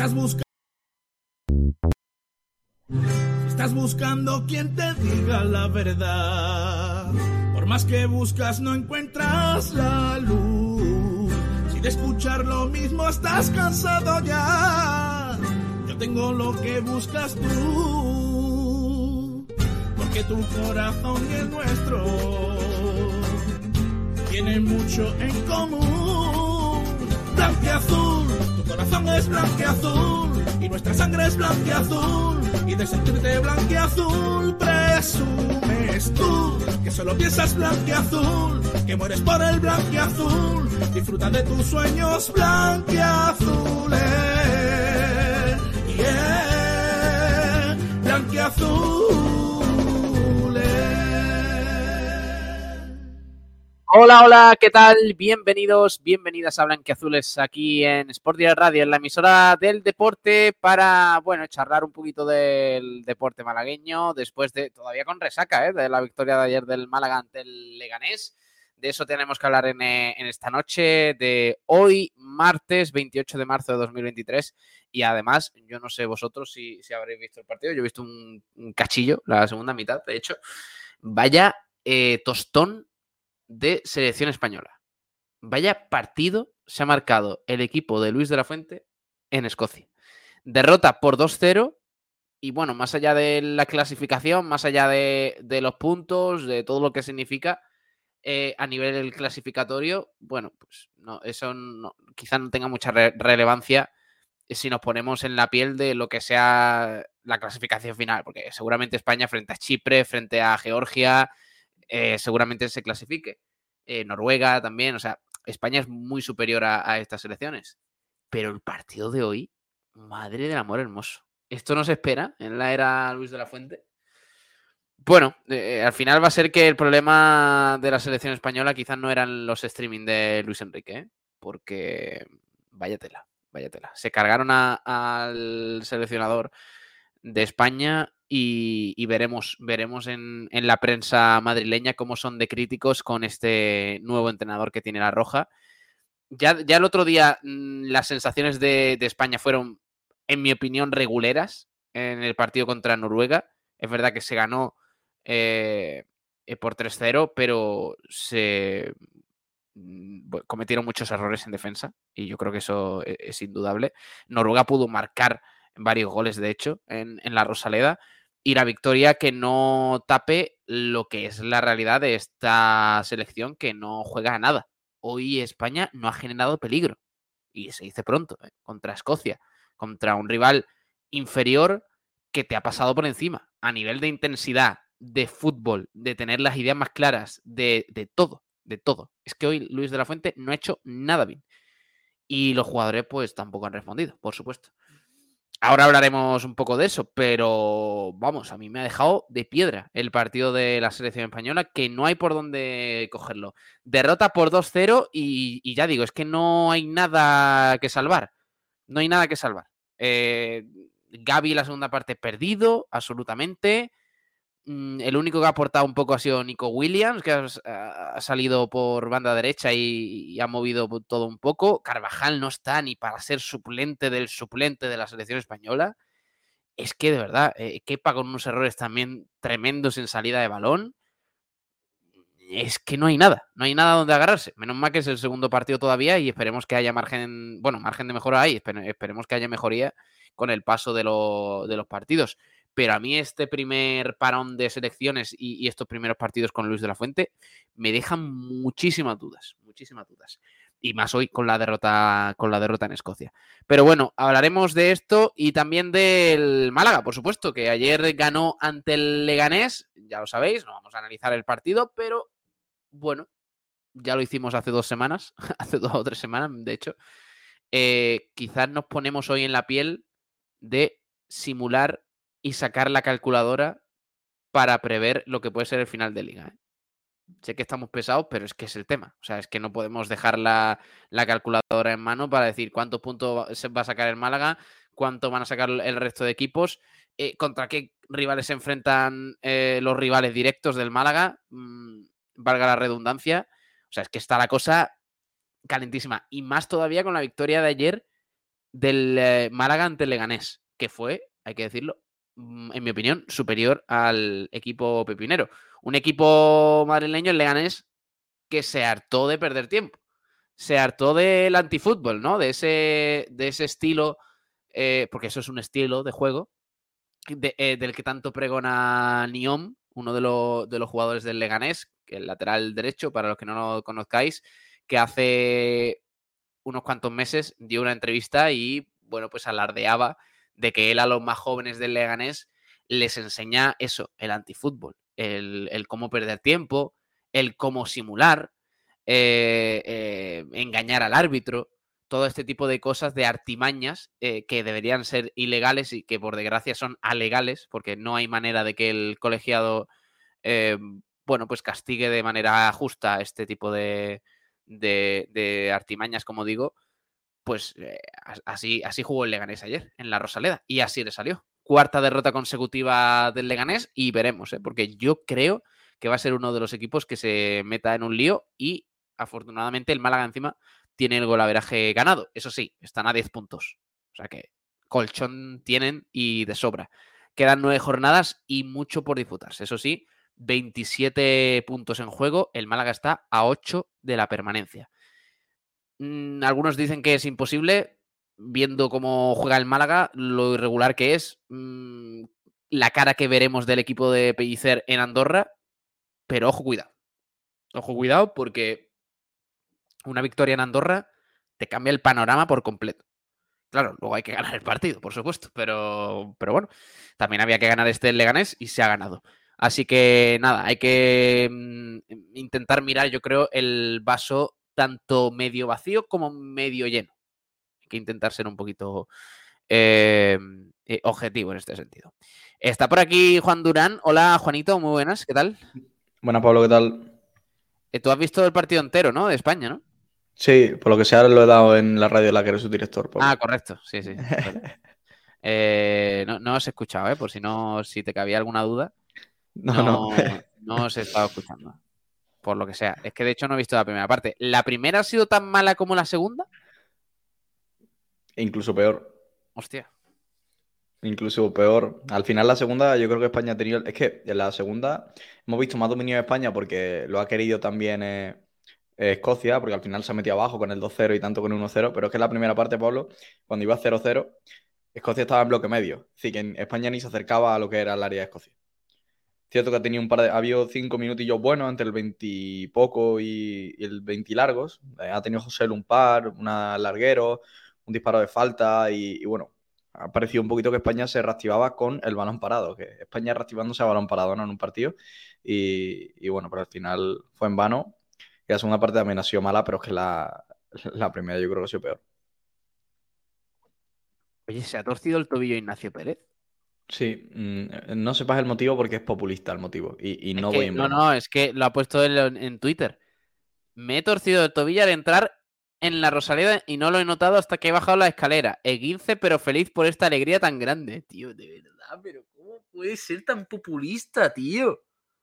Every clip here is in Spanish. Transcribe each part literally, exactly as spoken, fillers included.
estás buscando, si estás buscando quien te diga la verdad, por más que buscas no encuentras la luz. Si de escuchar lo mismo estás cansado ya, yo tengo lo que buscas tú, porque tu corazón y el nuestro tienen mucho en común. Blanquiazul, tu corazón es blanquiazul y nuestra sangre es blanquiazul, y de sentirte blanquiazul presumes tú que solo piensas blanquiazul, que mueres por el blanquiazul. Disfruta de tus sueños blanquiazules, yeah, blanquiazules. Hola, hola, ¿qué tal? Bienvenidos, bienvenidas a Blanquiazules aquí en Sport Direct Radio, en la emisora del deporte, para, bueno, charlar un poquito del deporte malagueño después de, todavía con resaca, ¿eh? De la victoria de ayer del Málaga ante el Leganés. De eso tenemos que hablar en, en esta noche de hoy, martes veintiocho de marzo de dos mil veintitrés. Y además, yo no sé vosotros si, si habréis visto el partido, yo he visto un, un cachillo, la segunda mitad, de hecho. Vaya eh, tostón de selección española. Vaya partido se ha marcado el equipo de Luis de la Fuente en Escocia. Derrota por dos cero y bueno, más allá de la clasificación, más allá de, de los puntos, de todo lo que significa eh, a nivel clasificatorio, bueno, pues no, eso no, quizá no tenga mucha re- relevancia si nos ponemos en la piel de lo que sea la clasificación final, porque seguramente España frente a Chipre, frente a Georgia, Eh, seguramente se clasifique. Eh, Noruega también, o sea, España es muy superior a, a estas selecciones. Pero el partido de hoy, madre del amor hermoso. ¿Esto no se espera en la era Luis de la Fuente? Bueno, eh, al final va a ser que el problema de la selección española quizás no eran los streaming de Luis Enrique, ¿eh? Porque vaya tela, vaya tela. Se cargaron a, al seleccionador de España y, y veremos, veremos en, en la prensa madrileña cómo son de críticos con este nuevo entrenador que tiene la Roja. Ya, ya el otro día mmm, las sensaciones de, de España fueron, en mi opinión, reguleras en el partido contra Noruega. Es verdad que se ganó eh, por tres cero, pero se bueno, cometieron muchos errores en defensa y yo creo que eso es, es indudable. Noruega pudo marcar varios goles, de hecho, en, en la Rosaleda, y la victoria que no tape lo que es la realidad de esta selección que no juega a nada. Hoy España no ha generado peligro, y se dice pronto, ¿eh? Contra Escocia, contra un rival inferior que te ha pasado por encima, a nivel de intensidad, de fútbol, de tener las ideas más claras, de, de todo, de todo. Es que hoy Luis de la Fuente no ha hecho nada bien. Y los jugadores pues tampoco han respondido, por supuesto. Ahora hablaremos un poco de eso, pero vamos, a mí me ha dejado de piedra el partido de la selección española, que no hay por dónde cogerlo. Derrota por dos cero y, y ya digo, es que no hay nada que salvar. No hay nada que salvar. Eh, Gavi la segunda parte perdido, absolutamente. El único que ha aportado un poco ha sido Nico Williams, que ha, ha salido por banda derecha y, y ha movido todo un poco. Carvajal no está ni para ser suplente del suplente de la selección española. Es que, de verdad, eh, Kepa con unos errores también tremendos en salida de balón. Es que no hay nada, no hay nada donde agarrarse. Menos mal que es el segundo partido todavía y esperemos que haya margen, bueno, margen de mejora ahí, esperemos que haya mejoría con el paso de, lo, de los partidos. Pero a mí este primer parón de selecciones y, y estos primeros partidos con Luis de la Fuente me dejan muchísimas dudas, muchísimas dudas. Y más hoy con la derrota, con la derrota en Escocia. Pero bueno, hablaremos de esto y también del Málaga, por supuesto, que ayer ganó ante el Leganés. Ya lo sabéis, no vamos a analizar el partido, pero bueno, ya lo hicimos hace dos semanas, hace dos o tres semanas, de hecho. Eh, quizás nos ponemos hoy en la piel de simular y sacar la calculadora para prever lo que puede ser el final de liga, ¿eh? Sé que estamos pesados, pero es que es el tema. O sea, es que no podemos dejar la, la calculadora en mano para decir cuántos puntos se va a sacar el Málaga, cuánto van a sacar el resto de equipos, eh, contra qué rivales se enfrentan eh, los rivales directos del Málaga, mmm, valga la redundancia. O sea, es que está la cosa calentísima. Y más todavía con la victoria de ayer del eh, Málaga ante el Leganés, que fue, hay que decirlo, en mi opinión, superior al equipo pepinero. Un equipo madrileño, el Leganés, que se hartó de perder tiempo. Se hartó del antifútbol, ¿no? De ese, de ese estilo, eh, porque eso es un estilo de juego, de, eh, del que tanto pregona Niom, uno de, lo, de los jugadores del Leganés, que es el lateral derecho, para los que no lo conozcáis, que hace unos cuantos meses dio una entrevista y, bueno, pues alardeaba de que él a los más jóvenes del Leganés les enseña eso, el antifútbol, el, el cómo perder tiempo, el cómo simular, eh, eh, engañar al árbitro, todo este tipo de cosas, de artimañas eh, que deberían ser ilegales y que por desgracia son alegales, porque no hay manera de que el colegiado, eh, bueno, pues castigue de manera justa este tipo de, de, de artimañas, como digo. Pues eh, así, así jugó el Leganés ayer en la Rosaleda y así le salió. Cuarta derrota consecutiva del Leganés y veremos, ¿eh? Porque yo creo que va a ser uno de los equipos que se meta en un lío y afortunadamente el Málaga encima tiene el golaveraje ganado. Eso sí, están a diez puntos. O sea que colchón tienen y de sobra. Quedan nueve jornadas y mucho por disputarse. Eso sí, veintisiete puntos en juego. El Málaga está a ocho de la permanencia. Algunos dicen que es imposible, viendo cómo juega el Málaga, lo irregular que es, mmm, la cara que veremos del equipo de Pellicer en Andorra, pero ojo, cuidado. Ojo, cuidado, porque una victoria en Andorra te cambia el panorama por completo. Claro, luego hay que ganar el partido, por supuesto, pero, pero bueno, también había que ganar este Leganés y se ha ganado. Así que nada, hay que mmm, intentar mirar, yo creo, el vaso tanto medio vacío como medio lleno. Hay que intentar ser un poquito eh, eh, objetivo en este sentido. Está por aquí Juan Durán. Hola, Juanito, muy buenas, ¿qué tal? Buenas, Pablo, ¿qué tal? Eh, tú has visto el partido entero, ¿no? De España, ¿no? Sí, por lo que sea lo he dado en la radio de la que eres su director, Pablo. Ah, correcto, sí, sí. eh, no, no os he escuchado, ¿eh? Por si no, si te cabía alguna duda. No, No, no. no os he estado escuchando. Por lo que sea. Es que de hecho no he visto la primera parte. ¿La primera ha sido tan mala como la segunda? Incluso peor. Hostia. Incluso peor. Al final la segunda, yo creo que España ha tenido... Es que en la segunda hemos visto más dominio de España porque lo ha querido también eh, eh, Escocia, porque al final se ha metido abajo con el dos cero y tanto con el uno cero, pero es que en la primera parte, Pablo, cuando iba cero cero, Escocia estaba en bloque medio. Es decir, que en España ni se acercaba a lo que era el área de Escocia. Cierto que ha tenido un par de... Ha habido cinco minutillos buenos entre el veinte poco y, y el veinte largos. Eh, ha tenido José un par, una larguero, un disparo de falta y, y bueno, ha parecido un poquito que España se reactivaba con el balón parado, que España reactivándose a balón parado, ¿no? En un partido. Y, y bueno, pero al final fue en vano. Y la segunda parte también ha sido mala, pero es que la, la primera yo creo que ha sido peor. Oye, ¿se ha torcido el tobillo Ignacio Pérez? Sí, mmm, no sepas el motivo porque es populista el motivo y, y Es no voy que, en no, broma. no, es que lo ha puesto él en, en Twitter. Me he torcido el tobillo al entrar en la Rosaleda y no lo he notado hasta que he bajado la escalera. Esguince, pero feliz por esta alegría tan grande. Tío, de verdad, pero ¿cómo puede ser tan populista, tío?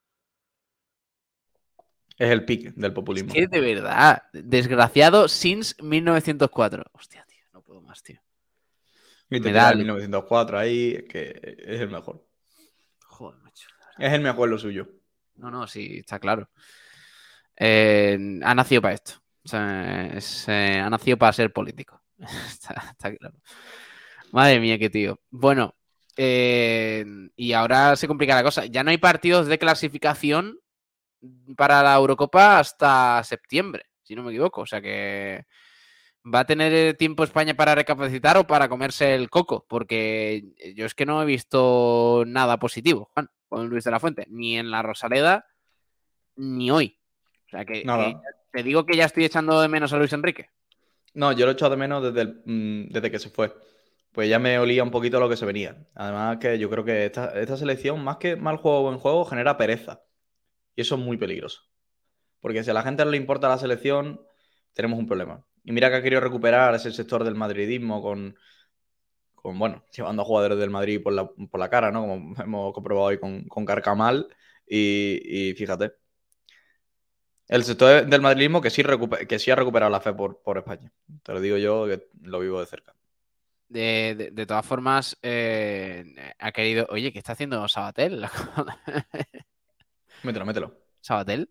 Es el pic del Es populismo. que de verdad, desgraciado since mil novecientos cuatro. Hostia, tío, no puedo más, tío. Y te Me da tiras el algo. mil novecientos cuatro ahí, que es el mejor. Joder, macho. Es el mejor lo suyo. No, no, sí, está claro. Eh, ha nacido para esto. O sea, es, eh, ha nacido para ser político. está, está claro. Madre mía, qué tío. Bueno, eh, y ahora se complica la cosa. Ya no hay partidos de clasificación para la Eurocopa hasta septiembre, si no me equivoco. O sea que va a tener tiempo España para recapacitar o para comerse el coco, porque yo es que no he visto nada positivo, Juan, con Luis de la Fuente, ni en la Rosaleda, ni hoy. O sea que, que Nada. te digo que ya estoy echando de menos a Luis Enrique. No, yo lo he echado de menos desde, el- mm, desde que se fue. Pues ya me olía un poquito lo que se venía. Además que yo creo que esta, esta selección, más que mal juego o buen juego, genera pereza. Y eso es muy peligroso. Porque si a la gente no le importa la selección, tenemos un problema. Y mira que ha querido recuperar ese sector del madridismo con, con bueno, llevando a jugadores del Madrid por la, por la cara, ¿no? Como hemos comprobado hoy con, con Carcamal. Y, y fíjate, el sector del madridismo que sí, recuper- que sí ha recuperado la fe por, por España. Te lo digo yo, que lo vivo de cerca. De, de, de todas formas, eh, ha querido... Oye, ¿qué está haciendo Sabatel? Mételo, mételo. ¿Sabatel?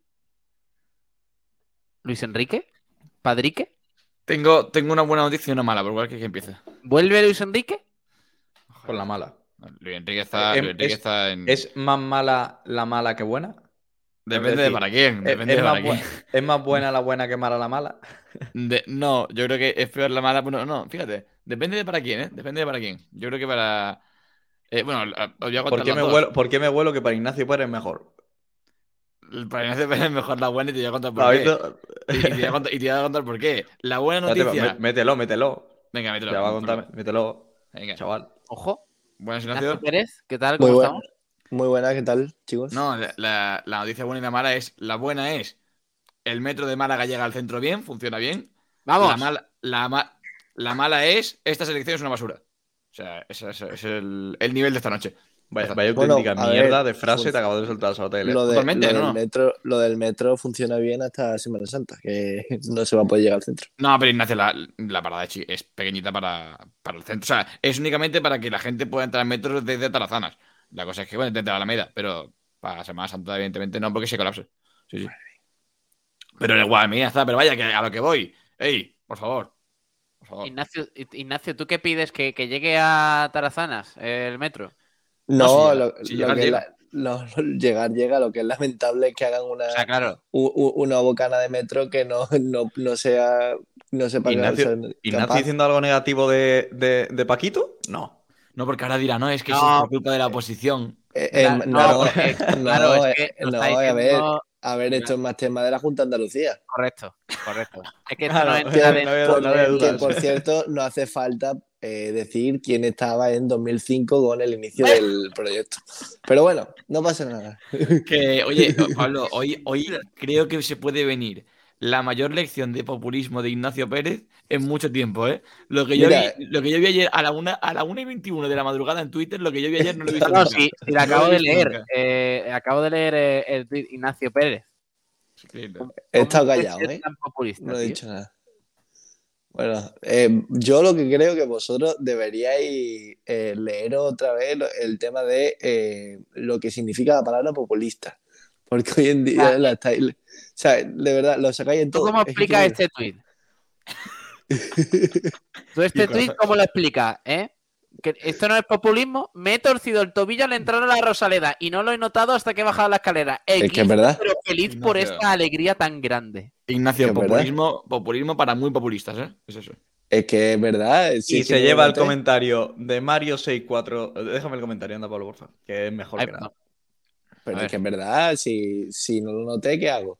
¿Luis Enrique? ¿Padrique? Tengo, tengo una buena noticia y una mala, por igual que que empiece. ¿Vuelve Luis Enrique? Con la mala. Luis Enrique está, Eh, Luis Enrique es- está en... ¿Es más mala la mala que buena? Depende es de decir, para quién. ¿Es, Depende es de para más, quién. bu- ¿Es más buena la buena que mala la mala? De- no, yo creo que es peor la mala. Bueno, no, fíjate. Depende de para quién, ¿eh? Depende de para quién. Yo creo que para. eh, bueno, os voy a ¿Por contar qué, las me dos. huelo, ¿Por qué me huelo que para Ignacio Pérez es mejor? Para Ignacio Pérez es mejor la buena y te voy a contar por ¿Has qué. visto? Y, y te voy a contar, y te voy a contar por qué. La buena Espérate, noticia. mé- mételo, mételo. Venga, mételo. Ya va a contar, mételo, Venga. chaval. Ojo. Buenas, Ignacio Ignacio. Pérez, ¿qué tal? Muy ¿Cómo buena, estamos? muy buena, ¿qué tal, chicos? No, la, la- la noticia buena y la mala es. La buena es. El metro de Málaga llega al centro bien, funciona bien. ¡Vamos! La mala, la, ma- la mala es. Esta selección es una basura. O sea, ese ese- ese es el, el nivel de esta noche. Vaya, Ya vaya Bueno, auténtica a mierda ver, de frase fun- te acabo de soltar Sabatel, ¿eh? Lo, de, Totalmente, lo, ¿no? del metro, lo del metro funciona bien hasta Semana Santa, que no se va a poder llegar al centro. No, pero Ignacio, la, la parada es chi- es pequeñita para, para el centro. O sea, es únicamente para que la gente pueda entrar en metros desde Tarazanas. La cosa es que, bueno, desde Alameda, pero para Semana Santa, evidentemente, no, porque se colapse. Sí, sí. Pero igual, mira, está, pero vaya, que a lo que voy. Ey, por favor. Por favor. Ignacio, Ignacio, ¿tú qué pides? ¿Que, que llegue a Tarazanas el metro? No, No, si llega- lo, si lo llegar, que es llega. la- lo- lo- llegar llega, lo que es lamentable es que hagan una, O sea, claro. u- u- una bocana de metro que no, no, no sea, no sepa Ignacio, ser ¿Ignacio capaz. diciendo algo negativo de, de, de Paquito? No. No, porque ahora dirá, no, es que No. eso es por culpa de la oposición. Eh, eh, Claro, no, no, porque, no, claro, eh, es que lo no, está a ver, diciendo... a ver, esto es más tema de la Junta de Andalucía. Correcto, correcto. Es que esto Claro, no que- entra no dentro había- Por- no había de- dudas. que, por cierto, no hace falta eh, decir quién estaba en dos mil cinco con el inicio del proyecto. Pero bueno, no pasa nada. Que, oye, Pablo, hoy, hoy creo que se puede venir la mayor lección de populismo de Ignacio Pérez en mucho tiempo, ¿eh? Lo que yo, Mira, vi, lo que yo vi ayer a la una, a la una y veintiuno de la madrugada en Twitter, lo que yo vi ayer no lo he visto No, nunca. sí, sí, lo No acabo lo he de visto leer. nunca. eh, acabo de leer eh, el tuit Ignacio Pérez. Es increíble. he estado ¿Cómo puede callado, ser ¿eh? tan populista, No he tío? dicho nada. Bueno, eh, yo lo que creo que vosotros deberíais eh, leer otra vez lo- el tema de eh, lo que significa la palabra populista. Porque hoy en día Ah, la estáis. O sea, de verdad, lo sacáis en ¿Tú todo. cómo Es explicas increíble. este tuit? ¿Tú este Y tuit corazón- cómo lo explicas? ¿Eh? Que esto no es populismo. Me he torcido el tobillo al entrar a la Rosaleda y no lo he notado hasta que he bajado la escalera. Es que es Equis, verdad. pero feliz por Ignacio. esta alegría tan grande. Ignacio, Que es verdad. populismo, populismo para muy populistas, ¿eh? Es eso. Es que es verdad. si Y es que se no lleva lo el noté. comentario de Mario sesenta y cuatro. Déjame el comentario, anda, Pablo, por favor. Que es mejor Ay, que nada. no. Pero A es ver. que es verdad. Si, si no lo noté, ¿qué hago?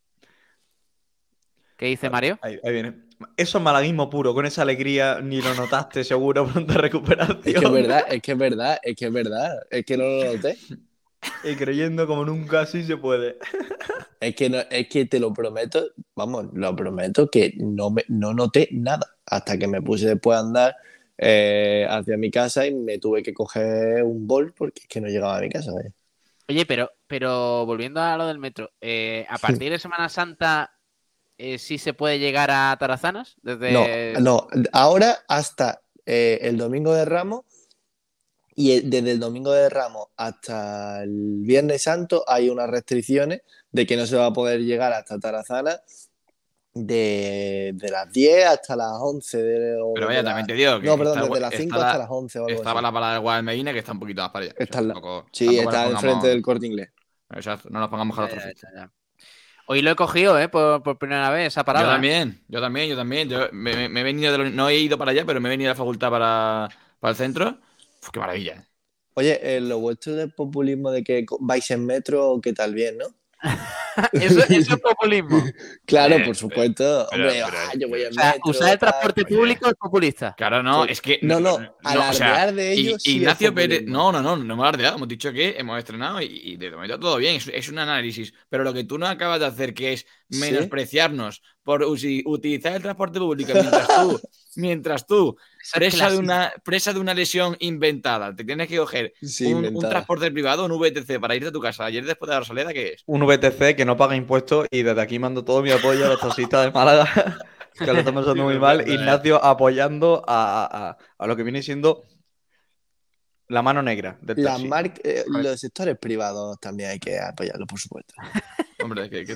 ¿Qué dice Mario? Ahí, ahí viene. Eso es malaguismo puro, con esa alegría ni lo notaste, seguro, pronta recuperación. Es que es verdad, es que es verdad, es que es verdad. Es que no lo noté. Y creyendo como nunca así se puede. Es que, no, es que te lo prometo, vamos, lo prometo que no, me, no noté nada hasta que me puse después a andar eh, hacia mi casa y me tuve que coger un bol porque es que no llegaba a mi casa. vaya. Oye, pero, pero volviendo a lo del metro, eh, a partir de Semana Santa eh, sí se puede llegar a Tarazanas desde... No, no, ahora hasta eh, el domingo de Ramos y el- desde el domingo de Ramos hasta el Viernes Santo hay unas restricciones de que no se va a poder llegar hasta Tarazana de, de las diez hasta las once. De, o Pero de vaya, la- también te digo que No, perdón, está- desde las está cinco la- hasta las once o algo Estaba así. la parada del Guadalmedina Medina, que está un poquito más para allá. Está O sea, la- tampoco- Sí, tampoco está nos enfrente pongamos- del Corte Inglés. Exacto, no nos pongamos Ya, catástrofes. ya, ya. Hoy lo he cogido, ¿eh? Por, por primera vez esa parada. Yo ¿eh? también, yo también, yo también. Yo me, me- me he venido de la uni- no he ido para allá, pero me he venido de la facultad para, para el centro. Uf, qué maravilla. Oye, eh, lo vuestro del populismo de que co- vais en metro, ¿qué tal? Bien, ¿no? Eso, eso es populismo. Claro, Eh, por supuesto. pero- Hombre, pero- ah, yo voy en O sea, metro. usar el tal. transporte oye. público es populista. Claro, no, Sí. es que. No, no, o sea, alardear de I- ello sí es Ignacio Pérez. populismo. No, no, no, no hemos alardeado. Hemos dicho que hemos estrenado y, y de momento todo bien. Es, es un análisis. Pero lo que tú no acabas de hacer, que es Sí. menospreciarnos por usi- utilizar el transporte público mientras tú, mientras tú, Eso es presa de, clásico. una, presa de una lesión inventada, te tienes que coger Sí, un, un inventada. transporte privado, un V T C, para irte a tu casa ayer después de la Rosaleda, ¿qué es? Un V T C que no paga impuestos y desde aquí mando todo mi apoyo a los taxistas de Málaga. Que lo están pasando muy mal. Ignacio apoyando a, a, a lo que viene siendo la mano negra del Las taxi. mar- eh, los sectores privados también hay que apoyarlos, por supuesto. Hombre, que, que...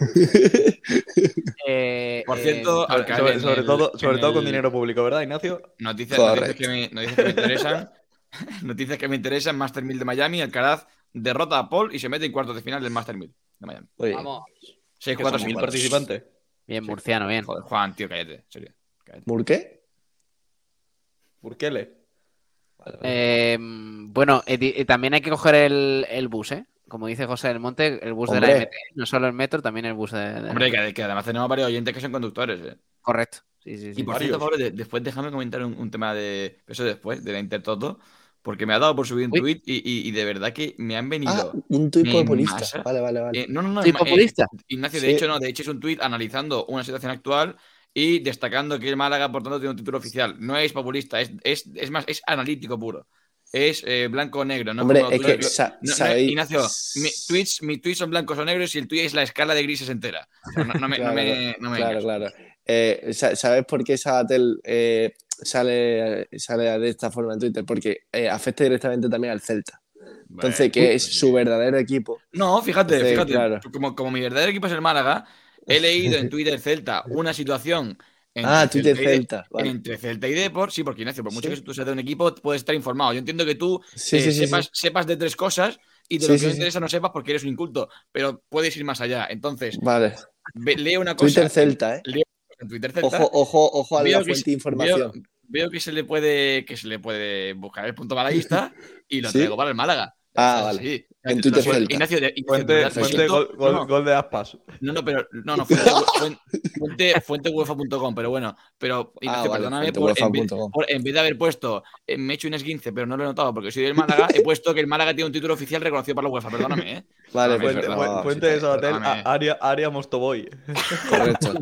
Eh, Por eh, cierto, al Sobre, caer sobre- en sobre el- todo, sobre en todo con el- dinero público, ¿verdad, Ignacio? Noticias, noticias, Correcto. que me, noticias que me interesan. Noticias que me interesan. Master mil de Miami. Alcaraz derrota a Paul y se mete en cuartos de final del Master mil de Miami. Muy bien. Vamos. seis Que cuatro son mil seis cuatro. participantes. Bien, murciano, bien. Joder, Juan, tío, cállate. En serio. Cállate. ¿Murqué? Burkele. Vale, vale. Eh, bueno, eh, di- eh, también hay que coger el, el bus, ¿eh? Como dice José del Monte, el bus de la Hombre. M T. No solo el metro, también el bus de, de la Hombre, M T. que, que además tenemos varios oyentes que son conductores. Eh. Correcto. Sí, sí, sí. Y por varios. cierto, Pablo, de- después déjame comentar un, un tema de eso después, de la Intertoto, porque me ha dado por subir un Uy. tweet y, y- y de verdad que me han Ah, venido. un tuit en populista. masa. Vale, vale, vale. Eh, no, no, no. ¿Soy en ma- eh, populista? Ignacio, de Sí. hecho, no, de hecho es un tuit analizando una situación actual y destacando que el Málaga, por tanto, tiene un título oficial. No es populista, es, es, es más, es analítico puro. Es eh, blanco o negro. No Hombre, como es tú- que lo- sa- no, no, sabéis- Ignacio, mi tweets, mis tweets son blancos o negros y el tuit es la escala de grises entera. O sea, no, no me, no Claro, me, no me Claro, engañes. claro. Eh, sa- ¿Sabes por qué Sabatel eh, sale, sale de esta forma en Twitter? Porque eh, afecta directamente también al Celta. Entonces, Bueno, que es pues, su verdadero equipo. No, fíjate, Entonces, fíjate. claro. Como, como mi verdadero equipo es el Málaga, he leído en Twitter Celta una situación entre Ah, Twitter Celta y De- Celta. Vale. entre Celta y Depor. Sí, porque Ignacio, por mucho Sí. que tú seas de un equipo, puedes estar informado. Yo entiendo que tú Sí, eh, sí, sí, sepas, sí. sepas de tres cosas y de Sí, lo que sí, no sí. interesa no sepas porque eres un inculto, pero puedes ir más allá. Entonces, Vale. ve- leo una cosa Twitter Celta, ¿eh? leo en Twitter Celta. Ojo, ojo, ojo a Veo la que fuente se- de información. Veo, veo que se le puede que se le puede buscar el punto malaguista y lo ¿Sí? traigo para el Málaga. Ah, O sea, vale. sí. En Lo Twitter siento, Celta. Ignacio, de- Ignacio, de Fuente, verdad, lo fuente siento. gol, gol- No, no, gol de Aspas. no, no, pero no, no, fuente, fuente, fuente, fuente UEFA punto com, pero bueno, pero Ignacio, Ah, vale, perdóname fuente por, UEFA en, vez, punto com. por- en vez de haber puesto eh, me he hecho un esguince, pero no lo he notado porque soy del Málaga, he puesto que el Málaga tiene un título oficial reconocido por la UEFA, perdóname, ¿eh? Vale, Perdóname, pues, Fuente, no, fu- no, fuente sí, de Sabatel, perdóname. a- área, área Mostoboy. correcto.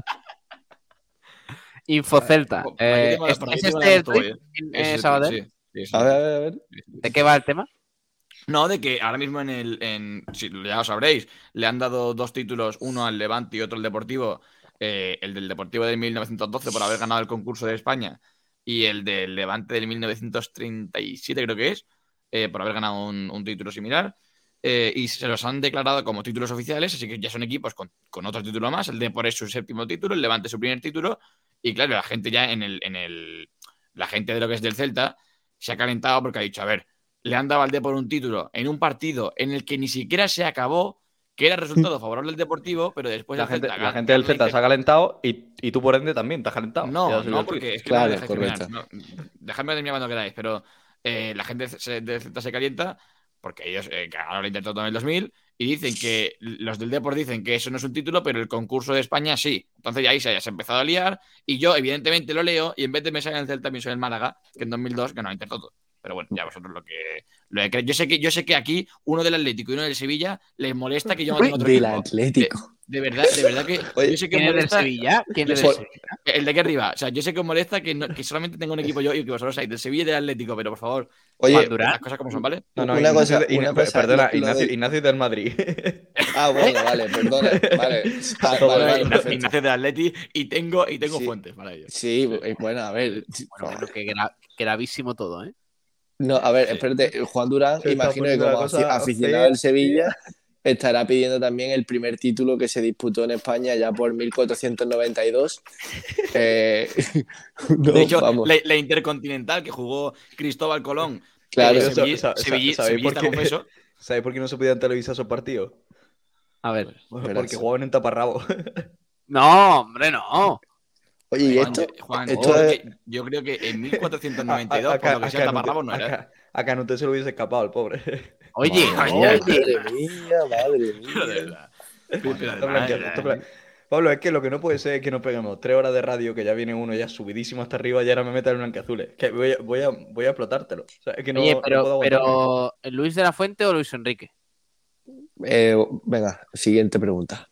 Infocelta. Por aquí Eh, tengo la- ¿es, por aquí es tengo la este el Mostoboy, tweet, ¿eh? en- Ese eh, es el Sabadell? tweet, sí, sí, sí. A ver, a ver, a ver. ¿De qué va el tema? No, de que ahora mismo en el. En, si ya lo sabréis, le han dado dos títulos, uno al Levante y otro al Deportivo. Eh, el del Deportivo del mil novecientos doce por haber ganado el concurso de España y el del Levante del mil novecientos treinta y siete, creo que es, eh, por haber ganado un, un título similar. Eh, y se los han declarado como títulos oficiales, así que ya son equipos con, con otro título más. El Depor es su séptimo título, el Levante su primer título. Y claro, la gente ya en el, en el. La gente de lo que es del Celta se ha calentado porque ha dicho: a ver, le han dado al Depor un título en un partido en el que ni siquiera se acabó, que era resultado favorable al Deportivo, pero después La el gente, Celta la gan- gente del gana Celta Inter- se ha calentado y, y tú por ende también te has calentado. Ya No, has subido no, el tuit. porque es que Claro, no me dejáis correcto. terminar. No, dejadme terminar cuando queráis, pero eh, la gente se- del Celta se calienta porque ellos eh, ganaron el Intertoto en el dos mil y dicen que los del Depor dicen que eso no es un título, pero el concurso de España sí. Entonces ya ahí se, se ha empezado a liar y yo evidentemente lo leo y en vez de me sale en el Celta también soy el Málaga, que en dos mil dos ganó el Intertoto. Pero bueno, ya vosotros lo que, lo que queréis. Yo sé que, yo sé que aquí uno del Atlético y uno del Sevilla les molesta que yo no tenga otro Del equipo. Atlético. De, de verdad, de verdad que Oye, yo sé que ¿Quién es del molesta. Sevilla? ¿Quién es Yo del sé- Sevilla? El de aquí arriba. O sea, yo sé que os molesta que, no- que solamente tengo un equipo yo y que vosotros seáis del Sevilla y del Atlético, pero por favor, Oye, Juan, Durán. las cosas como son, ¿vale? No, no, Una Ignacio, cosa- de- una Igna- cosa, perdona, lo- lo Ignacio, de- Ignacio del Madrid. ah, bueno, vale, perdona. Vale, Ah, Todo vale, bien, vale, Ignacio, perfecto. Ignacio del Atleti y tengo, y tengo Sí. fuentes para ello. Sí, eh, bueno, a ver. Bueno, bueno, que gra- gravísimo todo, ¿eh? No, a ver, Sí. espérate, Juan Durán, Se está imagino que poniendo la como cosa afi- aficionado fea. del Sevilla, estará pidiendo también el primer título que se disputó en España ya por mil cuatrocientos noventa y dos. Eh, no, De hecho, vamos. la, la Intercontinental que jugó Cristóbal Colón, Claro. eh, Sa- sevilli- sa- sa- sevilli- ¿sabéis por sevillista, qué? confeso. ¿Sabéis por qué no se podían televisar esos partidos? A ver. Verás. Porque jugaban en taparrabo. No, hombre, no. Oye, ¿y Juan, esto? Juan, esto yo, creo es- que, yo creo que en mil cuatrocientos noventa y dos, A- a- por lo que a- sea, a taparrabos no Canute- era. a- A Canute se lo hubiese escapado, el pobre. Oye, Madre, oye, madre mía, madre Pero de mía. verdad. Pero Está además, blanqueado, está blan- Pablo, es que lo que no puede ser es que nos peguemos tres horas de radio, que ya viene uno ya subidísimo hasta arriba y ahora me meta el blanqueazules. Que voy a, voy a, voy a explotártelo. O sea, es que no, oye, no pero, puedo aguantarlo. pero ¿Luis de la Fuente o Luis Enrique? Eh, venga, siguiente pregunta.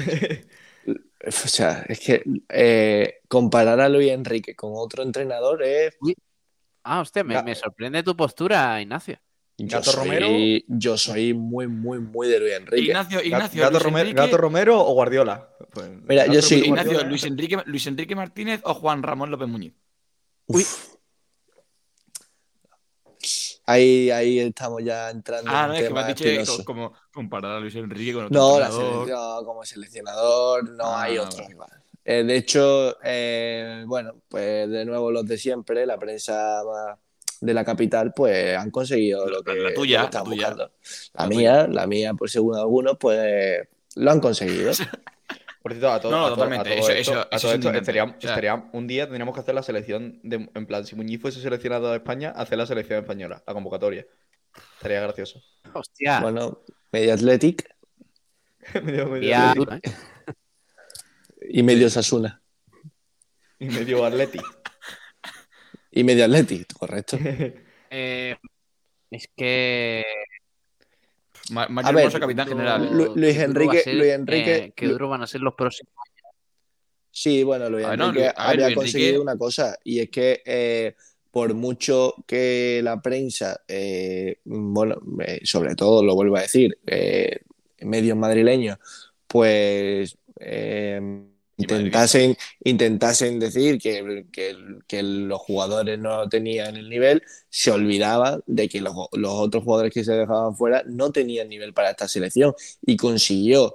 O sea, es que eh, comparar a Luis Enrique con otro entrenador es. Ah, hostia, me, Ya. me sorprende tu postura, Ignacio. Yo ¿Gato soy, Romero? yo soy muy, muy, muy de Luis Enrique. Ignacio, Ignacio, ¿Gato, Luis Romero, Enrique, ¿Gato Romero o Guardiola? Pues, Mira, Gato yo sí- Romero, Ignacio, Guardiola. Luis Enrique, Luis Enrique Martínez o Juan Ramón López Muñiz. Uy. Ahí, ahí estamos ya entrando Ah, en no, un es que me tema has dicho eh, espinoso. co- como comparar a Luis Enrique con otro No, la entrenador. selección como seleccionador no Ah, hay otro vale. rival. Eh, de hecho, eh, bueno, pues de nuevo los de siempre, la prensa más de la capital, pues han conseguido La- lo que, la- la lo tuya, que la estaban tuya. buscando. La, La mía, tuya. la mía, pues según algunos, pues lo han conseguido. Por cierto, a, to- No, no, a to- a totalmente. todo Eso- esto, eso- a eso todo es esto indignante. estaríamos, O sea- estaríamos- un día tendríamos que hacer la selección, de, en plan, si Muñiz fuese seleccionado de España, hacer la selección española, la convocatoria. Estaría gracioso. Hostia. Bueno, Media Athletic medio, medio Ya, Atleti duro, ¿eh? y medio Sasuna. y medio Atleti. Y medio Athletic, correcto. Eh, es que. Ma- A Mario ver, Hermoso, capitán general. ¿eh? Lu- Luis qué duro va a Enrique- ser, Luis Enrique- eh, qué Lu- duro van a ser los próximos. Sí, bueno, Luis A ver, no, Enrique Luis- a ver, había Luis conseguido Enrique- una cosa, y es que eh, por mucho que la prensa, eh, bueno, eh, sobre todo lo vuelvo a decir, eh, medios madrileños, pues eh, intentasen, intentasen decir que, que- que los jugadores no tenían el nivel, se olvidaba de que los, los otros jugadores que se dejaban fuera no tenían nivel para esta selección, y consiguió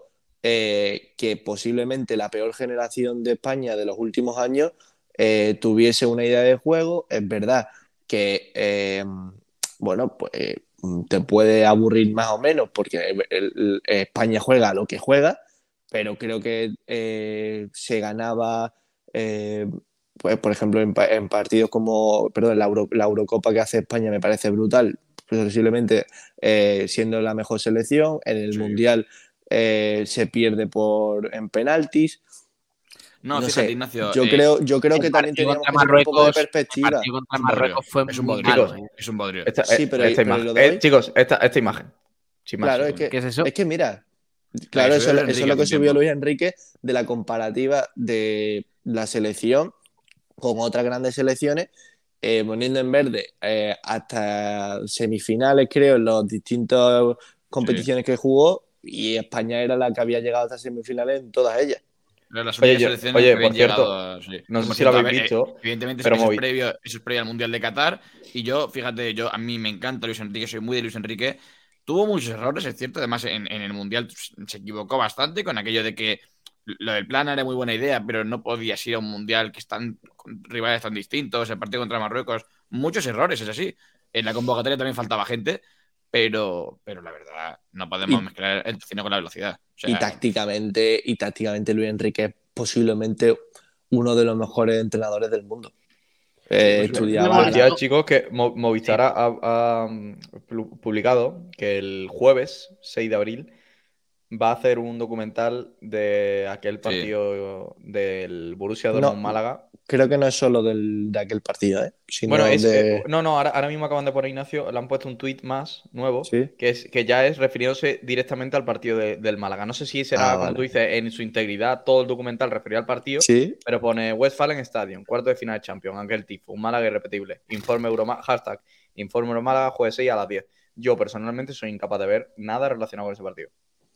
eh, que posiblemente la peor generación de España de los últimos años eh, tuviese una idea de juego. Es verdad que, eh, bueno, pues eh, te puede aburrir más o menos porque el- el- España juega a lo que juega, pero creo que eh, se ganaba, eh, pues, por ejemplo, en, pa- en partidos como, perdón, la, Euro- la Eurocopa que hace España me parece brutal, posiblemente eh, siendo la mejor selección. En el Sí. Mundial eh, se pierde por, en penaltis. No, No fíjate, sé, Ignacio. yo eh, creo, yo creo el que también partido teníamos que contra tener un poco de Marruecos- El perspectiva. partido contra Es un bodrio, Marruecos fue es un muy bodrio. malo. Chicos, ¿eh? Es un bodrio. Esta, Sí, eh, pero- esta pero imagen. lo de Eh, hoy- chicos, esta, esta imagen. Sin más. Claro, es que, ¿Qué es eso? es que mira, claro, que eso, subió eso Luis es lo Enrique que hace un subió tiempo. Luis Enrique de la comparativa de la selección con otras grandes selecciones, eh, poniendo en verde eh, hasta semifinales, creo, en las distintas competiciones que jugó, y España era la que había llegado hasta semifinales en todas ellas. Pero las Oye, únicas yo- selecciones oye, que habían por cierto, llegado, sí. no sé Por si lo cierto, a habéis ver, visto, eh, evidentemente, pero eso, es Movi- previo, eso es previo al Mundial de Qatar. Y yo, fíjate, yo a mí me encanta Luis Enrique, soy muy de Luis Enrique. Tuvo muchos errores, es cierto. Además, en, en el Mundial se equivocó bastante con aquello de que lo del plan era muy buena idea, pero no podías ir a un Mundial que están con rivales tan distintos. El partido contra Marruecos, muchos errores, es así. En la convocatoria también faltaba gente, pero, pero la verdad, no podemos Y- mezclar el cine con la velocidad. O sea, Y tácticamente, y tácticamente Luis Enrique es posiblemente uno de los mejores entrenadores del mundo. Eh, Pues, estudiaba Hemos pues visto- ya, chicos, que Mo- Movistar ha, ha, mm, pu- publicado que el jueves seis de abril va a hacer un documental de aquel partido del Borussia Dortmund No, Málaga. Creo que no es solo del, de aquel partido, ¿eh? Sino Bueno, es, de... eh, no, no, ahora, ahora mismo acaban de poner, Ignacio, le han puesto un tuit más nuevo, Sí. que es que ya es refiriéndose directamente al partido de- del Málaga. No sé si será, Ah, como vale. tú dices, en su integridad todo el documental referido al partido, Sí, pero pone Westfalen Stadium, cuarto de final de Champions, Ángel Tifo, un Málaga irrepetible. Informe Euroma- hashtag Informe Euromálaga, jueves seis a las diez. Yo personalmente soy incapaz de ver nada relacionado con ese partido.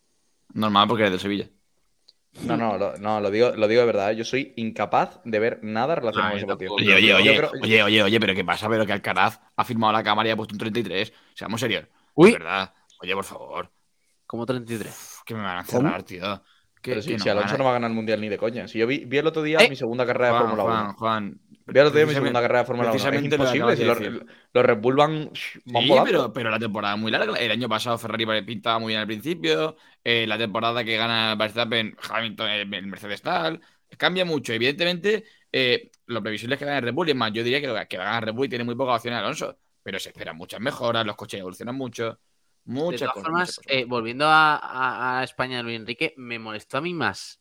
normal porque eres de Sevilla. No, no, lo, no, lo digo, lo digo de verdad. ¿eh? Yo soy incapaz de ver nada relacionado Ah, con ese yo partido. tampoco. Oye, oye, Yo oye, creo- oye, oye, oye, pero ¿qué pasa? Pero que Alcaraz ha firmado la cámara y ha puesto un treinta y tres. Seamos serios. Uy. De verdad. Oye, por favor. Como treinta y tres. Uf, que me van a ¿Cómo? cerrar, tío. Que, Pero sí, que si nos Alonso van a- no va a ganar el Mundial ni de coña. Si yo vi, vi el otro día Eh. mi segunda carrera de Juan, Fórmula Juan, uno. Juan. Vi el otro día mi Precisamente- segunda carrera de Fórmula uno. Es precisamente lo que imposible. acabas Si de los, decir. los Red Bull van, van Sí, volando. pero, pero la temporada es muy larga. El año pasado Ferrari pintaba muy bien al principio. Eh, la temporada que gana Verstappen, Hamilton, el el Mercedes tal. Cambia mucho. Evidentemente, eh, lo previsible es que gane Red Bull. Y es más, yo diría que, que va a ganar Red Bull y tiene muy pocas opciones Alonso. Pero se esperan muchas mejoras, los coches evolucionan mucho. De Muchas todas cosas. formas, muchas cosas. eh, volviendo a, a- a España de Luis Enrique, me molestó a mí más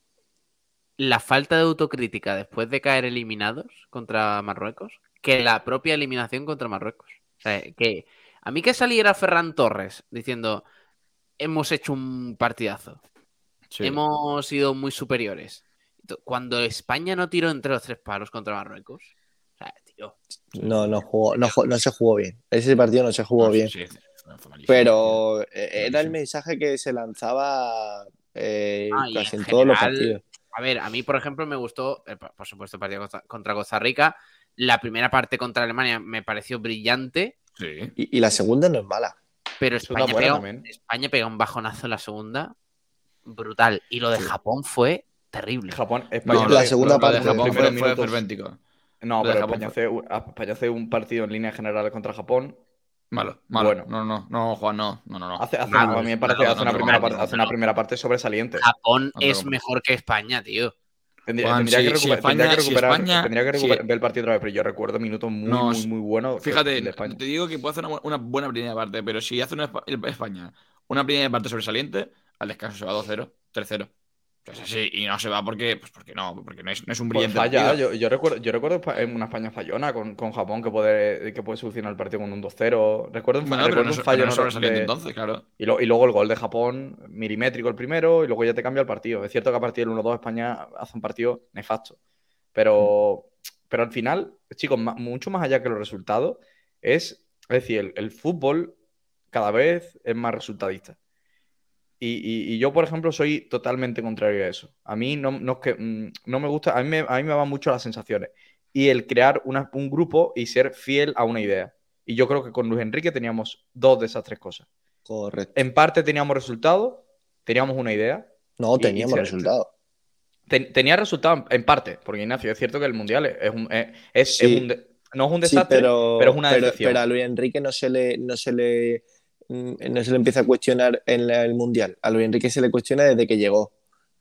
la falta de autocrítica después de caer eliminados contra Marruecos que la propia eliminación contra Marruecos. O sea, que a mí que saliera Ferran Torres diciendo hemos hecho un partidazo, Sí. hemos sido muy superiores. Cuando España no tiró entre los tres palos contra Marruecos, o sea, tío, tío. No, no jugó, no, ju- no se jugó bien. Ese partido no se jugó No, bien. sí, sí, fue- fue malísimo, Pero eh, era el Malísimo. mensaje que se lanzaba eh, Ah, y casi en en todos los general, partidos. a ver, a mí, por ejemplo, me gustó, eh, por por supuesto, el partido contra- contra Costa Rica. La primera parte contra Alemania me pareció brillante, Sí. Y, y la segunda no es mala. pero Es una España buena pega, también. España pega un bajonazo en la segunda brutal. Y lo de Sí. Japón fue terrible. Japón, España No, la hace segunda unos lo de parte primeros Japón fue, fue minutos. fervéntico. No, Lo de pero Japón España fue- hace, un- España hace un partido en líneas generales contra Japón. Malo, malo. Bueno. No, no, no, Juan, no, no, no. no. Hace, hace Malo, una, a mí me es parece malo, hace una no te primera compro, parte, hace una primera parte sobresaliente. Japón No te lo es compro. mejor que España, tío. Tendría, Juan, tendría si- que si recuperar, tendría que España- si recuperar, España- tendría que si- recuperar- ver el partido otra vez, pero yo recuerdo minutos muy, No, muy, muy buenos que- Fíjate, de España. te digo que puede hacer una, bu- una buena primera parte, pero si hace una Espa- el- España una primera parte sobresaliente, al descanso se va dos cero, tres cero. Es así, y no se va porque, pues porque no, porque no es, no es un Pues brillante falla, partido. yo, yo recuerdo, yo recuerdo Espa- en una España fallona con, con Japón que puede, que puede solucionar el partido con un dos cero. Recuerdo un, fa- Bueno, pero recuerdo no, un es- fallo pero no es no- sobresaliente de- entonces, claro. y, lo- y luego el gol de Japón, milimétrico el primero, y luego ya te cambia el partido. Es cierto que a partir del uno dos España hace un partido nefasto. Pero, pero al final, chicos, ma- mucho más allá que los resultados, es, es decir, el, el fútbol cada vez es más resultadista. Y, y- y yo, por ejemplo, soy totalmente contrario a eso. A mí no, no es que, mm, no me gusta, a mí me, a mí me van mucho las sensaciones. Y el crear una- un grupo y ser fiel a una idea. Y yo creo que con Luis Enrique teníamos dos de esas tres cosas. Correcto. En parte teníamos resultados, teníamos una idea. No, y- y teníamos se- resultados. Ten- tenía resultados en parte, porque Ignacio, es cierto que el Mundial es un, es, es- Sí. es un de- no es un Sí, desastre, pero, pero es una pero, decepción. pero a Luis Enrique no se le, no se le, mm, no se le empieza a cuestionar en la- el Mundial. A Luis Enrique se le cuestiona desde que llegó.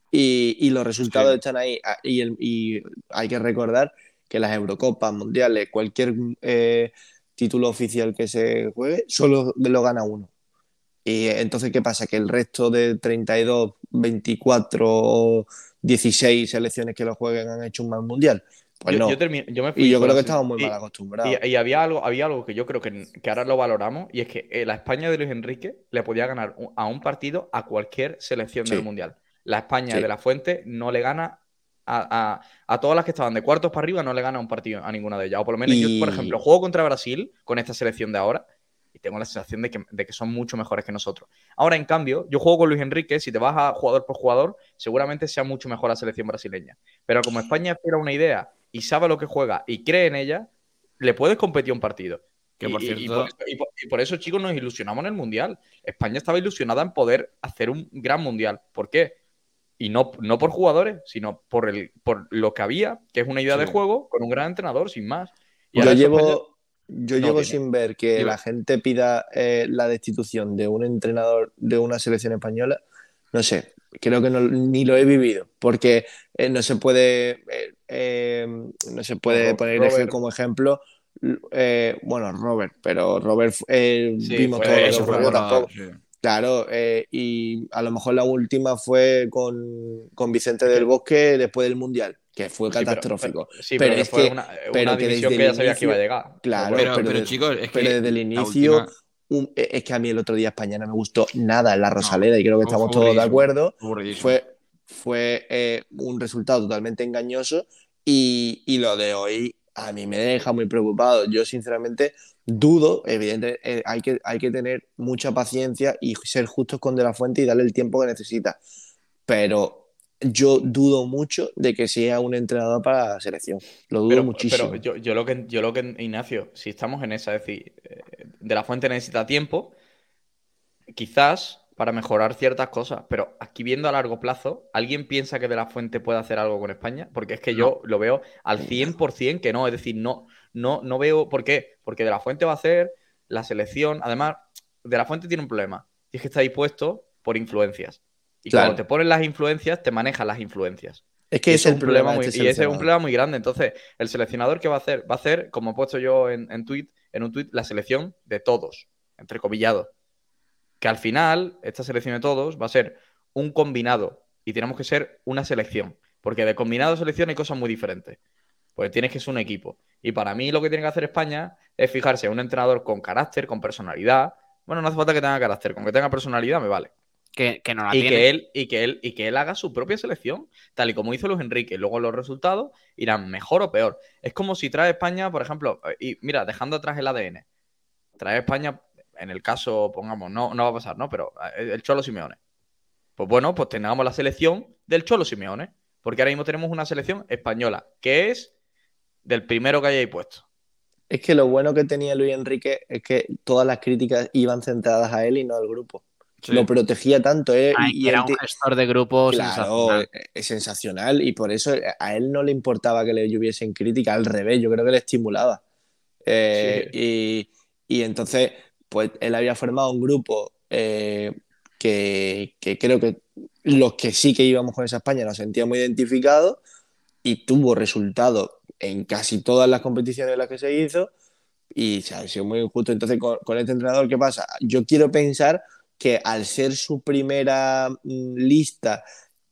Y, y los resultados Sí. están ahí. Ah, Y, el- y hay que recordar que las Eurocopas, Mundiales, cualquier eh, título oficial que se juegue, solo lo gana uno. Y entonces, ¿qué pasa? Que el resto de treinta y dos, veinticuatro o dieciséis selecciones que lo jueguen han hecho un mal mundial. Pues Yo, no. yo termi- yo me fui Y yo con creo la que sen- estamos muy y- mal acostumbrados. Y, y había algo, había algo que yo creo que, que ahora lo valoramos, y es que eh, la España de Luis Enrique le podía ganar un- a un partido a cualquier selección Sí. del Mundial. La España Sí. de la Fuente no le gana a, a- a todas las que estaban de cuartos para arriba, no le gana un partido a ninguna de ellas. O por lo menos yo, por Y- ejemplo, juego contra Brasil con esta selección de ahora y tengo la sensación de que, de que son mucho mejores que nosotros. Ahora, en cambio, yo juego con Luis Enrique, si te vas a jugador por jugador, seguramente sea mucho mejor la selección brasileña. Pero como España espera una idea y sabe lo que juega y cree en ella, le puedes competir un partido. Que Y- por y- y, cierto- por eso, y por- y por eso, chicos, nos ilusionamos en el Mundial. España estaba ilusionada en poder hacer un gran Mundial. ¿Por qué? Y no, no por jugadores, sino por, el, por lo que había, que es una idea Sí. de juego con un gran entrenador, sin más. Y Yo ahora eso llevo, España- yo no llevo tiene. sin ver que Yo- la gente pida eh, la destitución de un entrenador de una selección española. No sé, creo que no- ni lo he vivido, porque eh, no se puede, eh, eh, no se puede Ro- poner Robert. como ejemplo, eh, bueno, Robert, pero Robert eh, Sí, vimos fue- todo lo que eso fue ocurrió bueno, tampoco. sí. Claro, eh, y a lo mejor la última fue con, con Vicente Es que- del Bosque después del Mundial, que fue Sí, pero- catastrófico. pero- sí, Pero pero, que es fue que- una, pero una que división desde que ya el sabías que iba a inicio- llegar. Claro, Pero, pero pero, de- chicos, es pero que desde el la inicio, última- un- eh, es que a mí el otro día España no me gustó nada en la Rosaleda y creo que fue estamos todos de aburridísimo, acuerdo. fue aburridísimo. Fue, fue eh, un resultado totalmente engañoso y, y lo de hoy a mí me deja muy preocupado. Yo sinceramente dudo, evidentemente eh, hay, que, hay que tener mucha paciencia y ser justos con De La Fuente y darle el tiempo que necesita. Pero yo dudo mucho de que sea un entrenador para la selección. Lo dudo Pero, muchísimo. pero yo, yo lo que, yo lo que, Ignacio, si estamos en esa, es decir, eh, De La Fuente necesita tiempo, quizás para mejorar ciertas cosas, pero aquí viendo a largo plazo, ¿alguien piensa que De La Fuente puede hacer algo con España? Porque es que yo lo veo al cien por ciento que no, es decir, no, no, no veo, ¿por qué? Porque De La Fuente va a hacer la selección, además, De La Fuente tiene un problema, y es que está dispuesto por influencias, y Claro. cuando te ponen las influencias, te manejan las influencias. Es que Y ese ese es el problema. muy, de este y ese es un seleccionador. problema muy grande. Entonces, el seleccionador, ¿qué va a hacer? Va a hacer, como he puesto yo en, en, tweet, en un tweet, la selección de todos, entrecomillado. Que al final, esta selección de todos va a ser un combinado y tenemos que ser una selección. Porque de combinado a selección hay cosas muy diferentes. Porque tienes que ser un equipo. Y para mí lo que tiene que hacer España es fijarse en un entrenador con carácter, con personalidad. Bueno, no hace falta que tenga carácter, con que tenga personalidad me vale. que, que no la Y tiene. que, él, y, que él, y que él haga su propia selección, tal y como hizo Luis Enrique. Luego los resultados irán mejor o peor. Es como si trae España, por ejemplo, y mira, dejando atrás el A D N, trae España, en el caso, pongamos, no, no va a pasar, ¿no? Pero el Cholo Simeone. Pues bueno, pues tengamos la selección del Cholo Simeone. Porque ahora mismo tenemos una selección española, que es del primero que hayáis puesto. Es que lo bueno que tenía Luis Enrique es que todas las críticas iban centradas a él y no al grupo. Sí. Lo protegía tanto. ¿eh? Ay, y, y era él un te- gestor de grupo Claro, sensacional. es, es sensacional y por eso a él no le importaba que le lloviesen crítica, al revés, yo creo que le estimulaba. Eh, Sí. y, y entonces, pues él había formado un grupo eh, que, que creo que los que sí que íbamos con esa España nos sentíamos identificados y tuvo resultados en casi todas las competiciones en las que se hizo y se ha sido muy injusto. Entonces, con, con este entrenador, ¿qué pasa? Yo quiero pensar que al ser su primera mm, lista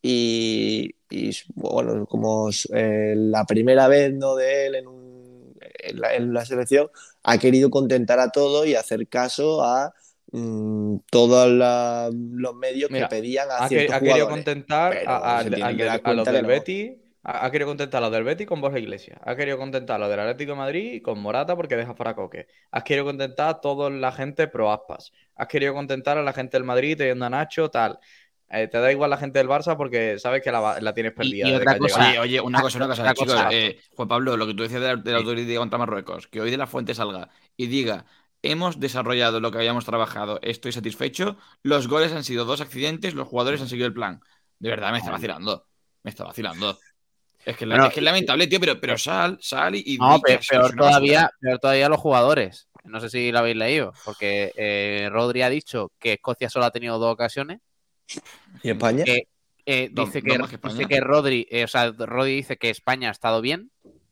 y, y, bueno, como eh, la primera vez, ¿no?, de él en, un, en, la, en la selección, ha querido contentar a todos y hacer caso a mm, todos la, los medios que Mira, pedían a ha, que- ciertos ha querido jugadores. contentar Pero a, a- se tiene al que del- dar a los cuenta que del no. Betis. Ha, ha querido contentar a los del Betis con Borja Iglesias. Ha querido contentar a los del Atlético de Madrid y con Morata porque deja fuera a Coque. Has querido contentar a toda la gente pro Aspas. Has querido contentar a la gente del Madrid teniendo a Nacho, tal. Eh, te da igual la gente del Barça porque sabes que la, la tienes Y, perdida y desde otra que has cosa, llegado. Oye, oye, una cosa, una cosa, otra chicos. cosa. Eh, Juan Pablo, lo que tú decías de la, de la Sí. autoridad contra Marruecos, que hoy de la Fuente salga y diga, hemos desarrollado lo que habíamos trabajado, estoy satisfecho, los goles han sido dos accidentes, los jugadores han seguido el plan. De verdad, me está vacilando. Me está vacilando. Es que, la- Bueno, es que es lamentable, tío, pero, pero sal, sal y, y no, di que pe- es, que es peor una basura. todavía, peor todavía los jugadores. No sé si lo habéis leído, porque eh, Rodri ha dicho que Escocia solo ha tenido dos ocasiones. ¿Y España? Que, eh, Dos, dice dos que más que dice España. que Rodri, eh, o sea, Rodri dice que España ha estado bien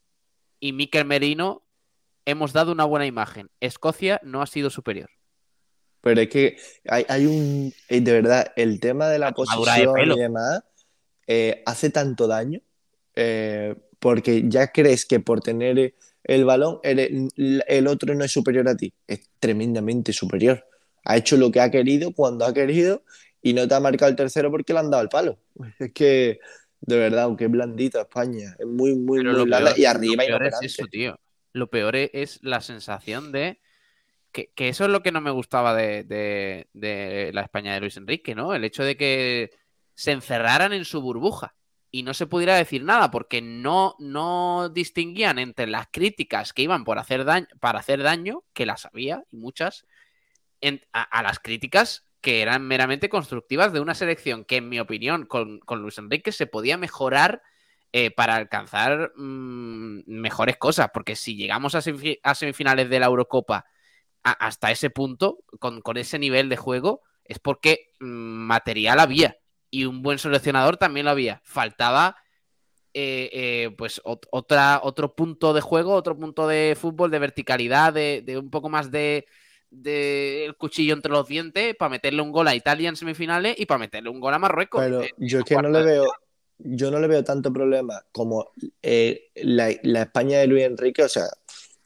y Mikel Merino hemos dado una buena imagen. Escocia no ha sido superior. Pero es que hay, hay un. eh, De verdad, el tema de la La tomadura de posesión pelo. y demás eh, hace tanto daño eh, porque ya crees que por tener el balón eres- el otro no es superior a ti. Es tremendamente superior. Ha hecho lo que ha querido cuando ha querido y no te ha marcado el tercero porque le han dado el palo. Es que, de verdad, aunque es blandita España, es muy, muy, Pero muy lo blanda peor, y lo arriba peor es eso, inoperante. tío. Lo peor e- es la sensación de que, que eso es lo que no me gustaba de, de- de la España de Luis Enrique, ¿no? El hecho de que se encerraran en su burbuja y no se pudiera decir nada porque no, no distinguían entre las críticas que iban por hacer daño, para hacer daño, que las había y muchas, en- a, a las críticas que eran meramente constructivas de una selección que, en mi opinión, con, con Luis Enrique se podía mejorar eh, para alcanzar mm, mejores cosas. Porque si llegamos a, semifi- a semifinales de la Eurocopa a- hasta ese punto, con, con ese nivel de juego, es porque mm, material había. Y un buen seleccionador también lo había. Faltaba eh, eh, pues ot- otra, otro punto de juego, otro punto de fútbol, de verticalidad, de, de un poco más de, de el cuchillo entre los dientes para meterle un gol a Italia en semifinales y para meterle un gol a Marruecos en, Pero en yo es los que no cuartos le de veo, yo no le veo tanto problema como eh, la, la España de Luis Enrique, o sea,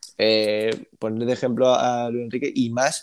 eh, poner de ejemplo a Luis Enrique y más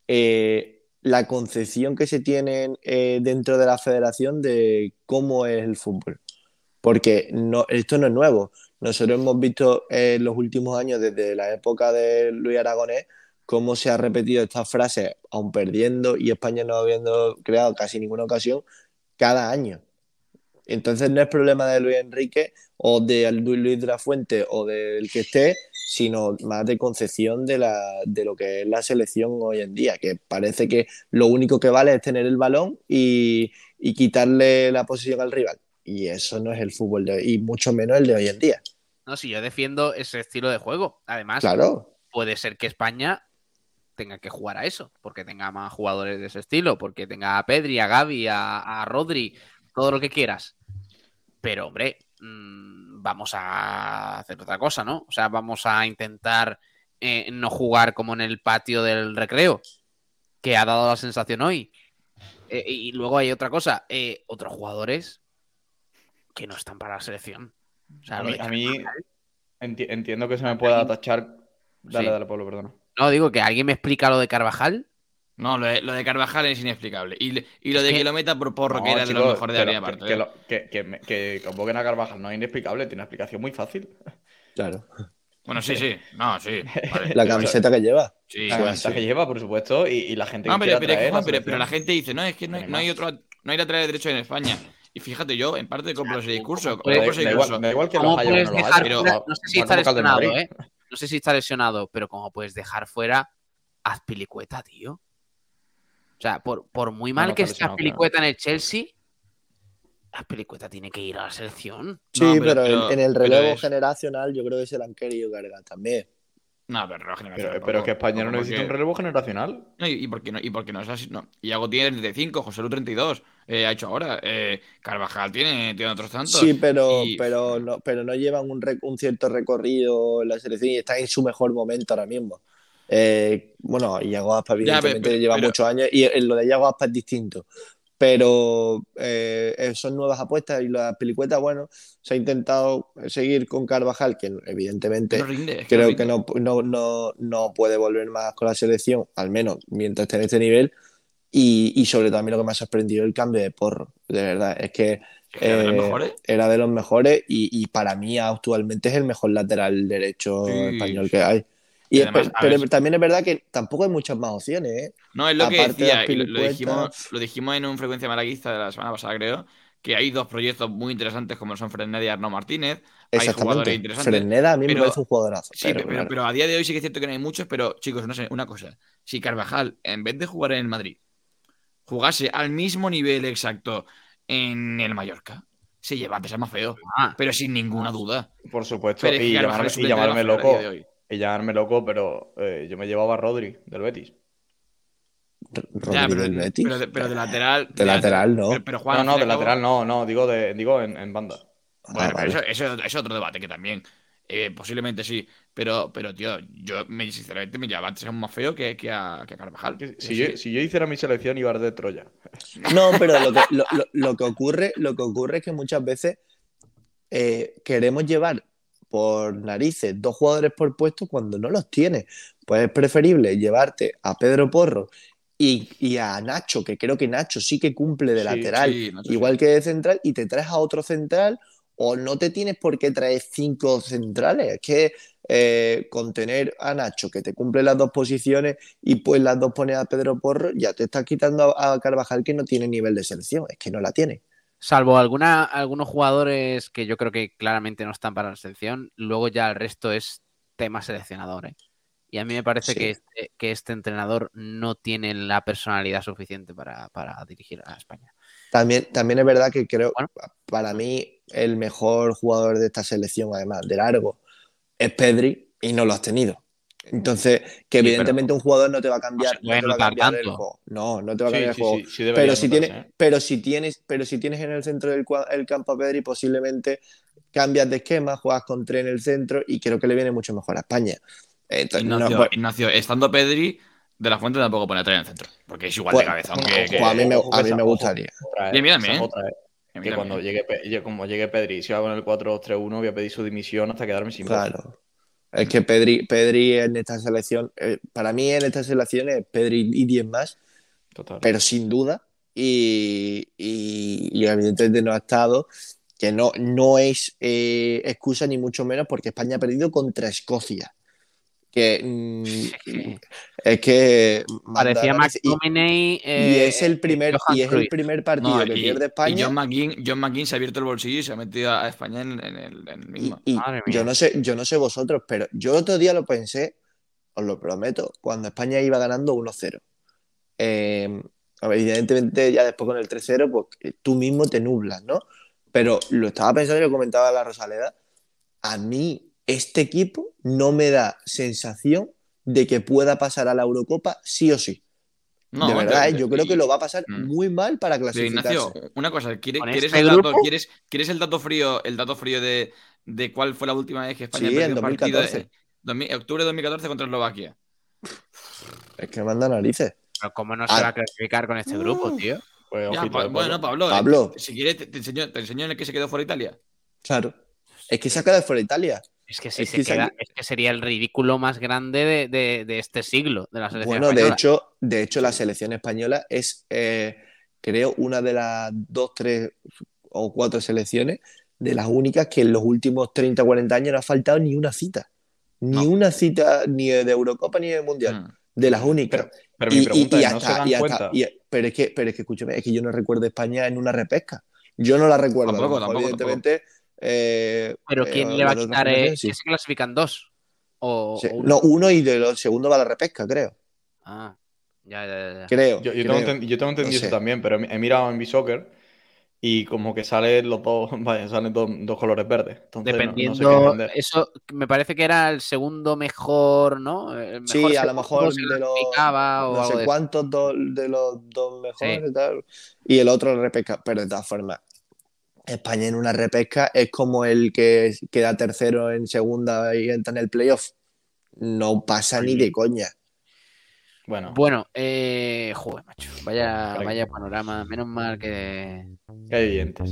eh, la concepción que se tiene eh, dentro de la federación de cómo es el fútbol. Porque no, esto no es nuevo. Nosotros hemos visto en los últimos años, desde la época de Luis Aragonés, cómo se ha repetido estas frases, aun perdiendo y España no habiendo creado casi ninguna ocasión, cada año. Entonces no es problema de Luis Enrique o de Luis de la Fuente o del que esté, sino más de concepción de, la, de lo que es la selección hoy en día, que parece que lo único que vale es tener el balón y, y quitarle la posición al rival. Y eso no es el fútbol de hoy, y mucho menos el de hoy en día. No, si yo defiendo ese estilo de juego. Además, Claro. puede ser que España tenga que jugar a eso, porque tenga más jugadores de ese estilo, porque tenga a Pedri, a Gavi, a, a Rodri, todo lo que quieras. Pero, hombre, mmm, vamos a hacer otra cosa, ¿no? O sea, vamos a intentar eh, no jugar como en el patio del recreo, que ha dado la sensación hoy. Eh, y luego hay otra cosa, eh, otros jugadores que no están para la selección. O sea, A lo mí, de a mí Carvajal, enti- entiendo que se me pueda tachar. Dale, sí. dale, Pablo, perdona. No, digo que alguien me explica lo de Carvajal, No, lo de, lo de Carvajal es inexplicable. Y, y lo Es de que- que lo meta por Porro, No, que era de chicos, los mejores de la pero primera que, parte. que, ¿eh? lo- que, que, me- que convoquen a Carvajal no es inexplicable, tiene una explicación muy fácil. Claro. Bueno, sí, sí. No, sí. Vale. La Eso- camiseta que lleva. Sí, La Sí, camiseta sí. que lleva, por supuesto, y, y la gente No, que pero, quiera pero, es que, traer a Juan, la pero, pero la selección. gente dice, no, es que no hay, Tiene no hay más. otro, no hay lateral derecho en España. Y fíjate, yo en parte compro ese discurso. ¿Cómo Pero compro da, ese da discurso. igual, da igual que ¿Cómo los haya o que puedes no los dejar haya. pero- fuera? va- No sé si va está como Calder lesionado, Madrid. ¿eh? No sé si está lesionado, pero ¿cómo puedes dejar fuera a Azpilicueta, tío? O sea, por, por muy mal no que está esté lesionado, Azpilicueta en el Chelsea, Azpilicueta tiene que ir a la selección. Sí, No, pero, pero- en- pero- en el pero relevo es- generacional yo creo que se la han querido cargar también. No, pero reloj generacional Pero, pero es que tampoco, España no tampoco necesita un porque- relevo generacional. No, ¿Y, y por qué no? ¿Y por qué no es así? No. Iago tiene treinta y cinco, José Lu treinta y dos, eh, ha hecho ahora. eh, Carvajal tiene, tiene otros tantos. Sí, pero, y- pero, no, pero no llevan un, rec- un cierto recorrido en la selección y están en su mejor momento ahora mismo. Eh, bueno, Iago Aspas Ya, evidentemente pero- lleva pero- muchos años y en lo de Iago Aspas es distinto. Pero eh, eh, son nuevas apuestas y las pelicuetas, bueno, se ha intentado seguir con Carvajal, que evidentemente no rinde, es que creo no que rinde. no, no, no, no puede volver más con la selección, al menos mientras esté en este nivel. Y, y sobre todo a mí lo que me ha sorprendido el cambio de Porro, de verdad, es que Es que era de los eh, mejores. era de los mejores y, y para mí actualmente es el mejor lateral derecho Sí, español sí. que hay. Y Y es- además, a pero ver- también es verdad que tampoco hay muchas más opciones, ¿eh? No, es lo que Aparte de decía, y lo, lo Azpilicueta- dijimos, lo dijimos en un frecuencia malaguista de la semana pasada, creo, que hay dos proyectos muy interesantes como son Fresneda y Arnaud Martínez. Hay jugadores Exactamente. interesantes. Fresneda a mí pero- me parece un jugadorazo. Sí, pero, pero, claro. pero a día de hoy sí que es cierto que no hay muchos, pero chicos, no sé, una cosa. Si Carvajal, en vez de jugar en el Madrid, jugase al mismo nivel exacto en el Mallorca, se lleva a pesar más feo, Ah, pero sin ninguna duda. Por supuesto. Pero es que Y Carvajal llamarme, es y suplente de llamarme Barcelona a loco. día de hoy. Y llamarme loco, pero eh, yo me llevaba a Rodri, del Betis. Rodri Ya, pero, del Betis. pero de, pero de lateral. De lateral, no. Pero, pero Juan, No, no, al fin de y al cabo- lateral no, no, digo, de, digo en, en banda. Ah, Bueno, pero vale. eso, eso es otro debate que también. eh, posiblemente sí. Pero, pero, tío, yo me, sinceramente me llevaba antes a un más feo que, que, a, que a Carvajal. Que Si Sí. yo, si yo hiciera mi selección, iba a ir de Troya. No, pero lo que, lo, lo- lo que ocurre, lo que ocurre es que muchas veces eh, queremos llevar por narices dos jugadores por puesto cuando no los tienes. Pues es preferible llevarte a Pedro Porro y, y a Nacho, que creo que Nacho sí que cumple de Sí, lateral, sí, Nacho igual sí. que de central, y te traes a otro central, o no te tienes por qué traer cinco centrales. Es que eh, con tener a Nacho, que te cumple las dos posiciones, y pues las dos pones a Pedro Porro, ya te estás quitando a, a Carvajal, que no tiene nivel de selección, es que no la tiene. salvo alguna, algunos jugadores que yo creo que claramente no están para la selección, luego ya el resto es tema seleccionador, ¿eh? Y a mí me parece Sí. que, este, que este entrenador no tiene la personalidad suficiente para, para dirigir a España. También, también es verdad que creo, Bueno. para mí, el mejor jugador de esta selección, además, de largo, es Pedri, y no lo has tenido. Entonces, que Sí, evidentemente un jugador no te va a cambiar, no se puede no te va a notar cambiar el tanto. juego. No, no te va a Sí, cambiar sí, el juego. sí, sí debería pero, si notarse, tienes, ¿eh? pero, si tienes, pero si tienes en el centro del cua- el campo a Pedri, posiblemente cambias de esquema, juegas con tres en el centro, y creo que le viene mucho mejor a España. Entonces, Ignacio, no, pues- Ignacio, estando Pedri, de la Fuente tampoco pone a traer en el centro. Porque es igual Pues- de cabeza. Bueno, Aunque, ojo, que- pues a mí me, ojo que a mí esa- me ojo, gustaría. otra, Y a mí eh, también. esa es otra, eh. a mí Que también. cuando llegue, Pe- yo- como llegue Pedri, si va con el cuatro dos tres uno, voy a pedir su dimisión hasta quedarme sin voz. Claro. Es que Pedri, Pedri en esta selección, eh, para mí en esta selección es Pedri y diez más, Total. pero sin duda, y, y- y evidentemente no ha estado, que no, no es eh, excusa ni mucho menos, porque España ha perdido contra Escocia. Que mm, es que Parecía manda narices. y, McTominay. y eh, es el primer Johan y es el Cruyff. primer partido No, que y, pierde y España. John McGinn, John McGinn se ha abierto el bolsillo y se ha metido a España en, en el, en el Y, mismo. y Madre mía. yo no sé, yo no sé vosotros, pero yo otro día lo pensé, os lo prometo, cuando España iba ganando uno cero. Eh, evidentemente, ya después con el tres cero, pues eh, tú mismo te nublas, ¿no? Pero lo estaba pensando y lo comentaba a la Rosaleda. A mí, este equipo no me da sensación de que pueda pasar a la Eurocopa sí o sí. No, de verdad, de- ¿eh? de- yo creo que y- lo va a pasar Mm. muy mal para Pero clasificarse. Ignacio, una cosa, ¿quieres, ¿Con ¿quieres este el dato, grupo? ¿quieres, ¿quieres el dato frío, el dato frío de, de cuál fue la última vez que España Sí, perdió en un dos mil partido? catorce. En dos mil octubre de dos mil catorce contra Eslovaquia. Es que manda narices. Pero ¿cómo no se Ah. va a clasificar con este grupo, tío? Pues, Ya, ojito, pa- eh, bueno, Pablo. Pablo, Pablo. eh, si quieres te, te enseño, te enseño en el que se quedó fuera Italia. Claro. Es que saca de fuera Italia. Es que, si Es se que se- queda, es que sería el ridículo más grande de, de- de este siglo de la selección Bueno, de española. hecho, de hecho, la selección española es, eh, creo, una de las dos, tres o cuatro selecciones de las únicas que en los últimos treinta, cuarenta años no ha faltado ni una cita. Ni No. una cita, ni de Eurocopa ni de Mundial. Mm. De las únicas. Pero, pero Y- mi pregunta y- y es, ¿no hasta- se dan y hasta- cuenta? y- pero, es que, pero es que, escúchame, es que yo no recuerdo España en una repesca. Yo no la recuerdo. Tampoco, a lo mejor, tampoco, evidentemente. eh, Pero eh, ¿quién le va a las otras quitar? eh, generaciones, sí. que se clasifican dos. O, Sí. o uno. No, uno y de los segundo va a la repesca, creo. Ah, ya, ya, ya, ya. Creo. Yo, yo creo. tengo, enten- yo tengo entendido No sé. eso también, pero he he mirado en B-Soccer y como que salen los dos, vaya, salen dos, dos colores verdes. Entonces no- no, sé qué Dependiendo, entender. eso me parece que era el segundo mejor, ¿no? El mejor Sí, a lo segundo mejor se de los clasificaba o no algo sé de eso. cuántos do- de los dos mejores Sí. y tal. Y el otro repesca. Pero de todas formas, España en una repesca es como el que queda tercero en segunda y entra en el playoff. No pasa ni de coña. Bueno, Bueno, eh, joder, macho, vaya, Para que- vaya panorama. Menos mal que que hay dientes.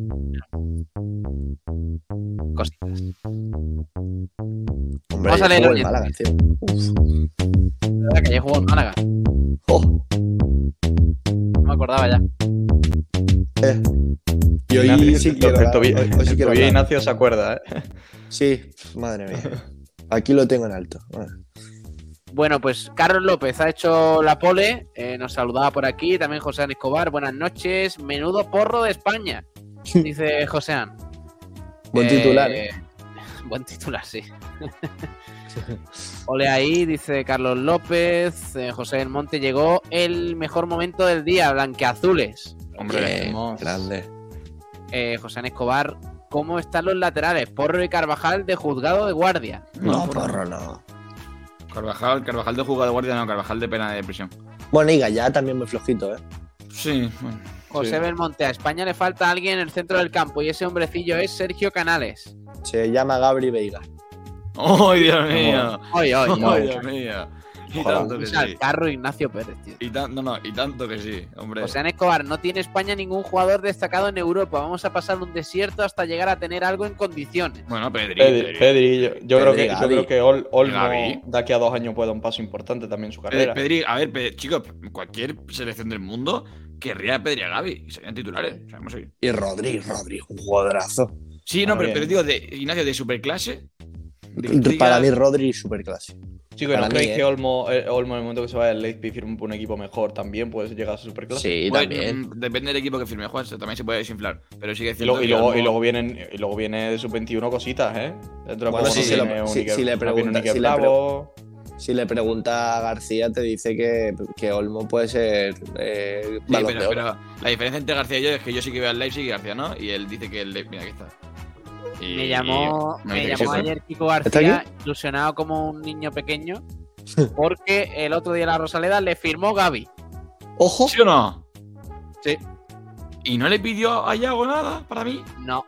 cositas. Hombre, Vamos a leer jugó el oyentes. Málaga, tío. ¿Verdad que ya jugó en Málaga? Oh, No me acordaba ya. eh. Y hoy Ignacio, sí el, quiero el hablar, tobillo, hoy- hoy sí el quiero tobillo hablar. Ignacio se acuerda, ¿eh? Sí, madre mía. Aquí lo tengo en alto. Bueno. Bueno, pues Carlos López ha hecho la pole, eh, nos saludaba por aquí, también José An Escobar, buenas noches, menudo porro de España, dice José An. Buen titular, ¿eh? Buen titular, sí. Ole ahí, dice Carlos López, eh, José del Monte, llegó el mejor momento del día, blanqueazules. Hombre, Bien, vamos. grande. Eh, José An Escobar, ¿cómo están los laterales? Porro y Carvajal de juzgado de guardia. No, porro, no. Carvajal, Carvajal de jugada de guardia, no, Carvajal de pena de prisión. Bueno, y Gallá también muy flojito, ¿eh? Sí, bueno. José Sí. Belmonte, a España le falta alguien en el centro del campo y ese hombrecillo es Sergio Canales. Se llama Gabri Veiga. ¡Ay, Dios mío! Ay, ay, ¡Ay, ay. Dios mío! Y Ojalá. tanto que Usa el sí. carro Ignacio Pérez, tío. Y tan, no, no, y tanto que sí, hombre. José An Escobar, no tiene España ningún jugador destacado en Europa. Vamos a pasar un desierto hasta llegar a tener algo en condiciones. Bueno, Pedri. Pedri, Pedri. Pedri, yo, yo creo que, yo Gavi. creo que Ol- Olmo Gavi. de aquí a dos años puede dar un paso importante también en su Pedri, carrera. Pedri, a ver, Pedri, chicos, cualquier selección del mundo querría a Pedri y a Gavi y serían titulares. Sabemos hoy. Y Rodri, Rodri, un jugadorazo. Sí, no, Bueno, pero, bien. pero digo, de Ignacio, de superclase. de liga- Para mí, Rodri, superclase. Chicos, ¿no para mí, creéis ¿eh? que Olmo, eh, Olmo en el momento que se vaya al Leipzig firme por un equipo mejor también puede llegar a su superclase? Sí, Pues, también. mm, depende del equipo que firme, Juan, también se puede desinflar. Pero sigue Y, siendo luego, y, que luego, Olmo- y, luego vienen, y luego viene de sub veintiuno cositas, ¿eh? Dentro de Bueno, poco sí, no si, viene le, un si- Iker- si le no viene un pregunta, Iker si, le pre- Bravo. si le pregunta a García, te dice que, que Olmo puede ser eh, Sí, balón pero, de oro. pero la diferencia entre García y yo es que yo sí que veo al Leipzig y García no, y él dice que el Leipzig, mira, aquí está. Y- Me llamó, no me dice que llamó sí. ayer Kiko ¿Está García, ilusionado como un niño pequeño, porque el otro día la Rosaleda le firmó Gaby. Ojo, ¿Sí o no? Sí. ¿Y no le pidió a Yago nada para mí? No,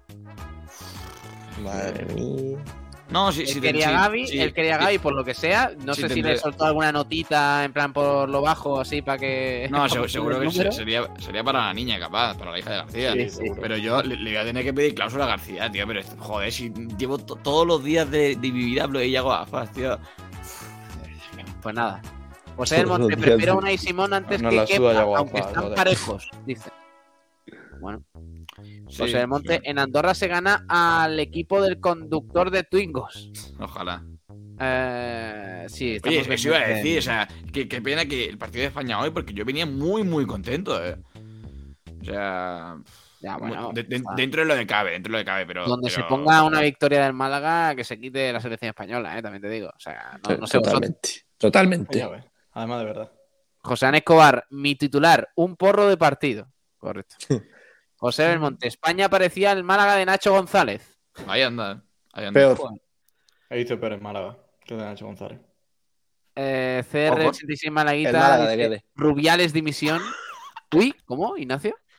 madre mía. No, sí, él sí. quería sí, Gaby, sí, él quería sí. Gaby por lo que sea. No Sí, sé si tendré- le soltó alguna notita en plan por lo bajo, así para que. No, para seguro, que seguro el que número. se- sería, sería para la niña, capaz, para la hija de García. Sí, tío. sí. Pero yo le, le voy a tener que pedir cláusula a García, tío. Pero joder, si llevo to- todos los días de, de mi vida hablo de Yago Aspas, tío. Pues nada. José del Todos Monte, los días prefiero de- a Unai Simón antes No que la suda Kepa, Yago aunque Aspas, están joder. parejos, dice. Bueno, Sí, José del Monte, sí. en Andorra se gana al equipo del conductor de Twingos. Ojalá. Eh, sí, Oye, estamos eso iba a pendientes. decir, o sea, qué qué pena que el partido de España hoy, porque yo venía muy, muy contento, eh. O sea, Ya, bueno, de- de- está. dentro de lo de cabe, dentro de lo de cabe, pero. Donde se pero- ponga una victoria del Málaga, que se quite la selección española, eh, también te digo. O sea, no, no sé vosotros. Totalmente. Totalmente. Ya ves. Además, de verdad. José An Escobar, mi titular, un porro de partido. Correcto. José Belmonte, España parecía el Málaga de Nacho González. Ahí anda, ahí anda. Peor. He visto Pérez Málaga, que de Nacho González. Eh, C R ochenta y seis El Malaguita, Málaga de dice, Guedes. Rubiales dimisión. Uy, ¿cómo, Ignacio?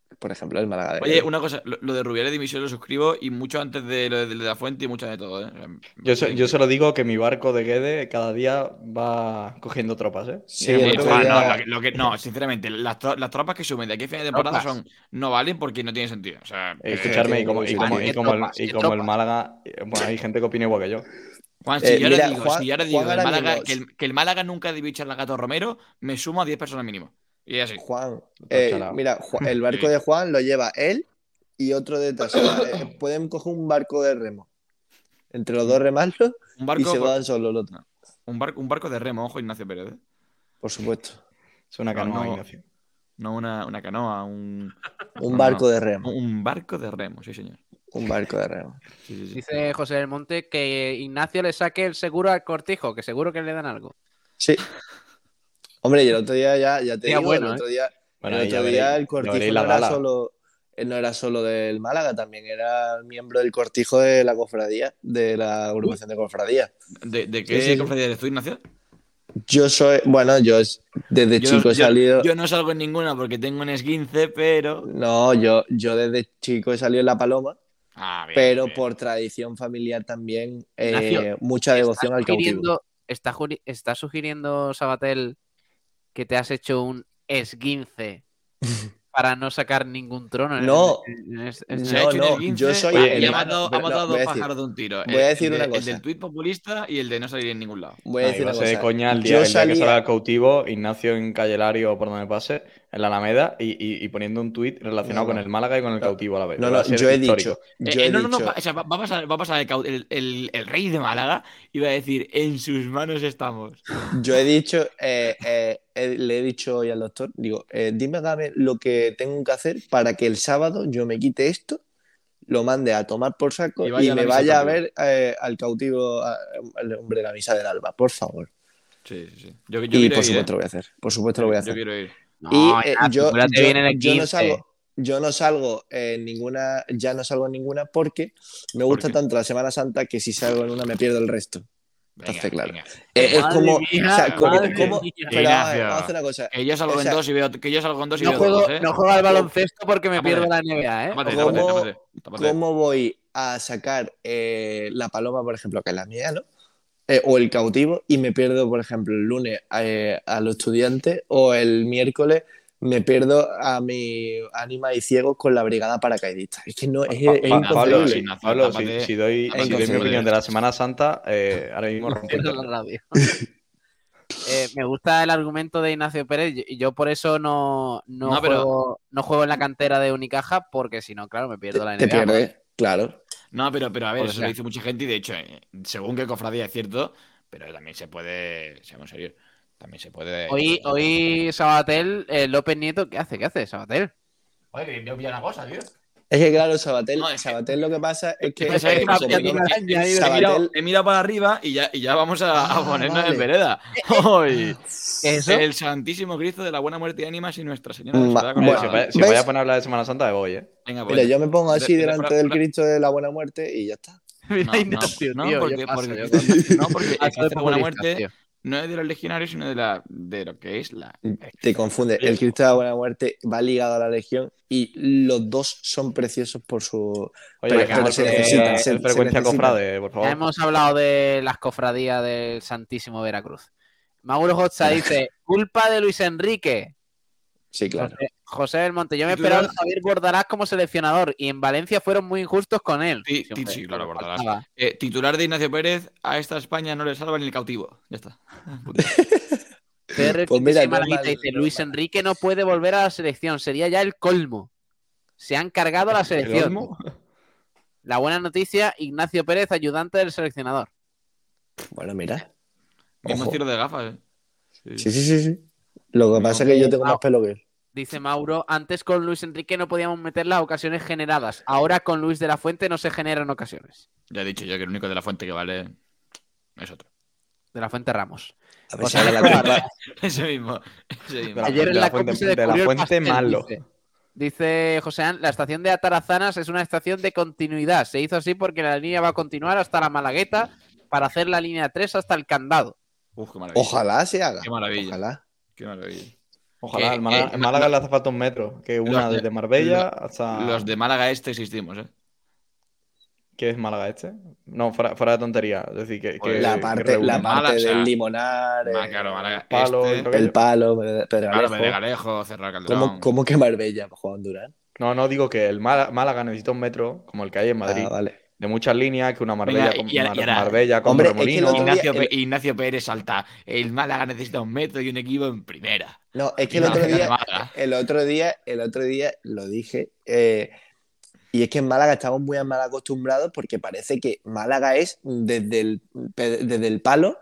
por ejemplo, el Málaga de Oye, Guede. una cosa, lo, lo de Rubiales de Dimisión lo suscribo y mucho antes de lo de, de La Fuente y mucho de todo, ¿eh? O sea, me Yo, parece so- yo increíble. solo digo que mi barco de Guede cada día va cogiendo tropas, ¿eh? Sí, Y es el muy Sí, otro Juan, día- no, lo que, lo que- no, sinceramente, las, tro- las tropas que sumen de aquí a fin de temporada Tropas. son, no valen porque no tienen sentido. O sea, Eh, eh, Escucharme, y tiene como, ningún y como, sentido. y como, el, tropas? y ¿Qué como el tropas? Málaga, eh, bueno, hay gente que opina igual que yo. Juan, si Eh, yo mira, ahora digo, Juan- si yo ahora Juan digo el ahora Málaga, mismo- que, el, que el Málaga nunca debió echar al gato a Romero, me sumo a diez personas mínimo. Y así. Juan, Todo eh, chalado. mira, Ju- el barco Sí. de Juan lo lleva él y otro de o sea, eh, pueden coger un barco de remo. Entre los dos remarlos Un barco, y se por- van solo el otro, no, un, barco, un barco de remo, ojo, Ignacio Pérez. ¿eh? por supuesto. Es una No, canoa, no. Ignacio. No una, una canoa, un, Un no, barco no. de remo. un barco de remo, sí, señor. Un barco de remo. Sí, sí, sí. Dice José del Monte que Ignacio le saque el seguro al Cortijo, que seguro que le dan algo. Sí. Hombre, y el otro día ya, ya te Día digo, bueno, el ¿eh? otro día, Bueno, el ahí ya otro día veréis- el ya Cortijo veréis no la era gala. solo, él no era solo del Málaga, también era miembro del Cortijo de la cofradía, de la agrupación de cofradía. ¿De, de qué Sí, sí, sí. cofradía eres tú, Ignacio? Yo soy, bueno, yo es- desde Yo, chico he yo- salido. yo no salgo en ninguna porque tengo un esguince, pero. No, yo, yo desde chico he salido en La Paloma, Ah, bien, pero bien. por tradición familiar también eh, Ignacio, mucha devoción ¿Está al cautivo. sugiriendo, está, juri- está sugiriendo Sabatel que te has hecho un esguince para no sacar ningún trono? en- No, en- en- en- no, Se ha hecho un no, esguince yo soy y el ha hermano- matado, ha pero no, matado voy a dos decir- pájaros de un tiro. voy a El- decir el de- una El cosa. del tuit populista y el de no salir en ningún lado. Voy a Ah, decir iba una a ser de cosa. coña el día, Yo el día que salía- salga el cautivo, Ignacio en Calle Lario, por donde pase, en la Alameda, y, y- y poniendo un tuit relacionado No, no. con el Málaga y con el No, cautivo a la vez. No, Va a no, ser yo he histórico. dicho, Eh, yo eh, he no, no, no, dicho, va, o sea, va- va a pasar, va a pasar el, cau- el- el- el rey de Málaga y va a decir: en sus manos estamos. yo he dicho, eh, eh, eh, le he dicho hoy al doctor, digo, eh, dime, Gabe, lo que tengo que hacer para que el sábado yo me quite esto, lo mande a tomar por saco Y y, vaya a la me misa vaya a cautivo. ver eh, al cautivo, a- al hombre de la misa del alba, por favor. Sí, sí, sí. Yo, yo Y quiero por ir, supuesto ¿eh? lo voy a hacer, por supuesto lo voy a Yo hacer. quiero ir. No, Y eh, Ignacio, yo, apúrate yo- bien el yo no esguince. salgo, yo no salgo en ninguna, ya no salgo en ninguna porque me ¿Por gusta qué? tanto la Semana Santa que si salgo en una me pierdo el resto. Venga, Entonces, claro. venga. Eh, es Madre como, mía, o sea, como- madre como- mía. pero vamos a ver, Ignacio, vamos a hacer una cosa. Que yo salgo O sea, en dos y veo, que yo salgo en dos y No veo juego, todos, ¿eh? no juego al baloncesto porque me Tápate. pierdo la N B A, ¿eh? Tápate, ¿Cómo- tápate, tápate, tápate. ¿Cómo voy a sacar eh, la paloma, por ejemplo, que es la mía, ¿no? Eh, o el cautivo, y me pierdo, por ejemplo, el lunes eh, a los estudiantes, o el miércoles me pierdo a mi ánima y ciegos con la brigada paracaidista. Es que no, es, Pa- es pa- Pablo, inconcebible. si, Ignacio, Pablo, si- tápate. si doy, Tápate, si doy mi tápate. opinión de la Semana Santa, eh, ahora mismo rompo Pierdo internet. la radio. Eh, me gusta el argumento de Ignacio Pérez y yo por eso no, no, No, pero- juego, no juego en la cantera de Unicaja porque si no, claro, me pierdo la N Te B A. pierdes, claro. No, pero, pero a ver, O eso sea. lo dice mucha gente y de hecho, eh, según qué cofradía es cierto, pero también se puede, seamos serios, también se puede. Hoy, hoy Sabatel, eh, López Nieto, ¿qué hace? ¿Qué hace Sabatel? Oye, yo pillo una cosa, tío. Es que claro, Sabatel, No, es que- Sabatel lo que pasa es que... Pero ¿sabes eh, qué pasa? como Que no- no- he, he- he Sabatel- mirado, he mirado para arriba y ya, y ya vamos a, a Ah, ponernos vale. en vereda. Hoy, ¿Qué es eso? el Santísimo Cristo de la Buena Muerte y Ánimas y Nuestra Señora de Ma- Soledad bueno, Oye, si Consolada. vaya, si ¿ves? vaya a poner a hablar de Semana Santa, me voy, ¿eh? Venga, pues. Mira, yo me pongo así De- de- delante para- del para- Cristo de la Buena Muerte y ya está. Mira, No, no, Ignacio, no, tío, porque, yo paso, porque- yo paso. no, porque el Paso Cristo de de la Buena populistas, Muerte tío. no es de los legionarios, sino de, la, de lo que es la. Te confunde. El Cristo de la Buena Muerte va ligado a la Legión y los dos son preciosos por su... Oye, Pero- dejemos pero se de- necesita, de se- se frecuencia necesita. cofrade, por Ya favor. hemos hablado de las cofradías del Santísimo Veracruz. Mauro Hotza dice, culpa de Luis Enrique. Sí, claro. José, José del Monte, yo me Titular- esperaba a Javier Bordalás como seleccionador y en Valencia fueron muy injustos con él. Sí, sí, hombre, sí, claro, pero Bordalás. faltaba. Eh, titular de Ignacio Pérez, a esta España no le salva ni el cautivo. Ya está. P R Pues mira, Finísima no Lista mal, dice, no Luis mal. Enrique no puede volver a la selección, sería ya el colmo. Se han cargado a la ¿El selección. Olmo? La buena noticia, Ignacio Pérez, ayudante del seleccionador. Bueno, mira. Mismo Ojo. tiro de gafas, ¿eh? Sí, sí, sí, sí. Lo que pasa es que yo tengo más pelo que él. Dice Mauro, antes con Luis Enrique no podíamos meter las ocasiones generadas. Ahora con Luis de la Fuente no se generan ocasiones. Ya he dicho yo que el único de la fuente que vale es otro. De la Fuente Ramos. A ver O si sea, ahora la culpa- Ese mismo. Ese mismo. De la- Ayer en de la, la fuente- Copa se de la descubrió el fuente pastel, malo. Dice, dice José An, la estación de Atarazanas es una estación de continuidad. Se hizo así porque la línea va a continuar hasta la Malagueta para hacer la línea tres hasta el Candado. Uf, qué maravilla. Ojalá se haga. Qué maravilla. Ojalá. Qué maravilla. Ojalá, Que, el Málaga, eh, el Málaga lo- le hace falta un metro, que una los de- desde Marbella lo- hasta... Los de Málaga Este existimos, ¿eh? ¿Qué es Málaga este? No, fuera, fuera de tontería. Es decir, que, Pues, que, La que parte, la reúne Málaga, parte o sea, del Limonar, Más eh, claro, Málaga palo y Este, todo el aquello. Palo, Pedre- claro, Pedregalejo. Pedregalejo, Cerro ¿Cómo, Calderón. cómo que Marbella, Juan Durán? No, no, digo que el Málaga, Málaga necesita un metro, como el que hay en Ah, Madrid, vale. de muchas líneas, que una Venga, Marbella con, y ahora- y Mar- ahora- Marbella con Hombre, es que el Torremolinos. otro día- Ignacio, Pe- el- Ignacio Pérez salta. El Málaga necesita un metro y un equipo en primera. No, es que Y el la otro ciudad de día, Málaga. el otro día, el otro día lo dije, eh, y es que en Málaga estamos muy mal acostumbrados porque parece que Málaga es desde el, pe- desde el Palo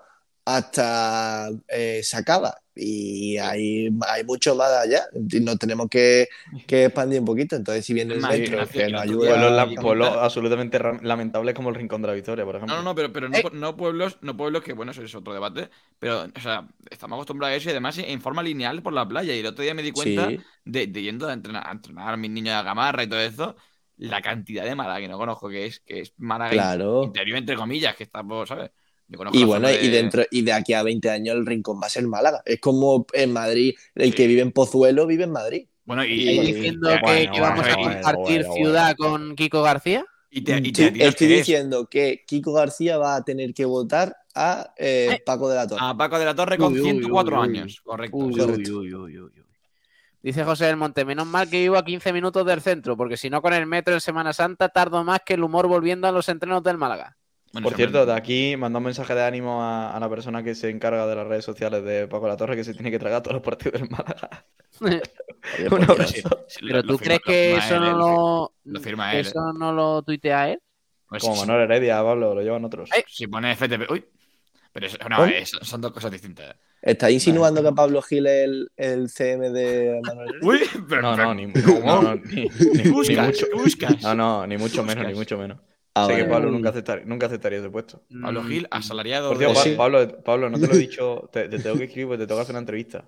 hasta eh, Sacaba. Y hay, hay mucho más allá. Y nos tenemos que, que expandir un poquito. Entonces, si viene Es el más, metro, Ignacio, que el nos otro ayuda. día- Pueblos, la- y- pueblos absolutamente ra- lamentables como el Rincón de la Victoria, por ejemplo. No, no, no, pero, pero no, Eh. no pueblos, no pueblos que, bueno, eso es otro debate. Pero, o sea, estamos acostumbrados a eso y además en forma lineal por la playa. Y el otro día me di cuenta Sí. de, de yendo a entrenar, a entrenar a mis niños a Gamarra y todo eso, la cantidad de Málaga que no conozco, que es, que es Málaga Claro. interior, entre comillas, que está, pues, ¿sabes? Yo conozco Y la bueno, zona y de- dentro, y de aquí a veinte años el Rincón va a ser Málaga. Es como en Madrid, el Sí. que vive en Pozuelo vive en Madrid. Bueno, y, Y- ¿Estáis y- diciendo y- que, bueno, que vamos bueno, a bueno, compartir bueno, ciudad con Kiko García? y te, y te Sí, atiras estoy que es diciendo que Kiko García va a tener que votar a eh, Eh. Paco de la Torre. a Paco de la Torre con Uy, uy, ciento cuatro uy, uy. años. Correcto. Uy, sí. uy, correcto. uy, uy, uy, uy. Dice José del Monte, menos mal que vivo a quince minutos del centro, porque si no con el metro en Semana Santa tardo más que el humor volviendo a los entrenos del Málaga. Bueno, Por siempre- cierto, de aquí manda un mensaje de ánimo a, a la persona que se encarga de las redes sociales de Paco La Torre, que se tiene que tragar todos los partidos del Málaga. Oye, Un por abrazo. Dios. Sí, sí, lo- Pero lo tú firma- crees lo que firma eso él, no él. lo, lo firma que él, eso no lo tuitea él? Pues Como sí, Manuel Heredia, Pablo, lo llevan otros. Eh. Si pone F T P. Uy. Pero eso, no, ¿Cómo? es- son dos cosas distintas. ¿Estás insinuando que Pablo Gil es el, el C M de Manuel Heredia? Uy, pero, No, pero- no, ni, ¿cómo? no, no, ni, ni- ¿Qué ni buscas? mucho. ¿Qué buscas? No, no, ni mucho menos, ni Buscas. mucho menos. Ah, sé vale. que Pablo nunca aceptaría, nunca aceptaría ese puesto. Pablo Mm, Gil, asalariado. Por Dios, de- Pa- sí. Pablo, Pablo, no te lo he dicho, te, te tengo que escribir porque te tengo que hacer una entrevista.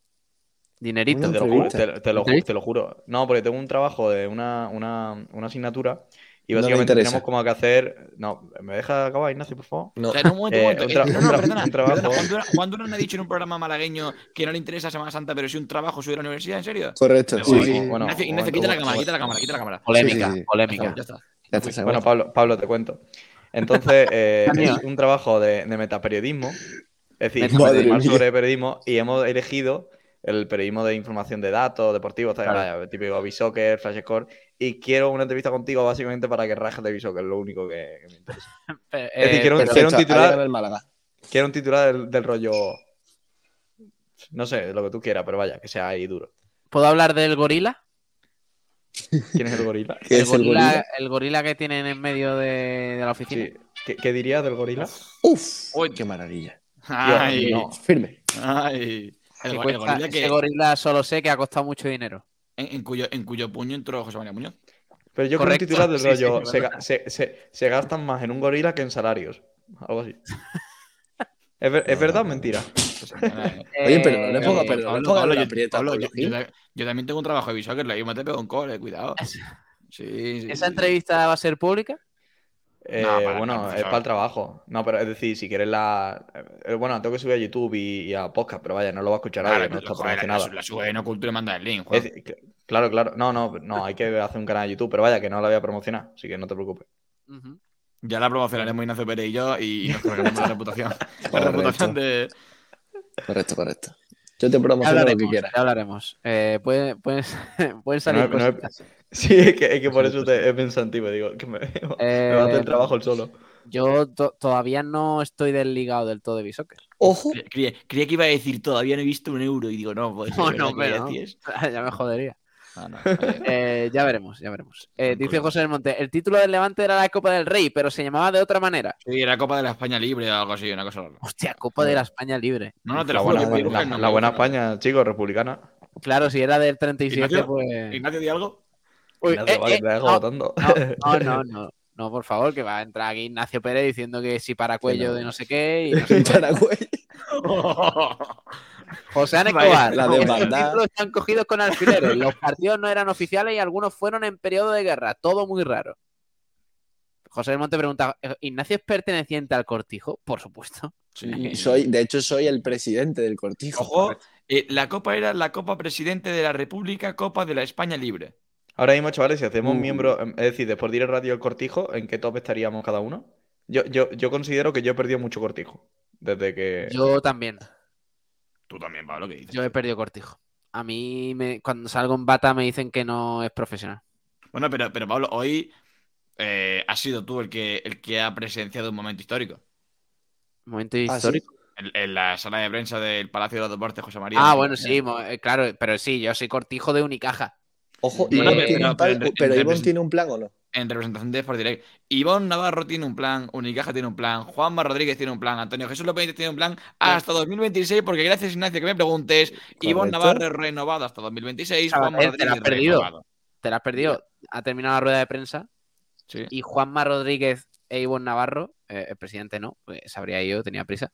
Dinerito. Una Te lo juro, ¿Entrevista? te, te lo, ju- ¿Entrevista? te lo juro. No, porque tengo un trabajo de una, una, una asignatura y No me básicamente interesa. tenemos como que hacer. No, ¿me deja acabar, Ignacio, por favor? No. O sea, no, un momento, un Eh, momento. un tra- Eh, no, un no, tra- perdona, un trabajo. perdona. Juan Durán, Juan Durán ha dicho en un programa malagueño que no le interesa Semana Santa, pero sí un trabajo suyo de la universidad, ¿en serio? Correcto. Pero Sí, oye, sí. bueno, Ignacio, bueno, Ignacio, quita la bueno, cámara, bueno. quita la cámara, quita la cámara. Polémica, Sí, sí, sí. polémica. Ya está. Ya está, se Bueno, acabó. Pablo, Pablo, te cuento. Entonces, eh, Amigo. es un trabajo de, de metaperiodismo, es decir, Madre informar mía. sobre periodismo, y hemos elegido el periodismo de información de datos, deportivos, tal, Claro. vaya, típico B-Soccer, Flash Score, y quiero una entrevista contigo básicamente para que rajes de B-Soccer, es lo único que, que me interesa. Eh, Es decir, quiero, pero- quiero un Perfecto, ahí titular, gana el Málaga. quiero un titular del, del rollo, no sé, lo que tú quieras, pero vaya, que sea ahí duro. ¿Puedo hablar del gorila? ¿Quién es el gorila? ¿Qué es el gorila? el gorila que tienen en medio de, de la oficina. Sí. ¿Qué, qué dirías del gorila? Uf, Uy. qué maravilla. Ay, no. Firme. ay. El, Que go- el cuesta- gorila que, Ese gorila solo sé que ha costado mucho dinero. en, en cuyo, en cuyo puño entró José María Muñoz. Pero yo Correcto, creo un titular del sí, sí, rollo, es se, verdad. ga- se, se, se gastan más en un gorila que en salarios. Algo así. ¿Es, ver- ¿es verdad o mentira? Pues, eh, Oye, pero no le Eh, ponga, eh, pero no le Pablo, ponga Pablo, la yo, aprieta, Pablo, Pablo yo- yo Gil. ta- yo también tengo un trabajo de bishocker, la misma te pego un cole, cuidado. Sí, sí. ¿Esa sí. entrevista va a ser pública? Eh, No, para bueno, nada, por es favor. para el trabajo. No, pero es decir, si quieres la. eh, bueno, tengo que subir a YouTube y, y a podcast, pero vaya, no lo va a escuchar Claro, nadie, no pero, está joder, la, promocionado. la, la sube en Oculto y le manda el link, Es Juan. decir, que- claro, claro. No, no, no, hay que hacer un canal de YouTube, pero vaya, que no la voy a promocionar, así que no te preocupes. Ujú. Ya la promocionaremos Ignacio Pérez y yo y nos cargaremos la reputación. La Correcto. reputación de. Correcto, correcto. Yo te Ya promociono lo que hablaremos, quieras. ya hablaremos. Eh, pueden, pueden, pueden No, salir no, cositas. Sí, es que, es que por eso te, he pensativo, digo, que me, me va a hacer Eh, el trabajo el solo. Yo to- todavía no estoy desligado del todo de B-Soccer. Ojo, Creía, creía- creía que iba a decir todavía no he visto un euro y digo, no, pues. No, es no, verdad que hombre, no. decís. Ya me jodería. Ah, no, oye, Eh, ya veremos, ya veremos. Eh, Sin dice problema. José del Monte, el título del Levante era la Copa del Rey, pero se llamaba de otra manera. Sí, era Copa de la España Libre o algo así, una cosa rara. Hostia, Copa de la España Libre. No, no, te La lo juro buena, que voy a la, buscar el la nombre, buena busca el España, chicos, republicana. Claro, si era del treinta y siete, Ignacio, pues... Ignacio, ¿di algo? Uy, Ignacio, eh, vale, eh, te dejo no, votando. no, no, no, no, por favor, que va a entrar aquí Ignacio Pérez diciendo que si para cuello no. de no sé qué y no sé qué. Paraguay. José Ana Vaya, Escobar, la estos desbandada. títulos están cogidos con alfileres. Los partidos no eran oficiales y algunos fueron en periodo de guerra. Todo muy raro. José del Monte pregunta, ¿Ignacio es perteneciente al Cortijo? Por supuesto. Y soy, de hecho, soy el presidente del Cortijo. Ojo, Eh, la copa era la Copa Presidente de la República, Copa de la España Libre. Ahora mismo, chavales, si hacemos Uh. miembros, es decir, después de ir al Radio El Cortijo, ¿en qué top estaríamos cada uno? Yo, yo, yo considero que yo he perdido mucho cortijo. Desde que. Yo también. Tú también, Pablo, ¿qué dices? Yo he perdido cortijo. A mí, me, cuando salgo en bata, me dicen que no es profesional. Bueno, pero, pero Pablo, hoy eh, has sido tú el que, el que ha presenciado un momento histórico. Momento ¿Ah, histórico. sí? En, en la sala de prensa del Palacio de los Deportes, José María. Ah, ¿no? bueno, sí, mo- eh, claro, pero sí, yo soy cortijo de Unicaja. Ojo, Bueno, Ivonne pero- tiene un pero plan, en- pero en Ivonne represent- tiene un plan o no. En representación de Sport Direct. Ivonne Navarro tiene un plan, Unicaja tiene un plan, Juanma Rodríguez tiene un plan, Antonio Jesús López tiene un plan hasta dos mil veintiséis, porque gracias, Ignacio, que me preguntes, Ivonne Correcto. Navarro renovado hasta dos mil veintiséis, Juanma Sabater, te la has Rodríguez perdido. renovado. Te la has perdido. Ha terminado la rueda de prensa Sí. y Juanma Rodríguez e Ivonne Navarro, eh, el presidente no, pues se habría ido, tenía prisa.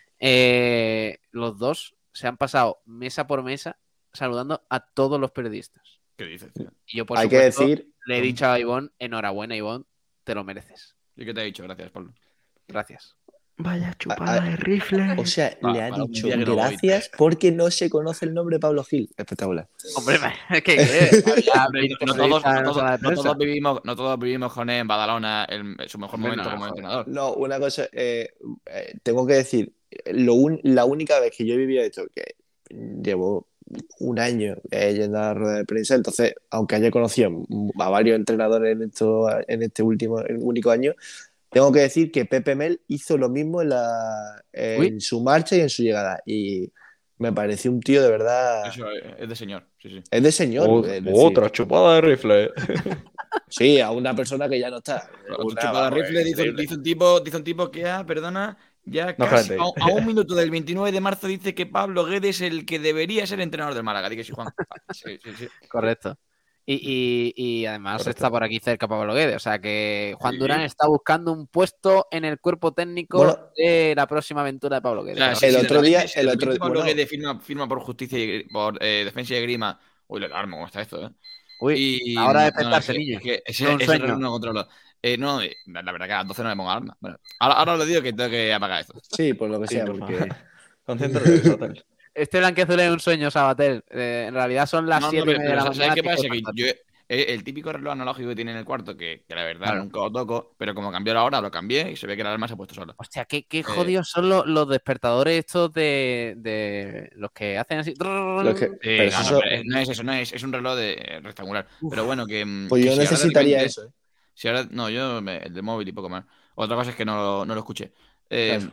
Eh, los dos se han pasado mesa por mesa saludando a todos los periodistas. ¿Qué dices, tío? Y yo, por Hay que supuesto, decir, le he dicho a Ivonne, enhorabuena, Ivonne, te lo mereces. ¿Y qué te he dicho? Gracias, Pablo. Gracias. Vaya chupada de rifle. o sea, Pa- le ha para un dicho día que no voy. gracias porque no se conoce el nombre de Pablo Gil. Espectacular. Hombre, es que ¿qué? Había Hombre, veinte no, todos, periodistas no en la todos- sala de no prensa. todos vivimos, no todos vivimos con él en Badalona en su mejor Hombre, momento no, como joder. entrenador. No, una cosa, eh, eh, tengo que decir, lo un- la única vez que yo he vivido esto, que llevo un año eh, yendo a la rueda de prensa, entonces, aunque haya conocido a varios entrenadores en, esto, en este último en único año, tengo que decir que Pepe Mel hizo lo mismo en, la, en Uy. su marcha y en su llegada. Y me pareció un tío de verdad. Eso es de señor, sí, sí. Es de señor. Ot- es decir, Otra chupada de rifle. Sí, a una persona que ya no está. Otro Una, chupada vamos, rifle, es dice, increíble. dice un tipo, dice un tipo que, ah, perdona, ya No, casi espérate. a, a un minuto del veintinueve de marzo dice que Pablo Guedes es el que debería ser entrenador del Málaga. Di que sí, Juan. Ah, sí, sí, sí. Correcto. Y, y- y además Correcto. está por aquí cerca Pablo Guedes. O sea que Juan Sí. Durán está buscando un puesto en el cuerpo técnico Bueno. de la próxima aventura de Pablo O Guedes. sea, ¿no? si- El si de otro repente- día- si el de otro- repente Pablo bueno. Guedes firma, firma por justicia y por eh, defensa y grima. Uy, lo alarmo, ¿cómo está esto? Eh? Uy, Y, ahora no, despertarse, es que- niño. es que ese, Es un ese sueño. reloj no lo controlo. Eh, no, eh, la la verdad que a las doce no me pongo alarma. Bueno, ahora, ahora os lo digo que tengo que apagar esto. Sí, por lo que Sí, sea, por porque. favor. Concéntrate, Aristóteles. Este blanqueazul es un sueño, Sabater. Eh, en realidad son las No, no, siete pero, y media de la pero ¿sabes mañana. qué pasa? tipo Que fantástico. yo, eh, el típico reloj analógico que tiene en el cuarto, que, que la verdad Claro. nunca lo toco, pero como cambió la hora, lo cambié y se ve que la alarma se ha puesto sola. Hostia, qué, Eh, qué jodidos son los, los despertadores estos de, de los que hacen así. Lo que- Sí, pero no, eso- no, pero no es eso, no es, es un reloj de, eh, rectangular. Pero bueno, que. mm, Pues que yo si ahora de necesitaría repente- eso. ¿eh? Si ahora, no, yo me- el de móvil y poco más. Otra cosa es que no, no lo escuché. Eh, Claro.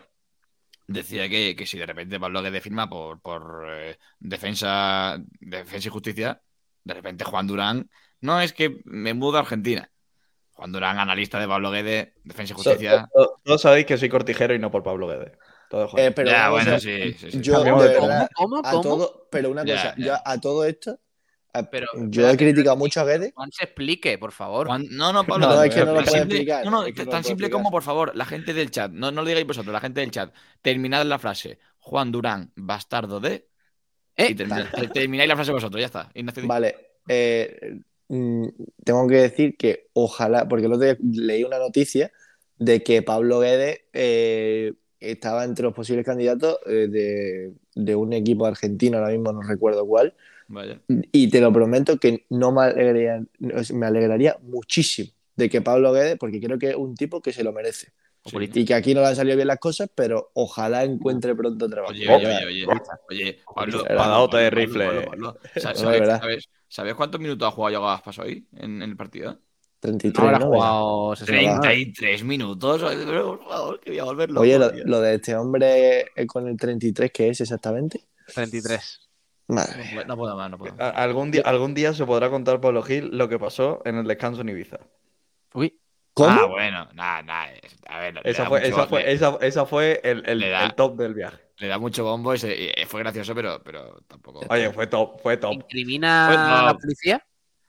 Decía que, que si de repente Pablo Guedes firma por, por eh, defensa, defensa y justicia, de repente Juan Durán, no es que me mudo a Argentina. Juan Durán, analista de Pablo Guedes, defensa y So- justicia. to- Todos sabéis que soy cortijero y no por Pablo Guedes. Todo joder. Eh, pero ya, una bueno, cosa, sí, sí, sí. yo Cambiamos de de tema. verdad, ¿Cómo? a ¿Cómo? todo, pero una Ya, cosa, ya. yo a todo esto, a- Pero, yo espérate, he criticado mucho a Guedes. Juan se explique, por favor. Juan- no, no, Pablo. No, tan- es que no lo tan puede simple- explicar, No, no, es que no lo tan puede simple explicar. como, por favor, la gente del chat, no, no lo digáis vosotros, la gente del chat, terminad la frase, Juan Durán, bastardo de, Eh, y terminad- te- termináis la frase vosotros, ya está. Ignacio, di. Vale, eh, mm, tengo que decir que ojalá, porque el otro día leí una noticia de que Pablo Guedes eh, estaba entre los posibles candidatos eh, de, de un equipo argentino, ahora mismo no recuerdo cuál, Vaya. y te lo prometo que no me alegraría, me alegraría muchísimo de que Pablo Guedes, porque creo que es un tipo que se lo merece. Sí. Y que aquí no le han salido bien las cosas, pero ojalá encuentre pronto trabajo. Oye, De oye, verdad. oye, oye, oye, Pablo, Era padaota de Pablo, rifle. Pablo, Pablo, Pablo. Sa- No, ¿Sabes, de verdad. sabes- sabes cuántos minutos ha jugado Yago Aspas hoy en, en el partido? treinta y no tres, habrá ¿no? jugado sesenta y nueve. treinta y tres minutos. Oye, por favor, que voy a volver loco, Oye, lo, tío. lo de este hombre eh, con el treinta y tres, ¿qué es exactamente? treinta y tres. Madre mía. No puedo más, no puedo más. A- Algún día, algún día se podrá contar Pablo Gil lo que pasó en el descanso en Ibiza. Uy, ¿Cómo? Ah, bueno, nada, nada. es- A ver, le Esa da fue, mucho- esa fue, le- esa, esa fue el, el- Le da- el top del viaje. le da mucho bombo y, se- y fue gracioso, pero, pero tampoco. Oye, fue top, fue top. ¿incrimina Pues no. a la policía?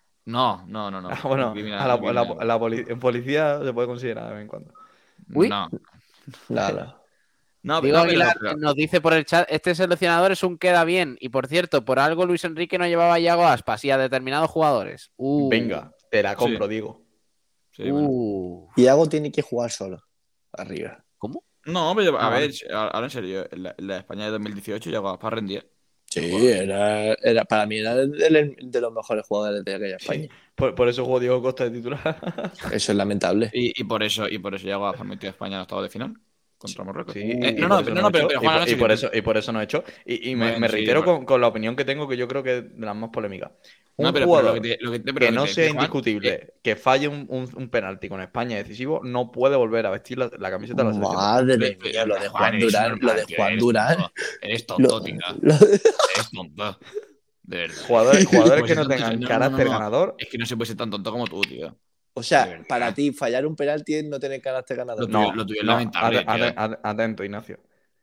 No, no, no, no. Ah, bueno, Incrimina- a la, incrimina- la- la poli- en policía se puede considerar de vez en cuando. Uy. No, No, no. no, Diego no, pero- Aguilar pero- nos dice por el chat, este seleccionador es un queda bien. Y por cierto, por algo Luis Enrique no llevaba a Yago Aspas y a determinados jugadores. Uh, Venga, te la compro, Sí. digo. sí, bueno. Uh. Iago tiene que jugar solo. Arriba. ¿Cómo? No, pero a Ah, ver, ahora en serio, en la, en la España de dos mil dieciocho Yago Aspas rendía. Sí, era, era, para mí era de, de- de los mejores jugadores de aquella España. Por, por eso jugó Diego Costa de titular. Eso es lamentable. Y, y por eso, y por eso llegó a formar a España en octavos de final contra Marruecos. Sí, Eh, y no, por no, eso no, nos no, pero, echó, pero y Juan, por, ahora y sí por que- eso, y por eso nos echó. Y, y me, Bueno, me sí, reitero bueno. con, con la opinión que tengo, que yo creo que es de las más polémicas. Un No, pero, pero jugador lo que te, lo que te- pero que lo no te sea decía Juan, indiscutible, eh, que falle un, un, un penalti con España decisivo, no puede volver a vestir la, la camiseta de la selección de España. Madre pero- mía, lo de Juan eres Durán, lo de normal, tío, Juan eres Durán. tonto. Eres Lo, tonto, tica. lo- Eres tonto. De verdad. Jugadores, jugadores Pues que ser no tonto- tengan no, no, no, carácter no. ganador. Es que no se puede ser tan tonto como tú, tío. o De sea, verdad. para ti, fallar un penalti es no tener carácter ganador. Lo tuyo- No, tuyo es no, lamentable, ate- ate- tío. ate- atento, Ignacio.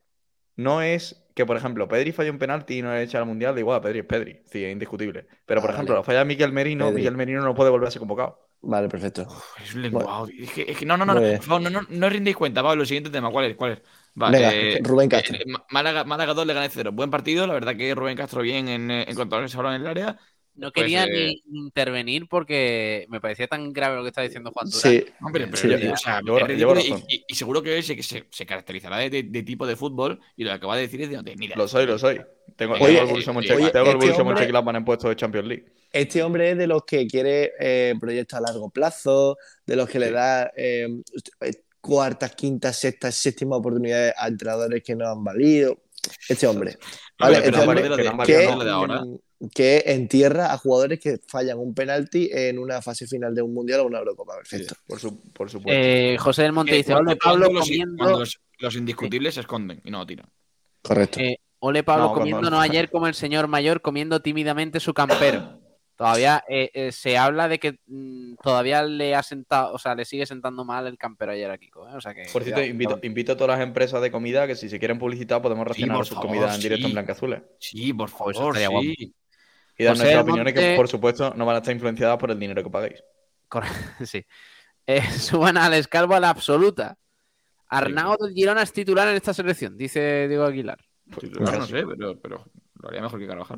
No es que, por ejemplo, Pedri falla un penalti y no le echa al mundial, da igual, Pedri es Pedri, sí, es indiscutible. Pero, Ah, por ejemplo, vale. lo falla Miquel Merino, Pedri. Miguel Merino no puede volver a ser convocado. Vale, perfecto. Es un lenguado. Es que, es que no, no, no, Muy no, bien. por favor, no, no, no os rindéis cuenta, Pablo. El siguiente tema, ¿cuál es? ¿Cuál es? Va, Venga, eh, Rubén Castro. eh, Málaga, Málaga dos le gané cero. Buen partido, la verdad que Rubén Castro bien en, eh, en cuanto a ese balón en el área. No Pues, quería eh, ni intervenir porque me parecía tan grave lo que está diciendo Juan Durán. Sí, Hombre, pero Sí, es- yo- o sea, llevo- es llevo ridículo y, razón. y- y seguro que él se, se, se caracterizará de, de- de tipo de fútbol y lo que acaba de decir es de no tener ni idea. Lo soy, lo soy. Tengo, Oye, tengo el eh, Borussia eh, Mönchengladbach- oye, tengo el este Borussia hombre- Mönchengladbach en puesto de Champions League. este hombre es de los que quiere eh, proyectos a largo plazo, de los que le Sí. da eh, cuartas, quintas, sextas, séptimas oportunidades a entrenadores que no han valido. Este hombre. ¿vale? Hombre, Este que no hombre vale- que no vale- que, no lo de ahora. que entierra a jugadores que fallan un penalti en una fase final de un mundial o una Eurocopa. Perfecto. Por, su- por supuesto. Eh, José del Monte Que dice, cuando- ole Pablo cuando los, comiendo... cuando los, los indiscutibles se esconden y no lo tiran. Correcto. Eh, ole Pablo No, cuando comiendo, no. no ayer como el señor mayor comiendo tímidamente su campero. Todavía eh, eh, se habla de que mm, todavía le ha sentado, o sea, le sigue sentando mal el campero ayer a Kiko. ¿eh? O sea que, Por cierto, cuidado, invito, cuidado. invito a todas las empresas de comida que si se quieren publicitar podemos racionar por sus favor, comidas en directo sí. en Blancazules. Sí, por Ojo, eso favor, estaría guapo. sí. Y dar José nuestras del opiniones que, Monte- por supuesto, no van a estar influenciadas por el dinero que pagáis. Corre- sí. Eh, suban al escalvo a la absoluta. Arnau del Girona es titular en esta selección, dice Diego Aguilar. Pues, Claro, no casi. sé, pero, pero lo haría mejor que Carvajal.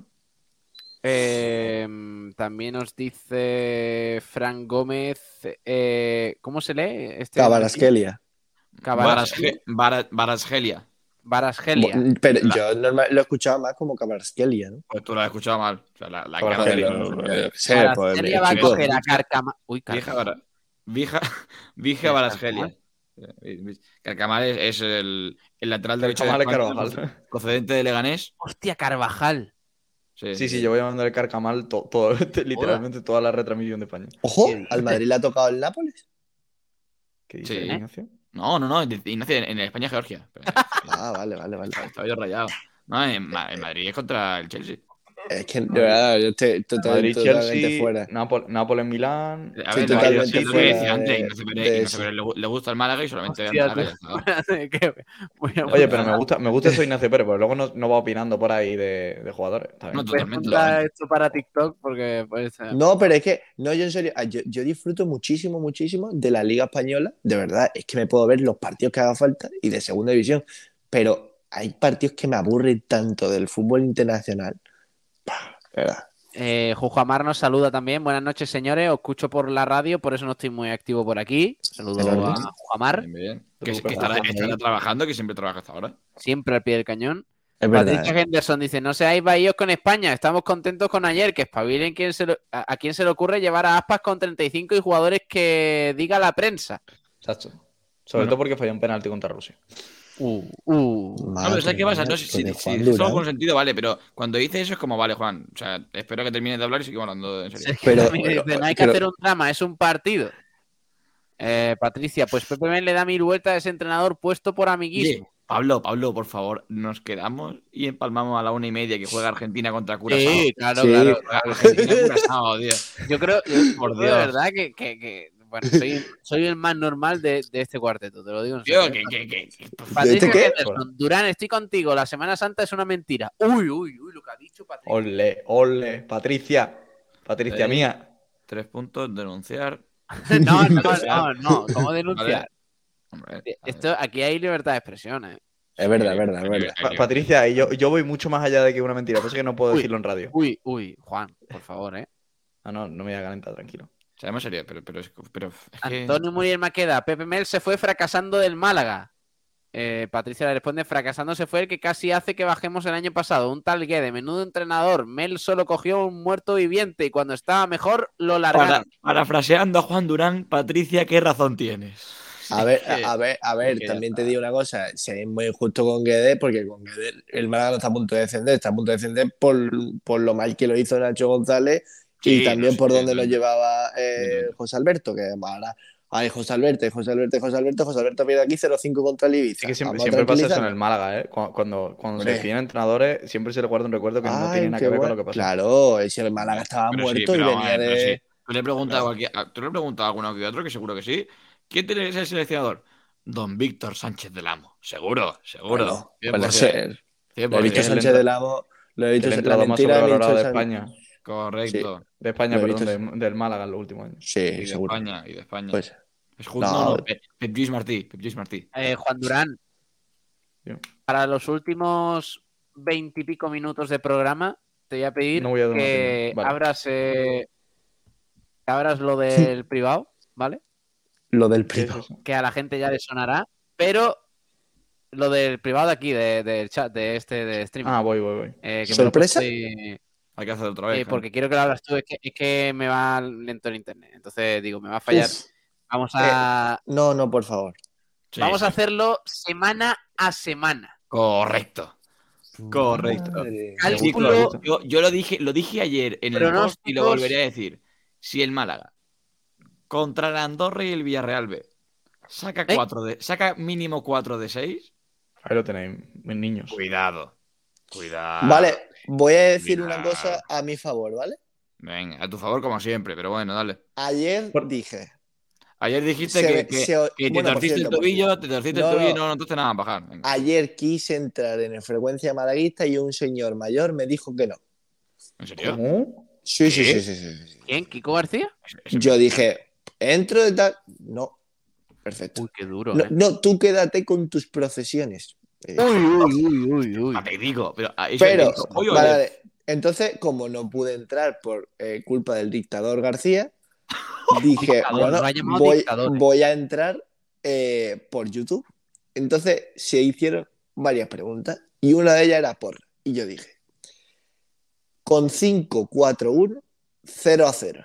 Eh, también nos dice Fran Gómez. eh, ¿Cómo se lee? Este Cabarasquelia. Cabarasque- Barasge- Bara- Barasgelia. Barasgelia. Pero La- yo normal- lo he escuchado más como Cabarasquelia, ¿no? Pues tú lo has escuchado mal. O sea, la, la Ahora, cara de- pero- Eh, sí, Barasgelia pues, va a chico, coger a Carcama. Uy, Vija, Carcama. Bara- Vija, Vija ¿Qué es Barasgelia. Carcamal es, es el, el lateral derecho de Carcamal es España, Carvajal. procedente de Leganés. Hostia, Carvajal. Sí, sí, yo voy a mandar el Carcamal to- todo, literalmente toda la retransmisión de España. Ojo, ¿Qué dices? al Madrid le ha tocado el Nápoles. ¿Qué dice Sí. Ignacio? No, no, no, de- Ignacio, en, en España-Georgia. Ah, vale, vale, vale. Estaba yo rayado. No, en, Ma- en Madrid es contra el Chelsea. Es que de verdad, yo estoy total- Madrid, totalmente Chelsea, fuera. Nápoles, Nápoles, Milán. A Estoy ver, totalmente Madrid, es lo que fuera decía antes, de- Ignacio Pérez, de Ignacio eso. Pérez le, gu- le gusta el Málaga y solamente ve al Hostia, Málaga y tú. ya está. Espérate, que voy a Oye, pero apuntar- me gusta, me gusta eso de Ignacio Pérez, porque luego no, no va opinando por ahí de, de jugadores. Está bien. No, voy a totalmente, apuntar totalmente. esto para TikTok porque pues, eh, No, pero es que, no, yo en serio, ah, yo, yo disfruto muchísimo, muchísimo de la Liga Española. De verdad, es que me puedo ver los partidos que haga falta y de segunda división. Pero hay partidos que me aburren tanto del fútbol internacional. Pah, de verdad. Eh, Jujamar nos saluda también. Buenas noches, señores. Os escucho por la radio, por eso no estoy muy activo por aquí. Saludo Enorme. a Jujamar, Bien, bien. Que, Tú, que Carvajal, estará, también. estará trabajando, que siempre trabaja hasta ahora. siempre al pie del cañón. Es verdad. Patricia eh. Henderson dice: no seáis bahíos con España, estamos contentos con ayer. Que espabilen quien se lo- a, a quién se le ocurre llevar a Aspas con treinta y cinco y jugadores que diga la prensa. Chacho. Sobre Bueno. todo porque falló un penalti contra Rusia. Uh, uh. No, pero ¿sabes qué pasa? No, si, Madre si, mía, si Juan dices Durán. algo con sentido, vale, pero cuando dice eso es como, vale, Juan, o sea, espero que termines de hablar y seguimos hablando en serio. Es que Pero- también dice, pero- no hay que pero- hacer un drama, es un partido. Eh, Patricia, pues Pepe Men le da mil vueltas a ese entrenador puesto por Oye, amiguismo. Pablo, Pablo, por favor, nos quedamos y empalmamos a la una y media que juega Argentina contra Curazao. Sí, claro, Sí. claro. Argentina Curazao, tío. Yo creo, yo, Por yo de Dios. verdad que, que- que, bueno, soy, soy el más normal de, de este cuarteto, te lo digo en Tío, serio. que, que, que, que- Patricia ¿Este qué? Henderson, Durán, estoy contigo. La Semana Santa es una mentira. Uy, uy, uy, lo que ha dicho Patricia. Ole, ole. Patricia. Patricia Eh. mía. Tres puntos, denunciar. No, no, no, no. ¿Cómo denunciar? Hombre, Esto, aquí hay libertad de expresión, ¿eh? Es verdad, es verdad, es verdad. Pa- Patricia, y yo, yo voy mucho más allá de que una mentira. Pasa que no puedo Uy. decirlo en radio. Uy, uy, Juan, por favor, ¿eh? Ah, no, no me voy a calentar, tranquilo. Sabemos serio, pero, pero, es- pero es que- Antonio Muriel Maqueda, Pepe Mel se fue fracasando del Málaga. Eh, Patricia le responde, fracasándose fue el que casi hace que bajemos el año pasado. Un tal Guede, menudo entrenador. Mel solo cogió un muerto viviente y cuando estaba mejor lo largaron. Para, parafraseando a Juan Durán, Patricia, ¿qué razón tienes? A ver, Sí, a, a ver, a ver, que también ya te está. digo una cosa, es muy injusto con Guedes porque con Guedes el Málaga no está a punto de descender, está a punto de descender por, por lo mal que lo hizo Nacho González y Sí, también no, por sí, donde lo sí. llevaba eh, Sí, sí. José Alberto, que ahora hay José Alberto, José Alberto, José Alberto, José Alberto pierde aquí cero cinco contra el Ibiza. Es que siempre, Vamos a siempre pasa eso en el tranquilizarnos. Málaga, ¿eh? Cuando, cuando, cuando se Hombre. definen entrenadores, siempre se le guarda un recuerdo que no tiene Ay, nada qué que ver con bueno. lo que pasa. Claro, ese el Málaga estaba Pero sí, muerto pero y vamos a venía ver, pero sí. de... Tú le preguntas a Claro. cualquier, a- tú le preguntas a alguno que otro, que seguro que sí. ¿Quién tiene que ser el seleccionador? Don Víctor Sánchez del Amo. Seguro, seguro. Bueno, cien puede por ciento. ser. cien Lo he por dicho Es el ciento. Sánchez entra- del Amo, lo he El dicho la entrenador más mentira de sobrevalorado de Micho Sánchez. España. Sí, Correcto. De España, lo he perdón, visto. de- del Málaga en los últimos años. Sí, Y de seguro. España, y de España. Pues, Es justo, no, no, no, Pep Pep Lluís Martí, Pep Lluís Martí. Eh, Juan Durán, Sí. para los últimos veintipico minutos de programa, te voy a pedir No voy a dar una que opinión. Vale. abras, eh, que abras lo del privado, ¿vale? lo del ¿Qué es privado. eso? Que a la gente ya le sonará, pero lo del privado de aquí, de- del chat, de este de streaming. Ah, voy, voy, voy. Eh, que me lo he ¿Sorpresa? puesto y- Hay que hacer otra vez. eh, ¿eh? porque quiero que lo abras tú, es que, es que me va lento el internet. Entonces digo, me va a fallar. Uf, Vamos a, no, no, por favor. Sí, vamos a sí. hacerlo semana a semana. Correcto. Correcto. Madre. Cálculo- Me gusta, me gusta. Yo, yo lo dije, lo dije ayer en el post y lo Pronósticos. volveré a decir. Si el Málaga contra el Andorra y el Villarreal B saca ¿Eh? cuatro de, saca mínimo cuatro de seis, Ahí lo tenéis, mis niños. cuidado. Cuidado. Vale, voy a decir Cuidado. una cosa a mi favor, ¿vale? Venga, a tu favor como siempre, pero bueno, dale. Ayer Por- dije, Ayer dijiste Se que, ve- que- se o- que te bueno, por torciste cierto, el por tobillo, te torciste No, el tobillo y no. no notaste nada bajar. Venga. ayer quise entrar en frecuencia malaguista y un señor mayor me dijo que no. ¿En serio? ¿Cómo? Sí, sí, ¿Qué? sí, sí, sí, sí. ¿Quién? ¿Kiko García? Ese- Yo dije, ¿entro de tal? No. Perfecto. Uy, qué duro, No, ¿eh? no, tú quédate con tus procesiones. Eh, Uy, uy, uy, uy, uy. Ah, te digo, pero ah, eso Pero, te digo, hoy o vale, ayer. vale. Entonces, como no pude entrar por eh, culpa del dictador García, dije, Dictador, bueno, lo ha llamado voy, dictador, eh. voy a entrar eh, por YouTube. Entonces, se hicieron varias preguntas y una de ellas era por. Y yo dije, con cinco cuatro uno, cero a cero.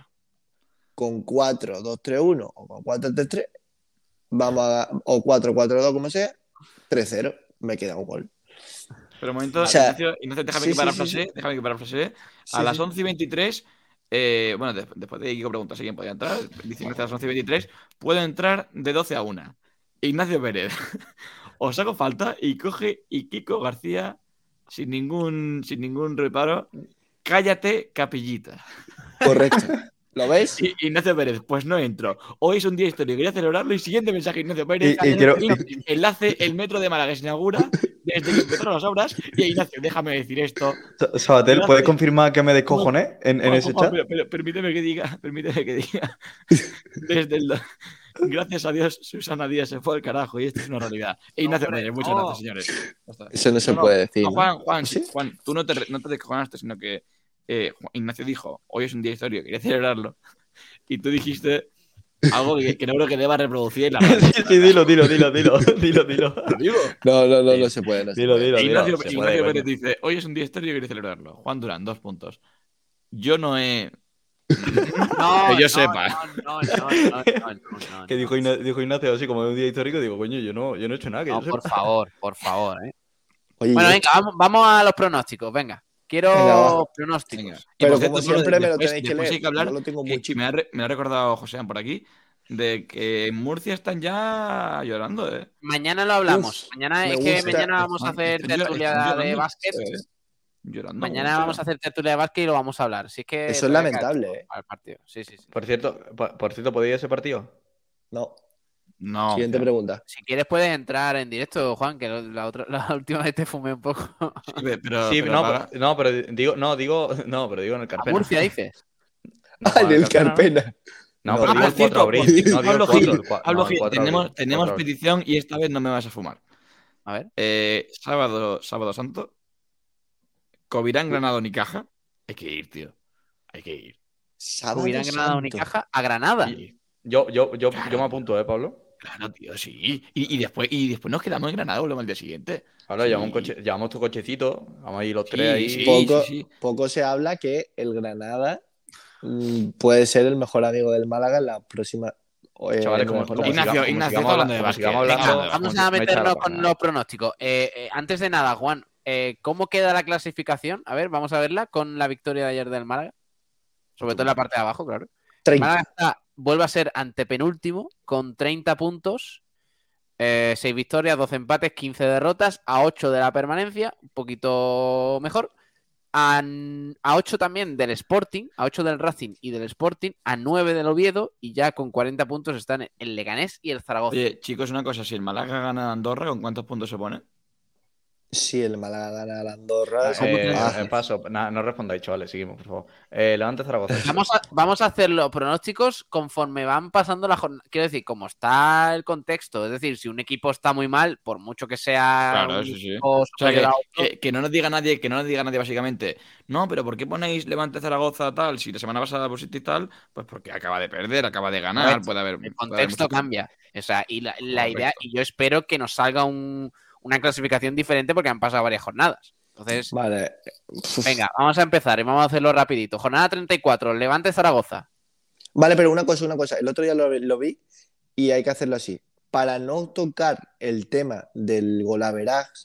Con cuatro dos tres uno o con cuatro tres tres, vamos a, o cuatro cuatro dos, como sea, tres cero. Me queda un gol. Pero un momento, O sea, Ignacio, Ignacio, déjame sí, que sí, parafrasee, sí, sí. déjame que parafrasee. Sí, A las sí. once y veintitrés, eh, bueno, de- después de Kiko preguntarse quién podía entrar, dice Ignacio a las once y veintitrés, puedo entrar de doce a una. Ignacio Pérez, os hago falta y coge y Kiko García, sin ningún, sin ningún reparo, cállate, capillita. Correcto. ¿Lo ves? Y Ignacio Pérez, pues no entro. Hoy es un día histórico, quería celebrarlo. Y siguiente mensaje, Ignacio Pérez. Y- y quiero- Y enlace, el metro de Málaga se inaugura desde que empezaron las obras. Y Ignacio, déjame decir esto. Sa- Sabatel, Gracias. ¿puedes confirmar que me descojoné en, en Juan, ese Juan, Juan, chat? pero, pero permíteme que diga, permíteme que diga. Desde el, gracias a Dios, Susana Díaz se fue al carajo y esto es una realidad. E Ignacio Hombre, Pérez, muchas no. gracias, señores. Ya está. Eso no se No, no, puede decir. No, ¿no? Juan, Juan, ¿Sí? Juan, tú no te, no te descojonaste, sino que eh, Juan- Ignacio dijo, hoy es un día histórico, quería celebrarlo. Y tú dijiste algo que, que no creo que deba reproducir en la radio. Sí, sí, dilo, dilo, dilo, dilo, dilo, dilo. ¿Lo digo? No, no, no, no se puede. No se Dilo, puede. dilo, E dilo. Ignacio, Se Ignacio puede, Pérez coño. dice, hoy es un día histórico y quiere celebrarlo. Juan Durán, dos puntos. Yo no he... No, Que yo no, sepa. No, no, no, no, no, no, no, Que dijo, Igna- dijo Ignacio así como de un día histórico, digo, coño, yo no, yo no he hecho nada. Que no, yo por sepa. favor, por favor, ¿eh? Oye, Bueno, y venga, vamos, vamos a los pronósticos, venga. Quiero Venga, va. pronósticos. Venga. Y Pero por cierto, como Pablo, siempre me lo después- tenéis que después leer. hay que hablar Yo lo tengo que- muy que chico. me, ha re- me ha recordado Joséan por aquí de que en Murcia están ya llorando, ¿eh? Mañana lo hablamos. Uf, mañana me es que gusta. mañana vamos a Están- hacer están llor- tertulia están de llorando básquet. mucho, ¿eh? Llorando Mañana mucho. vamos a hacer tertulia de básquet y lo vamos a hablar. Si es que Eso es todavía queda lamentable, tiempo ¿eh? para el partido. Sí, sí, sí. Por cierto, por, por cierto, ¿podéis ir a ese partido? No. No. Siguiente tío. pregunta. Si quieres puedes entrar en directo, Juan, que lo- la, otra, la última vez te fumé un poco. Sí, pe- pero, sí, pero no, paga- pero, no, pero digo, no, digo, no, pero digo en el A Carpena. Murcia dices. No, Ay, en el del Carpena. No, No, pero ah, digo por el cuatro de cierto, abril. por cierto, No, digo Pablo el cuatro, Gil, el cua- Pablo no, el Gil, cuatro de tenemos, abril, tenemos cuatro de abril. petición y esta vez no me vas a fumar. A ver. Eh, sábado, sábado santo. Covirán, Granado, Unicaja. Hay que ir, tío. Hay que ir. Sábado Subirán Granada Santo. Unicaja a Granada. Hay que ir. Yo, yo, yo, Claro. yo me apunto, ¿eh, Pablo? Claro, tío, sí. Y, y después, y después nos quedamos en Granada, volvemos al día siguiente. Ahora Sí. llevamos, un coche, llevamos tu cochecito, vamos ahí los Sí, tres ahí. sí. Poco, sí. poco se habla que el Granada mm, puede ser el mejor amigo del Málaga en la próxima. eh, Chavales, como, nueve como jornadas. Ignacio, sigamos, como Ignacio, sigamos está hablando habla- de como básquet. sigamos Venga, hablando, Venga, vamos no- a no echa meternos la con página, los pronósticos. Eh, eh, antes de nada, Juan, eh, ¿cómo queda la clasificación? A ver, vamos a verla con la victoria de ayer del Málaga. Sobre todo en la parte de abajo, claro. El Málaga está, vuelve a ser antepenúltimo con treinta puntos, eh, seis victorias, doce empates, quince derrotas, a ocho de la permanencia, un poquito mejor. A, a ocho también del Sporting, a ocho del Racing y del Sporting, a nueve del Oviedo y ya con cuarenta puntos están el Leganés y el Zaragoza. Oye, chicos, una cosa, si el Málaga gana a Andorra, ¿con cuántos puntos se pone? Si el Málaga gana a la Andorra. ¿Cómo Eh, ah, eh, paso, na- no respondáis, chavales, seguimos, por favor. Eh, Levante Zaragoza. Vamos a, vamos a hacer los pronósticos conforme van pasando la jornada. Quiero decir, como está el contexto. Es decir, si un equipo está muy mal, por mucho que sea Claro, un sí, sí. equipo O sea, superior que, a otro, que- que no nos diga nadie, que no nos diga nadie básicamente, no, pero ¿por qué ponéis Levante Zaragoza tal? Si la semana pasada pusisteis tal, pues porque acaba de perder, acaba de ganar, Correcto. puede haber. el puede haber contexto mucho- cambia. O sea, y la, la idea, Correcto. y yo espero que nos salga un- una clasificación diferente porque han pasado varias jornadas. Entonces, Vale. venga, vamos a empezar y vamos a hacerlo rapidito. Jornada treinta y cuatro, Levante Zaragoza. Vale, pero una cosa, una cosa. El otro día lo, lo vi y hay que hacerlo así. Para no tocar el tema del golaverage,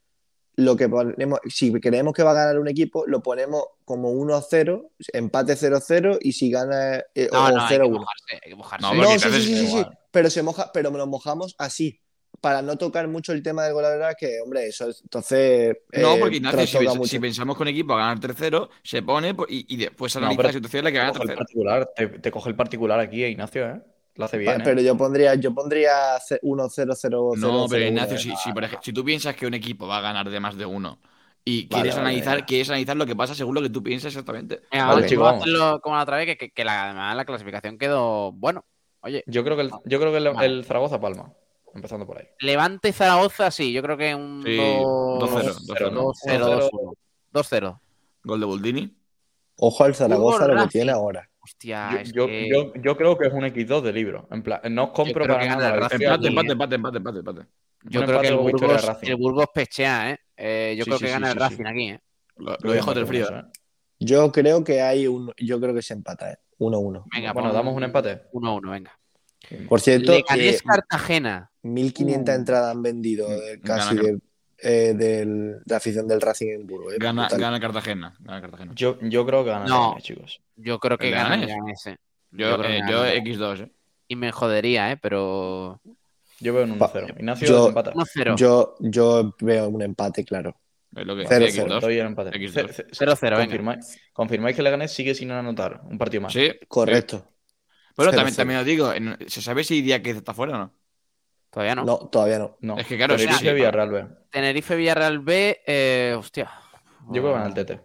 lo que ponemos, si creemos que va a ganar un equipo, lo ponemos como uno a cero, empate cero cero y si gana eh, No, o no, hay que cero uno. mojarse, hay que mojarse. No, No, porque sí, sí, entonces sí, sí, sí, igual. pero se moja, pero nos mojamos así, para no tocar mucho el tema del golaverage, que hombre, eso es- entonces No, eh, porque Ignacio, si, trastoca pens- mucho. si pensamos que un equipo va a ganar tres cero, se pone pues, y, y después No, analiza pero la situación en la que te gana coge el tres cero. particular, te, te coge el particular aquí, eh, Ignacio, ¿eh? Lo hace bien, Pa- ¿eh? Pero yo pondría, yo pondría uno cero cero cero No, pero cero uno, Ignacio, eh. si, si, por ej- si tú piensas que un equipo va a ganar de más de uno y Vale, quieres, vale, analizar, venga. quieres analizar lo que pasa según lo que tú piensas exactamente. Venga, Vale, vamos, chicos, vamos a vamos. hacerlo como la otra vez, que, que- que la, además la clasificación quedó bueno. Oye, Yo creo que el, yo creo que el, Vale. el Zaragoza palma, empezando por ahí. Levante Zaragoza, sí, yo creo que un Sí, dos dos cero, dos cero, ¿no? dos cero, dos uno. dos cero. Gol de Buldini. Ojo al Zaragoza Hugo lo que Racing. tiene ahora. Hostia, Yo, es yo, que yo, yo creo que es un equis dos de libro. En plan, no os compro creo para que nada gana el la Racing. victoria. Empate, aquí, empate, ¿eh? empate, empate, empate, empate. yo un creo que empate el o victoria de Burgos, Racing. el Burgos pechea, ¿eh? Eh, yo Sí, creo sí, que sí, gana sí, el sí. Racing aquí, ¿eh? Lo, Yo lo dijo me del con frío. eso, ¿eh? ¿eh? Yo creo que hay un, yo creo que se empata, ¿eh? uno uno. Venga, Bueno, pon damos un empate. uno uno, venga. Por cierto, Leganés eh, Cartagena. mil quinientas Uh. entradas han vendido eh, casi Gana, de, eh, del- de afición del Racing en Burgos. eh, Gana, brutal. gana Cartagena. Gana Cartagena. Yo, yo creo que gana No. Leganés, chicos. Yo creo que ¿El gana el Leganés? Leganés, eh. Yo, Yo creo que eh, gana yo el Leganés. equis dos, ¿eh? Y me jodería, ¿eh? Pero Yo veo un uno cero. Pa- Ignacio yo- desempata. uno cero. Yo, yo veo un empate, claro. Es lo que Cero, decía, cero. equis dos. Doy el empate. equis Ce- dos. ce- cero cero, venga. confirmáis, confirmáis que Leganés sigue sin anotar un partido más. Sí. Correcto. Bueno, Cero, también, cero. también os digo, en- ¿se sabe si Diáquez está fuera o no? Todavía no. No, todavía no. No. Es que claro, Tenerife, sí, sí, Villarreal B. Tenerife Villarreal B, eh, hostia. Yo creo que gana el Tete.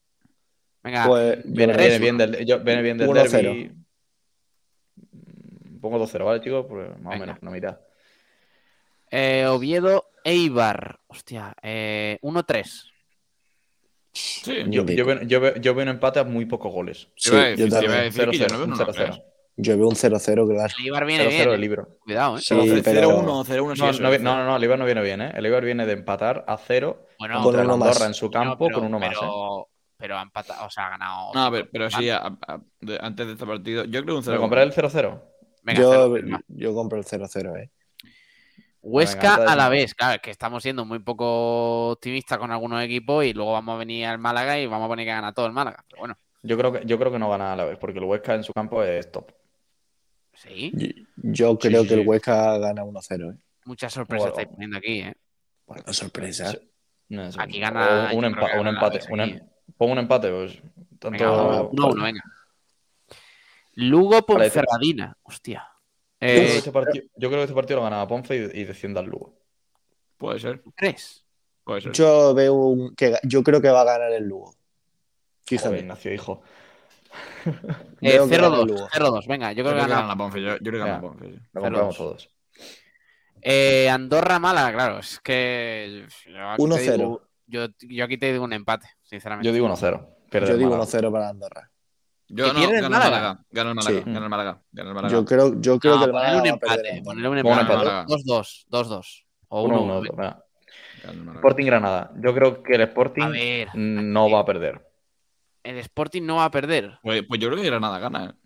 Venga, Pues Viene, tres, viene bien del, yo- viene bien del uno derbi. Pongo dos cero, ¿vale, chicos? Pues más o Venga. menos, una mitad. eh, Oviedo Eibar. Hostia, eh, uno tres. Sí. Yo, Ni yo, pico. veo, yo, veo, yo veo un empate a muy pocos goles. Te Sí, iba a yo decir, te iba a también. decir que yo no veo un uno, cero no cero. creas. Yo veo un cero cero, claro. El Eibar viene cero cero bien. el eh. libro. Cuidado, eh. Sí, Pero pero- cero uno, cero uno, sí, No, eso, no, eso. no, no, no, el Eibar no viene bien, ¿eh? El Eibar viene de empatar a cero Bueno, Con contra el uno más. Andorra en su campo No, pero- con uno más, ¿eh? pero, pero ha empatado, o sea, ha ganado. No, pero, pero sí, Vale. a- a- de- antes de este partido, yo creo un ¿Me cero. compré el cero cero? Venga, yo, cero, venga. yo compro el cero cero, eh. Huesca Venga, a la entonces- vez, claro, es que estamos siendo muy poco optimistas con algunos equipos y luego vamos a venir al Málaga y vamos a poner que gana todo el Málaga. Pero bueno, Yo creo que, yo creo que no gana a la vez, porque el Huesca en su campo es top. sí, Yo, yo creo sí, que el sí. Huesca gana uno cero, eh. muchas sorpresas Bueno. estáis poniendo aquí, ¿eh? Bueno, sorpresa. Sí. No sé. Aquí gana- O un, yo empa- creo que un gana empate. la vez un aquí, em- Pon un empate, pues. Tanto... Venga, uno a uno, venga. Lugo Vale, Ponferradina, hostia. Yo, creo que Eh, este partido, yo creo que este partido lo ganaba Ponce y, y descienda al Lugo. Puede ser, ¿Crees? puede ser. Yo veo un, que yo creo que va a ganar el Lugo. Joder, Fíjate. Ignacio, hijo. Eh, Veo que cero gana el dos, Lugo. cero dos, venga, yo Yo creo que creo que gana. gana la Ponfe, yo, yo creo que gana la Venga. Ponfe, sí. Lo Cero compramos dos. todos. Eh, Andorra Málaga, claro, es que yo aquí uno te digo- cero. Yo, yo aquí te digo un empate, sinceramente. Yo digo uno cero. Pierde Yo el digo Málaga. uno cero para Andorra. Yo ¿Que no, pierde el gana el Málaga? Málaga. Gana el Málaga. Sí. Gana el Málaga. Gana el Málaga. Yo creo, yo creo No, que el ponerle Málaga un va a perder. empate. Ponerle un Ponle empate. empate. dos dos. dos dos. O uno uno uno. uno. Venga. Gana el Málaga. Sporting Granada. Yo creo que el Sporting A ver, no aquí. va a perder. El Sporting no va a perder. Pues, pues yo creo que Granada gana. ¿eh?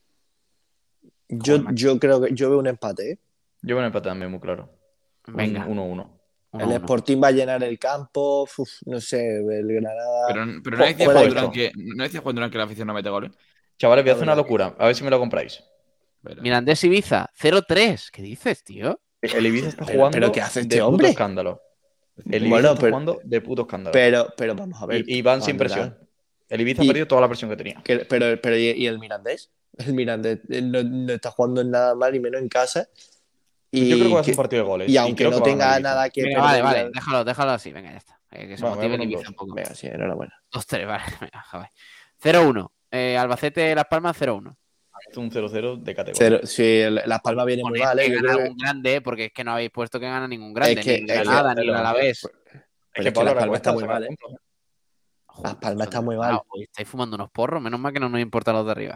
Yo, Joder, yo creo que yo veo un empate, ¿eh? Yo veo un empate también, muy claro. Venga. uno uno. uno, El uno. Sporting va a llenar el campo, uf, no sé, el Granada. Pero, pero no decía Fuera Juan de Durán esto. que, no decía Juan Durán que la afición no mete goles. Chavales, voy a La hacer una verdad que locura. A ver si me lo compráis. Espera. Mirandés Ibiza, cero tres. ¿Qué dices, tío? El Ibiza está Pero- jugando pero ¿qué hace este de puto hombre? escándalo. El Ibiza Bueno, está pero- jugando de puto escándalo. Pero, pero vamos a ver. y, y van Juan sin presión. Durán. El Ibiza Y- ha perdido toda la presión que tenía. Que- pero, pero ¿y, y el Mirandés? El Mirandés eh, no, no está jugando en nada mal y menos en casa. Y Yo creo que va a ser que- un partido de goles. y aunque creo que no va a ganar tenga el Ibiza. nada que Venga, vale, perder, vale. Déjalo, déjalo así. Venga, ya está. Eh, que se Bueno, motive voy a el poner Ibiza dos. un poco. Venga, sí, enhorabuena. dos tres, vale. Venga, joder. cero uno. Eh, Albacete Las Palmas cero uno. Es un cero cero de categoría. Cero, sí, el- Las Palmas viene muy Poner mal, ¿eh? que Yo gana creo que- un grande, porque es que no habéis puesto que gana ningún grande. Es que- ni es que- Granada, ni el pero- Alavés. Es Pero que es que Pablo Las ahora Palmas cuesta está muy sacar mal, ¿eh? puntos, ¿eh? Las Palmas está muy Ah, mal. hoy estáis fumando unos porros, menos mal que no nos importan los de arriba.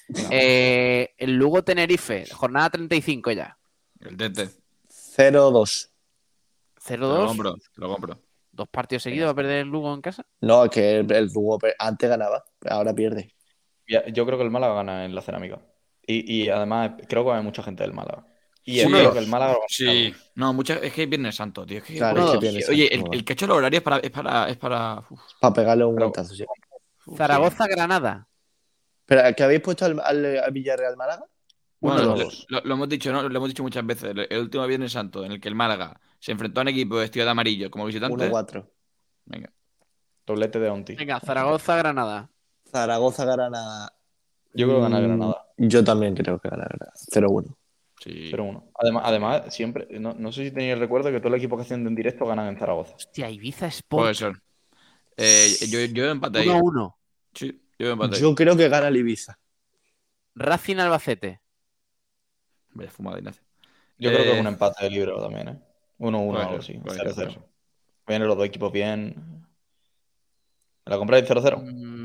Eh, el Lugo Tenerife, jornada treinta y cinco ya. El Tete. cero dos. Te cero lo dos. compro. Te lo compro. Dos partidos seguidos va a perder el Lugo en casa. No, es que el, el Lugo pe- antes ganaba, ahora pierde. Ya- Yo creo que el Málaga gana en la cerámica. Y, y además creo que hay mucha gente del Málaga. Y Sí, espero que el Málaga lo gane. Sí. No, mucha, es que es Viernes Santo, tío. Es que, Claro, es que oye, Viernes oye, Santo, el, bueno. el que ha hecho el horario es para. Es para, es para uf, Para pegarle un Pero- guantazo, sí. uf, Zaragoza, Granada. Pero, ¿qué habéis puesto al, al- al Villarreal Málaga? Bueno, Uno, lo, dos. lo- lo hemos dicho, ¿no? Lo hemos dicho muchas veces. El, el último Viernes Santo, en el que el Málaga se enfrentó a un equipo vestido de amarillo como visitante. uno cuatro. Venga. Doblete de Onti. Venga, Zaragoza, Granada. Zaragoza, Granada. Yo creo que gana Mm, Granada. Yo también creo que gana Granada. cero uno. Sí. cero uno. Además, además, siempre, no, no sé si tenéis el recuerdo que todos los equipos que hacen en directo ganan en Zaragoza. Hostia, Ibiza Puede Sport. ser. Eh, yo, yo empate ahí. uno uno. Sí, yo empate ahí. Yo creo que gana el Ibiza. Racing Albacete. Vaya fumada, Ignacio. Yo creo que Eh, es un empate de libro también, ¿eh? uno uno o puede algo ser, así. puede cero ser, puede cero. Vienen los dos equipos bien. ¿Me la compráis cero cero?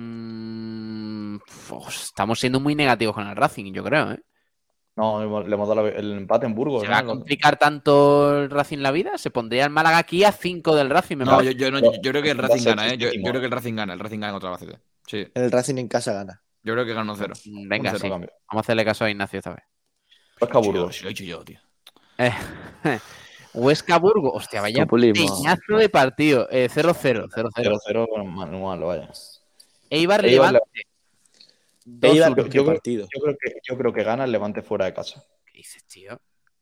Mm, uf, estamos siendo muy negativos con el Racing, yo creo, ¿eh? No, hemos- le hemos dado la- el empate en Burgos. ¿Se ¿no? va a complicar tanto el Racing la vida? ¿Se pondría el Málaga aquí a cinco del Racing? Me No, parece. yo, yo, no, No, yo creo que el va a Racing ser gana, ¿eh? Yo, tristísimo. yo creo que el Racing gana. El Racing gana contra Albacete. Sí, El Racing en casa gana. yo creo que gana un cero. Mm, Venga, Un sí. cero cambio. Vamos a hacerle caso a Ignacio esta vez. Huesca Sí, Burgos. sí, lo he dicho yo, tío. Eh, Huesca Burgos. Hostia, vaya Populismo. peñazo de partido. Eh, cero cero. cero cero. cero cero, manual, vaya. Eibar Eibar Levante. dos Eibar, uno. Yo, qué yo creo, partido. yo creo que, yo creo que gana el Levante fuera de casa. ¿Qué dices, tío?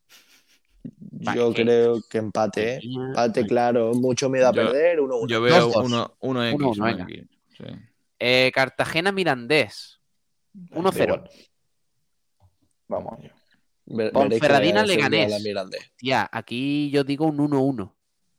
Yo ¿qué? creo que empate, ¿eh? Empate, claro. Mucho miedo a Yo- perder. uno uno. Yo veo Dos, dos. uno, uno X. Uno, uno, uno venga. X, sí. Eh, Cartagena Mirandés. uno Da cero. igual. Vamos allá. Ver- Ponferradina, veréis que va a ser Leganés. la Mirandés. Tía, aquí yo digo un uno uno.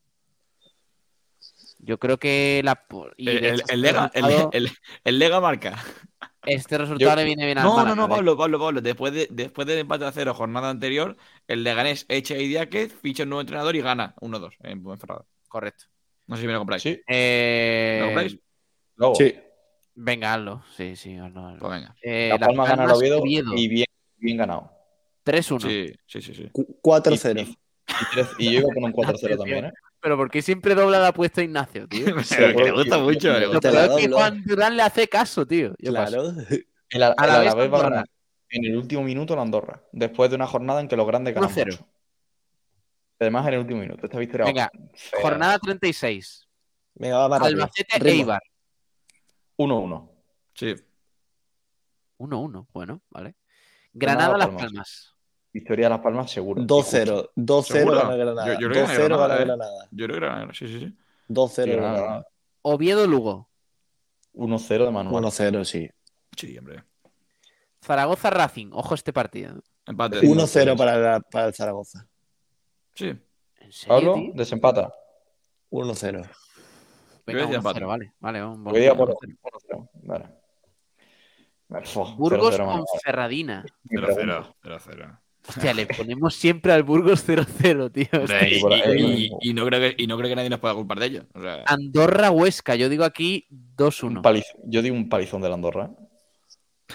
Yo creo que la. y El, de el- hecho, el este Lega, el, resultado- el- el Lega marca. Este resultado Yo- le viene bien al No, no, Málaga, no, ¿eh? Pablo, Pablo, Pablo. Después, de, después del empate a cero, jornada anterior, el Leganés echa a Idiáquez, ficha un nuevo entrenador y gana uno dos en Ponferrada. Correcto. No sé si me lo compráis. Sí, Eh, ¿Me lo compráis? luego. Sí. Venga, hazlo. Sí, sí, hazlo. hazlo. Pues venga. Eh, La Las Palma gana el Palmas, Oviedo, Oviedo, y bien, bien ganado. tres uno. Sí, sí, sí, sí. Cu- cuatro Y, cero. y- y tres- y yo iba con un cuatro cero también, ¿eh? Pero ¿por qué siempre dobla la apuesta a Ignacio, tío? Pero que le gusta yo- mucho. yo- le Lo gusta. Te la peor es que doblo. Juan Durán le hace caso, tío. Yo paso. Claro. El, el Alavés, Alavés va a Andorra. ganar en el último minuto la Andorra, después de una jornada en que los grandes ganan uno cero. mucho. Además, en el último minuto. Esta victoria Venga, fea. jornada treinta y seis. Venga, va más rápido. Albacete, Ritmo. Eibar. uno uno. Sí. uno uno, bueno, vale. Granada, Granada, Las Palmas. Palmas. Victoria de Las Palmas, seguro. dos Y cero. justo. dos cero ¿Seguro? gana Granada. Yo- yo creo que dos cero gana gana Granada, ¿eh? Granada. Yo creo que gana. Sí, sí, sí. dos Sí, cero Granada, Granada. Granada. Oviedo, Lugo. uno cero de Manuel. uno cero, sí. Sí, hombre. Zaragoza, Racing. Ojo este partido. Empate. Sí. uno cero para, la- para el Zaragoza. Sí. ¿En serio, Pablo, tío? desempata. uno cero. Venga, decía uno empate. cero, vale. Vale, un Voy a ir por uno cero. uno cero. Vale. Vale, fo, Burgos cero cero, con Manuel. Ferradina. Mi cero pregunta. cero. cero cero. Hostia, le ponemos siempre al Burgos cero cero, tío. Hombre, y, por ahí, y- y- y no creo que, y no creo que nadie nos pueda culpar de ello. O sea, Andorra, Huesca. Yo digo aquí dos Un uno. paliz- Yo digo un palizón de la Andorra.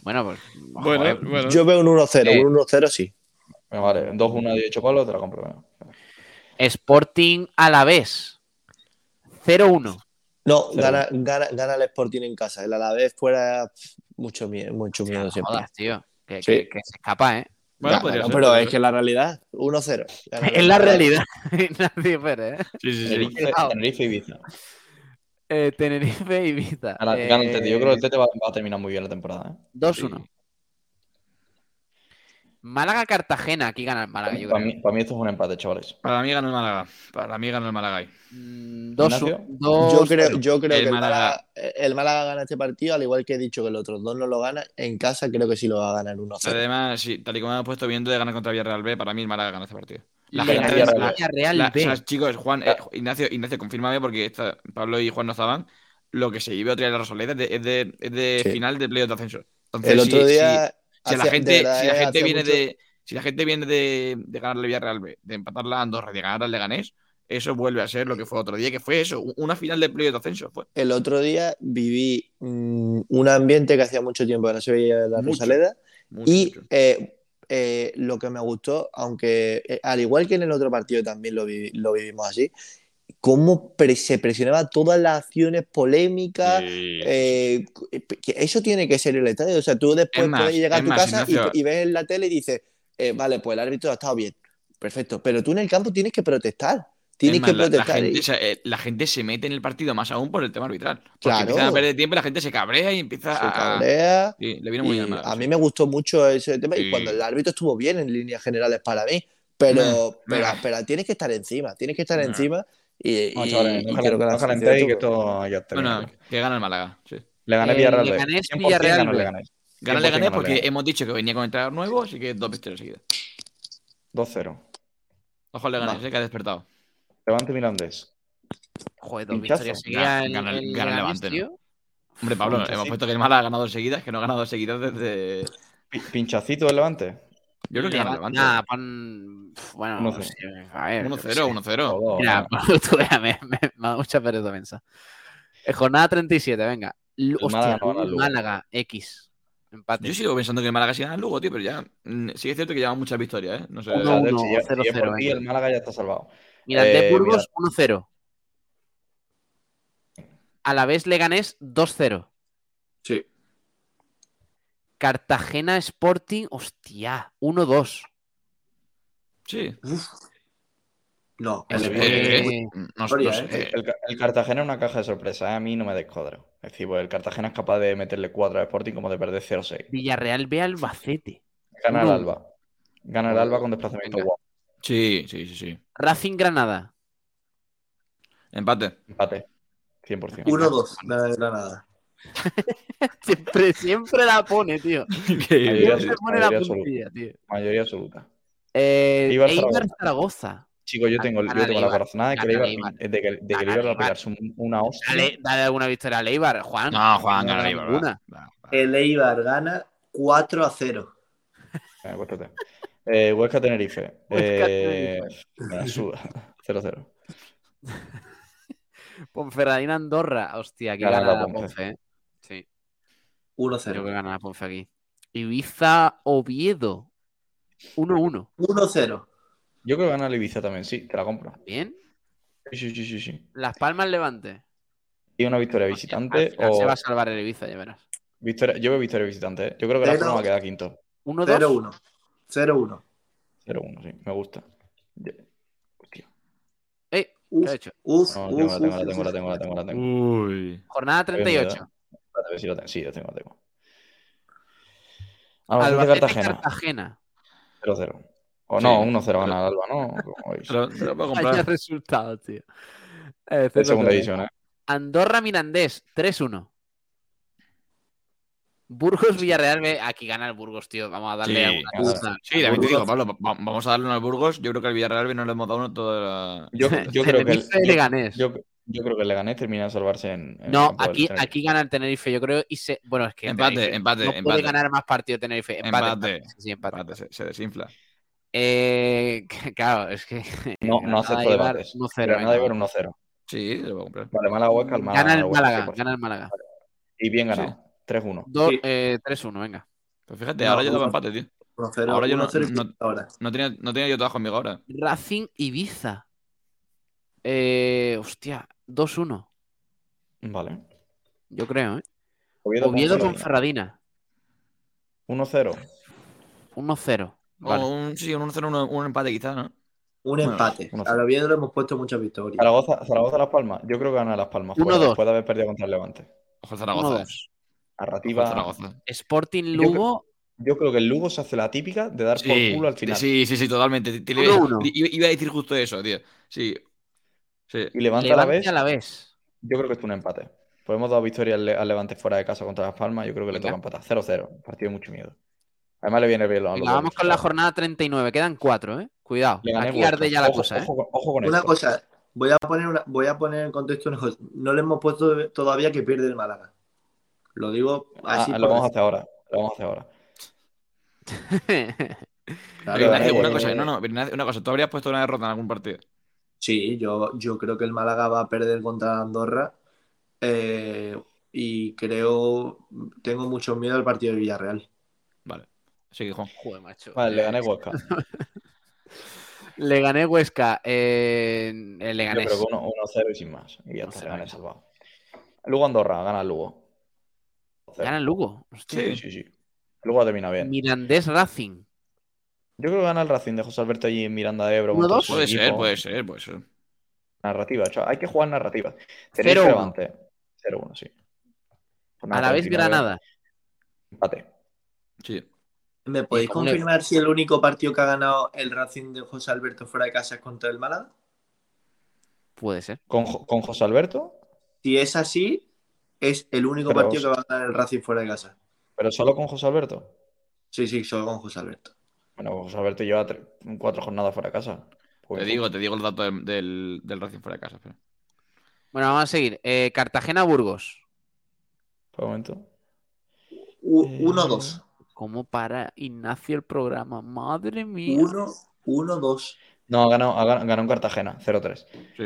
Bueno, pues. Bueno, joder, bueno. Yo veo un uno cero, Eh. un uno cero sí. Venga, vale, dos uno a dieciocho palos, te la compro. Venga. Sporting Alavés. cero uno. No, Cero. gana, gana, gana el Sporting en casa. El Alavés fuera pff, mucho miedo, mucho miedo No siempre. jodas, tío. Que, Sí. que- que se escapa, ¿eh? Bueno, Ya, podría bueno, ser, pero podría es ser. que la realidad, uno cero. Gana el Es la Alavés. realidad. Ignacio Pérez, ¿eh? Sí, sí, sí. Tenerife, Cuidado. Tenerife, Ibiza. Eh, Tenerife y Ibiza. Gana, Eh, gana el Tete. Yo creo que el Tete va, va a terminar muy bien la temporada. ¿eh? dos Sí. uno. Málaga-Cartagena. Aquí gana el Málaga, yo Para creo. mí, para mí esto es un empate, chavales. Para mí gana el Málaga. Para mí gana el Málaga ahí. Mm, dos Ignacio. uno. dos Yo creo, cero. yo creo El que el Málaga- Málaga, el Málaga gana este partido, al igual que he dicho que los otros dos no lo ganan. En casa creo que sí lo va a ganar uno cero. Además, sí, tal y como hemos puesto viendo de ganar contra Villarreal B, para mí el Málaga gana este partido. La Leganés, gente. Villarreal la- Villarreal la- B. o sea, chicos, Juan, eh, Ignacio, Ignacio, confírmame porque esta- Pablo y Juan no estaban. Lo que se vive otra vez en la Rosaleda es de, es de, es de Sí. final de playoff de ascenso. Entonces, El si- otro si- día, Si, la hacía- gente, de verdad, si la eh, gente hacía viene mucho- de. Si la gente viene de, de ganarle Villarreal B, de empatarla a Andorra, de ganar al Leganés, eso vuelve a ser lo que fue otro día, que fue eso, una final de playoff de ascenso. Fue. el otro día viví mm, un ambiente que hacía mucho tiempo que no se veía en la Mucho. Rosaleda. Mucho, Y mucho. eh, eh, lo que me gustó, aunque eh, al igual que en el otro partido también lo, vi- lo vivimos así, cómo pre- se presionaba todas las acciones polémicas. Sí, eh, que eso tiene que ser el estadio. O sea, tú después Es más, puedes llegar a es tu más, casa y- Ignacio. y, ves en la tele y dices, eh, vale, pues el árbitro ha estado bien. Perfecto. Pero tú en el campo tienes que protestar. Tienes Es más, que la, la protestar. gente, y- o sea, eh, la gente se mete en el partido más aún por el tema arbitral. Porque Claro. empiezan a perder tiempo y la gente se cabrea y empieza se a. cabrea. Sí, le viene muy Y bien al Málaga, a mí sí. me gustó mucho ese tema Sí. y cuando el árbitro estuvo bien en líneas generales para mí, pero, Meh, pero, meh. pero tienes que estar encima, tienes que estar Meh. encima y, No, y- chavales, y no, creo calen- que la no afición calentéis que tuvo- esto ya termina. Bueno, que gana el Málaga. Sí. Le gané Eh, Villarreal B. Leganés, cien por ciento Villarreal gana el B. Leganés. Gana el cien por ciento Leganés gana el porque Leganés. hemos dicho que venía con entrenador nuevo, así que dos victorias seguidas. dos cero. Ojo al Leganés, Va. eh, que ha despertado. Levante Mirandés. Joder, dos Pinchazo. victorias seguidas en Gana el- el gana el Leganés, Levante, ¿no? tío. Hombre, Pablo, Pinchacito. hemos puesto que el Málaga ha ganado dos seguidas, que no ha ganado dos seguidas desde. Pi- Pinchacito del Levante. Yo creo que gana el Leva- Levante. Nah, pon- Pf, bueno, uno no cero. sé, a ver, uno yo qué cero, sé. uno cero. O dos, Mira, ¿no? tú veas, me, me, me da mucha pereza pensar. Eh, jornada treinta y siete, venga. L- El Hostia, Málaga no gana al Lugo. Málaga, X. Empate. Yo sigo pensando que el Málaga sí gana el Lugo, tío, pero ya. mm, Sí es cierto que llevamos muchas victorias, ¿eh? No sé. O sea, Uno, de- uno, si ya- cero, si ya cero, por ti, venga. el Málaga ya está salvado. Mirandés Eh, Burgos, mira. uno cero. Alavés Leganés, dos cero. Sí. Cartagena Sporting, hostia, uno dos. Sí. No, El- el- Eh, eh, eh, no, no Gloria, sé. eh. El, el Ca- el Cartagena es una caja de sorpresas, ¿eh? A mí no me descuadra. Es decir, pues el Cartagena es capaz de meterle cuatro a Sporting como de perder cero seis. Villarreal B Albacete. Gana el Uno. Alba. Gana el Alba con desplazamiento Venga. guapo. Sí, sí, sí, sí. Racing Granada. Empate. Empate. cien por ciento. uno dos, nada de Granada. Siempre, siempre la pone, tío. Mayoría, Siempre pone la mayoría absoluta. puntilla, tío. Mayoría absoluta. Eh, Eibar Eibar Zaragoza. Zaragoza. Chicos, yo tengo, Gana yo tengo el la Eibar. corazonada de que el Gana Eibar, el Eibar. de que, de que el Gana Eibar el va a Eibar. pegarse un- una hostia. Dale, dale alguna victoria al Eibar, Juan. No, Juan, No gana el gana Eibar. ninguna. va, va, va. El Eibar gana cuatro a cero. Venga, acuéstate. Eh, Huesca Tenerife. Huesca, Eh, Tenerife. me la suda. cero cero. Ponferradina Andorra. Hostia, aquí Gana gana la la Ponfe. Ponfe, ¿eh? Sí, uno yo creo cero. que gana la Ponfe aquí. Ibiza Oviedo. uno uno. uno cero. Yo creo que gana el Ibiza también, sí, te la compro. Bien. Sí, sí, sí, sí, sí. Las Palmas Levante. Y una victoria Al visitante final se o va a salvar el Ibiza, ya verás. victoria. Yo veo victoria visitante, ¿eh? Yo creo que la Pero- forma queda quinto. uno cero dos. uno. cero uno. cero uno, sí, me gusta. Ya. Hostia. Eh, ¿qué Uf, ha hecho? uf, No, la uf, tengo, la tengo, uf, la tengo, uf. la tengo, la tengo, la tengo. Uy. Jornada treinta y ocho. Espérate, a ver si lo tengo. Sí, la tengo, la tengo. Albacete Albacete Cartagena. Cartagena. cero cero. O Sí, no, uno cero pero- gana el Alba, ¿no? Como veis. Te lo, te lo puedo Vaya comprar. resultado, tío. Eh, De cero segunda cero. división, ¿eh? Andorra Mirandés, tres uno. Burgos Villarreal B. Aquí gana el Burgos, tío. Vamos a darle Sí, alguna gana. duda. Sí, también te digo, Burgos. Pablo, va- vamos a darle uno al Burgos. Yo creo que al Villarreal no le hemos dado uno toda la. Yo, yo creo que el, Tenerife, yo, Leganés. yo, yo creo que el Leganés termina de salvarse en, en el No, campo del aquí, Tenerife. aquí gana el Tenerife, yo creo. Y se, bueno, es que el Empate, Tenerife empate, no empate. puede ganar más partidos Tenerife. Empate. Empate. empate. Sí, sí, empate. Empate, se, se desinfla. Eh, claro, es que. No, no acepto debates. uno cero. Granada Eibar uno cero. Sí, lo voy a comprar. Vale, Málaga Huesca, el Málaga. Gana el Huesca, Málaga, cien por ciento. gana el Málaga. Y bien ganado. tres uno. Dos- Sí. eh, tres uno, venga. Pues fíjate, No, ahora yo daba uno- empate, tío. uno cero, Ahora yo no, uno cero no, ahora. no tenía, no tenía yo trabajo conmigo ahora. Racing Ibiza. Eh, hostia, dos uno, Vale. yo creo, ¿eh? Oviedo, Oviedo con Ponferradina. Ferradina. uno cero. uno cero. O Vale. un, sí, un uno cero, un, un empate quizás, ¿no? Un Bueno, empate. uno A cero. lo Oviedo le hemos puesto muchas victorias. Zaragoza, Zaragoza Las Palmas. Yo creo que gana Las Palmas uno fuera, dos. después de haber perdido contra el Levante. Ojo el uno Zaragoza, eh. dos. Ojo el Narrativa. Zaragoza. Sporting Yo Lugo. Yo creo que el Lugo se hace la típica de dar por Sí, culo al final. sí, sí, sí, totalmente. Te- te- uno uno. Iba iba a decir justo eso, tío. Sí, sí. Y Levante a la vez, Levante a la vez. yo creo que es un empate. Pues hemos dado victoria al, Le- al Levante fuera de casa contra Las Palmas. Yo creo que le Venga. toca empatar. cero cero. Partido de mucho miedo. Además le viene bien a los Venga, dos vamos con la resultados. jornada treinta y nueve. Quedan cuatro, ¿eh? Cuidado. Le gané Aquí Huesca. arde ya la Ojo, cosa, ¿eh? ojo, con- ojo con Una esto. cosa, voy a poner una, voy a poner en contexto una cosa. No le hemos puesto todavía que pierde el Málaga. Lo digo Ah, así lo por vamos a decir. hacer ahora. Lo vamos a hacer ahora. Claro. Pero Le gané, Ignacio, una eh, cosa, no, no, pero Ignacio, una cosa, ¿tú habrías puesto una derrota en algún partido? Sí, yo, yo creo que el Málaga va a perder contra Andorra eh, y creo, tengo mucho miedo al partido de Villarreal. Vale. Así que, Juan. Joder, macho. Vale, le Eh, gané Huesca. Le gané Huesca. Eh, le Yo gané. creo que uno cero y sin más. Y ya está, uno cero, le gané venga. salvado. Lugo Andorra, gana el Lugo. Gana el Lugo. Hostia. Sí, sí, sí. Luego termina bien. Mirandés Racing. Yo creo que gana el Racing de José Alberto allí en Miranda de Ebro. uno contra dos. su Puede ser, equipo. puede ser, puede ser. Narrativa, chaval. Hay que jugar narrativa. cero Tenéis uno. Levante. cero uno, sí. Jornada A la vez treinta y nueve, Granada. Empate. Sí. ¿Me podéis cómo le- confirmar si el único partido que ha ganado el Racing de José Alberto fuera de casa es contra el Málaga? Puede ser. ¿Con, Jo- con José Alberto? Si es así, es el único Pero- partido que va a ganar el Racing fuera de casa. ¿Pero solo con José Alberto? Sí, sí, solo con José Alberto. Bueno, José Alberto lleva tre- cuatro jornadas fuera de casa. Pues, Te digo, te digo el dato del, del, del Racing fuera de casa. Espera. Bueno, vamos a seguir. Eh, Cartagena-Burgos. por un momento. U- Eh, uno dos. ¿Cómo para Ignacio el programa? Madre mía. uno uno dos. No, ganó, ha ganado, ganó en Cartagena, cero tres. Sí.